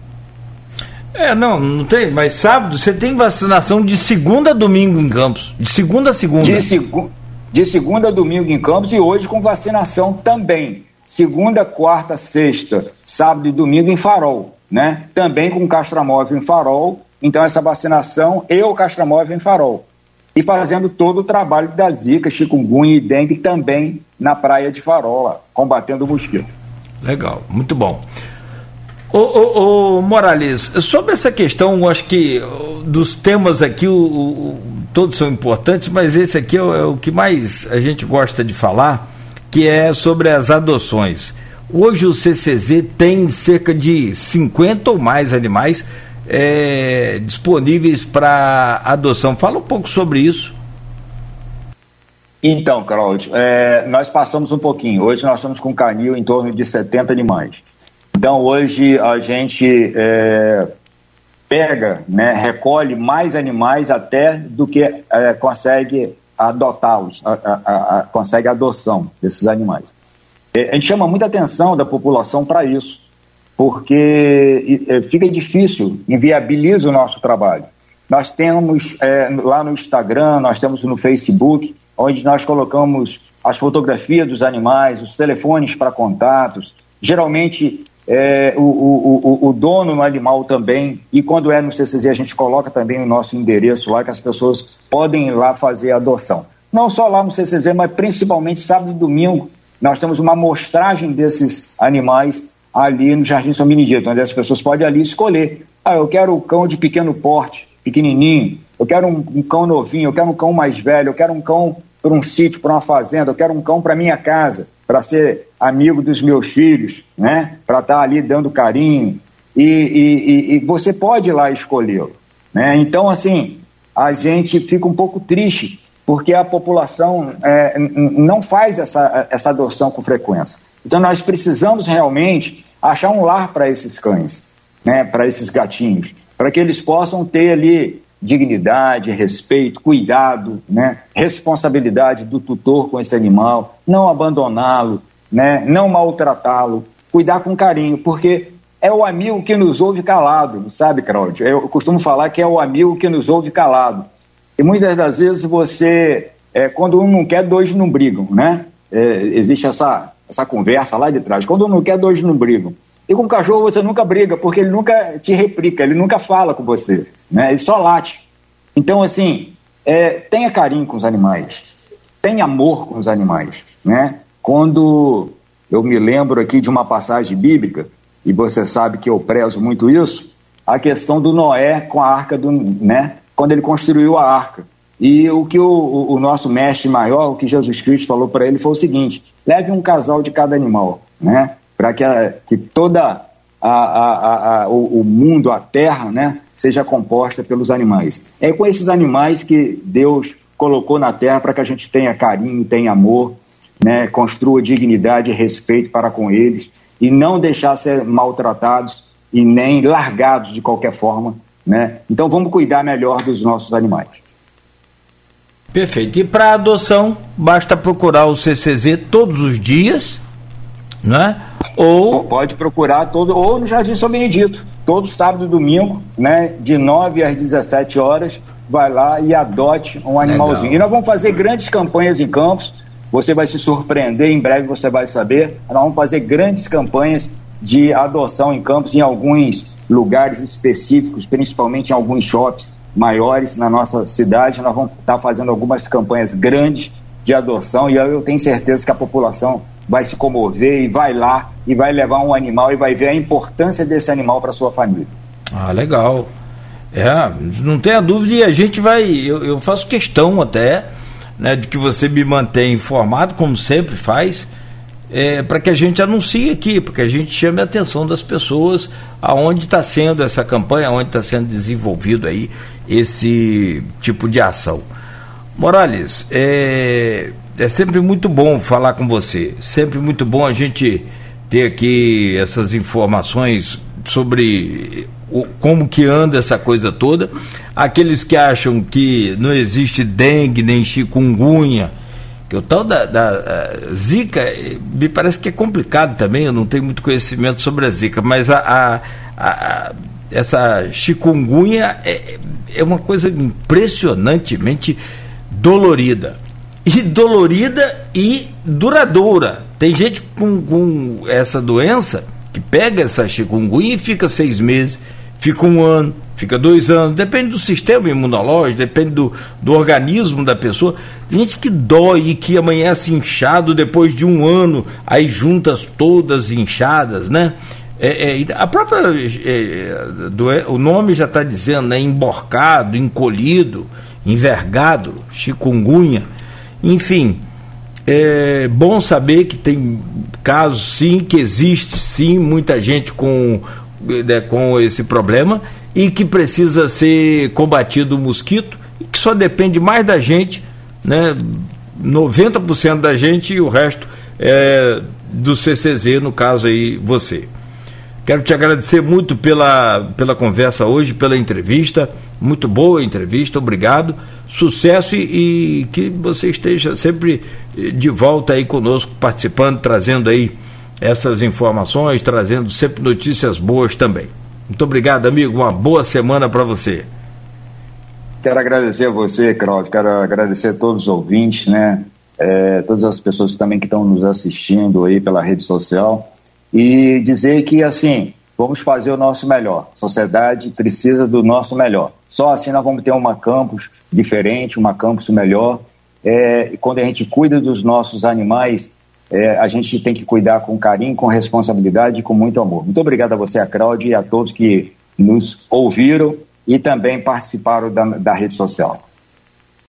É, não, não tem, mas sábado você tem vacinação de segunda a domingo em Campos, de segunda a segunda. De, segu, de segunda a domingo em Campos e hoje com vacinação também, segunda, quarta, sexta, sábado e domingo em Farol, né? Também com castramóvel em Farol, então essa vacinação e o castramóvel em Farol. E fazendo todo o trabalho da zika, chikungunya e dengue também na praia de Farol, lá, combatendo o mosquito. Legal, muito bom. Ô, ô, ô Morales, sobre essa questão, acho que dos temas aqui, o, o, todos são importantes, mas esse aqui é o, é o que mais a gente gosta de falar, que é sobre as adoções. Hoje o C C Z tem cerca de cinquenta ou mais animais é, disponíveis para adoção. Fala um pouco sobre isso. Então, Cláudio, é, nós passamos um pouquinho. Hoje nós estamos com canil em torno de setenta animais. Então, hoje a gente é, pega, né, recolhe mais animais até do que é, consegue adotá-los, a, a, a, consegue a adoção desses animais. É, a gente chama muita atenção da população para isso, porque é, fica difícil, inviabiliza o nosso trabalho. Nós temos é, lá no Instagram, nós temos no Facebook, onde nós colocamos as fotografias dos animais, os telefones para contatos, geralmente é, o, o, o, o dono no animal também, e quando é no C C Z a gente coloca também o nosso endereço lá, que as pessoas podem ir lá fazer a adoção. Não só lá no C C Z, mas principalmente sábado e domingo, nós temos uma amostragem desses animais ali no Jardim São Benedito, onde as pessoas podem ali escolher. Ah, eu quero o cão de pequeno porte, pequenininho, eu quero um, um cão novinho, eu quero um cão mais velho, eu quero um cão para um sítio, para uma fazenda, eu quero um cão para minha casa, para ser amigo dos meus filhos, né? Para estar ali dando carinho, e, e, e você pode ir lá escolhê-lo, né? Então, assim, a gente fica um pouco triste, porque a população é, não faz essa, essa adoção com frequência. Então, nós precisamos realmente achar um lar para esses cães, né? Para esses gatinhos, para que eles possam ter ali dignidade, respeito, cuidado, né? Responsabilidade do tutor com esse animal, não abandoná-lo, né? Não maltratá-lo, cuidar com carinho, porque é o amigo que nos ouve calado, sabe, Cláudio? Eu costumo falar que é o amigo que nos ouve calado. E muitas das vezes você, é, quando um não quer, dois não brigam, né? É, existe essa, essa conversa lá de trás. Quando um não quer, dois não brigam. E com o cachorro você nunca briga, porque ele nunca te replica, ele nunca fala com você, né? Ele só late. Então, assim, é, tenha carinho com os animais, tenha amor com os animais, né? Quando eu me lembro aqui de uma passagem bíblica, e você sabe que eu prezo muito isso, a questão do Noé com a arca, do, né? Quando ele construiu a arca. E o que o, o, o nosso mestre maior, o que Jesus Cristo falou para ele foi o seguinte: leve um casal de cada animal, né? Para que, que toda a, a, a, o, o mundo, a terra, né, seja composta pelos animais. É com esses animais que Deus colocou na terra para que a gente tenha carinho, tenha amor, né, construa dignidade e respeito para com eles, e não deixar ser maltratados e nem largados de qualquer forma, né? Então vamos cuidar melhor dos nossos animais. Perfeito. E para adoção, basta procurar o C C Z todos os dias, né? Ou pode procurar todo, ou no Jardim São Benedito, todo sábado e domingo, né, de nove às dezessete horas, vai lá e adote um animalzinho. Legal. E nós vamos fazer grandes campanhas em Campos, você vai se surpreender, em breve você vai saber. Nós vamos fazer grandes campanhas de adoção em Campos, em alguns lugares específicos, principalmente em alguns shoppings maiores na nossa cidade. Nós vamos estar fazendo algumas campanhas grandes de adoção, e eu tenho certeza que a população vai se comover e vai lá e vai levar um animal e vai ver a importância desse animal para sua família. Ah, legal. É, não tenha dúvida, e a gente vai, eu, eu faço questão até, né, de que você me mantenha informado, como sempre faz, é, para que a gente anuncie aqui, para que a gente chame a atenção das pessoas aonde está sendo essa campanha, aonde está sendo desenvolvido aí esse tipo de ação. Morales, é, é sempre muito bom falar com você, sempre muito bom a gente ter aqui essas informações sobre o, como que anda essa coisa toda. Aqueles que acham que não existe dengue nem chikungunya, que o tal da, da zika, me parece que é complicado também, eu não tenho muito conhecimento sobre a zika, mas a, a, a, essa chikungunya é, é uma coisa impressionantemente dolorida, e dolorida e duradoura. Tem gente com, com essa doença que pega essa chikungunya e fica seis meses, fica um ano, fica dois anos, depende do sistema imunológico, depende do, do organismo da pessoa. Tem gente que dói e que amanhece inchado depois de um ano, aí juntas todas inchadas, né? É, é, a própria é, do, o nome já está dizendo, né? Emborcado, encolhido, envergado, chikungunya, enfim, é bom saber que tem casos sim, que existe sim muita gente com, né, com esse problema, e que precisa ser combatido o mosquito, e que só depende mais da gente, né, noventa por cento da gente, e o resto é do C C Z, no caso aí você. Quero te agradecer muito pela, pela conversa hoje, pela entrevista, muito boa a entrevista, obrigado, sucesso, e, e que você esteja sempre de volta aí conosco, participando, trazendo aí essas informações, trazendo sempre notícias boas também. Muito obrigado, amigo, uma boa semana para você. Quero agradecer a você, Cláudio, quero agradecer a todos os ouvintes, né, é, todas as pessoas também que estão nos assistindo aí pela rede social, e dizer que, assim, vamos fazer o nosso melhor. A sociedade precisa do nosso melhor. Só assim nós vamos ter uma campus diferente, uma campus melhor. É, e quando a gente cuida dos nossos animais, é, a gente tem que cuidar com carinho, com responsabilidade e com muito amor. Muito obrigado a você, a Cláudia, e a todos que nos ouviram e também participaram da, da rede social.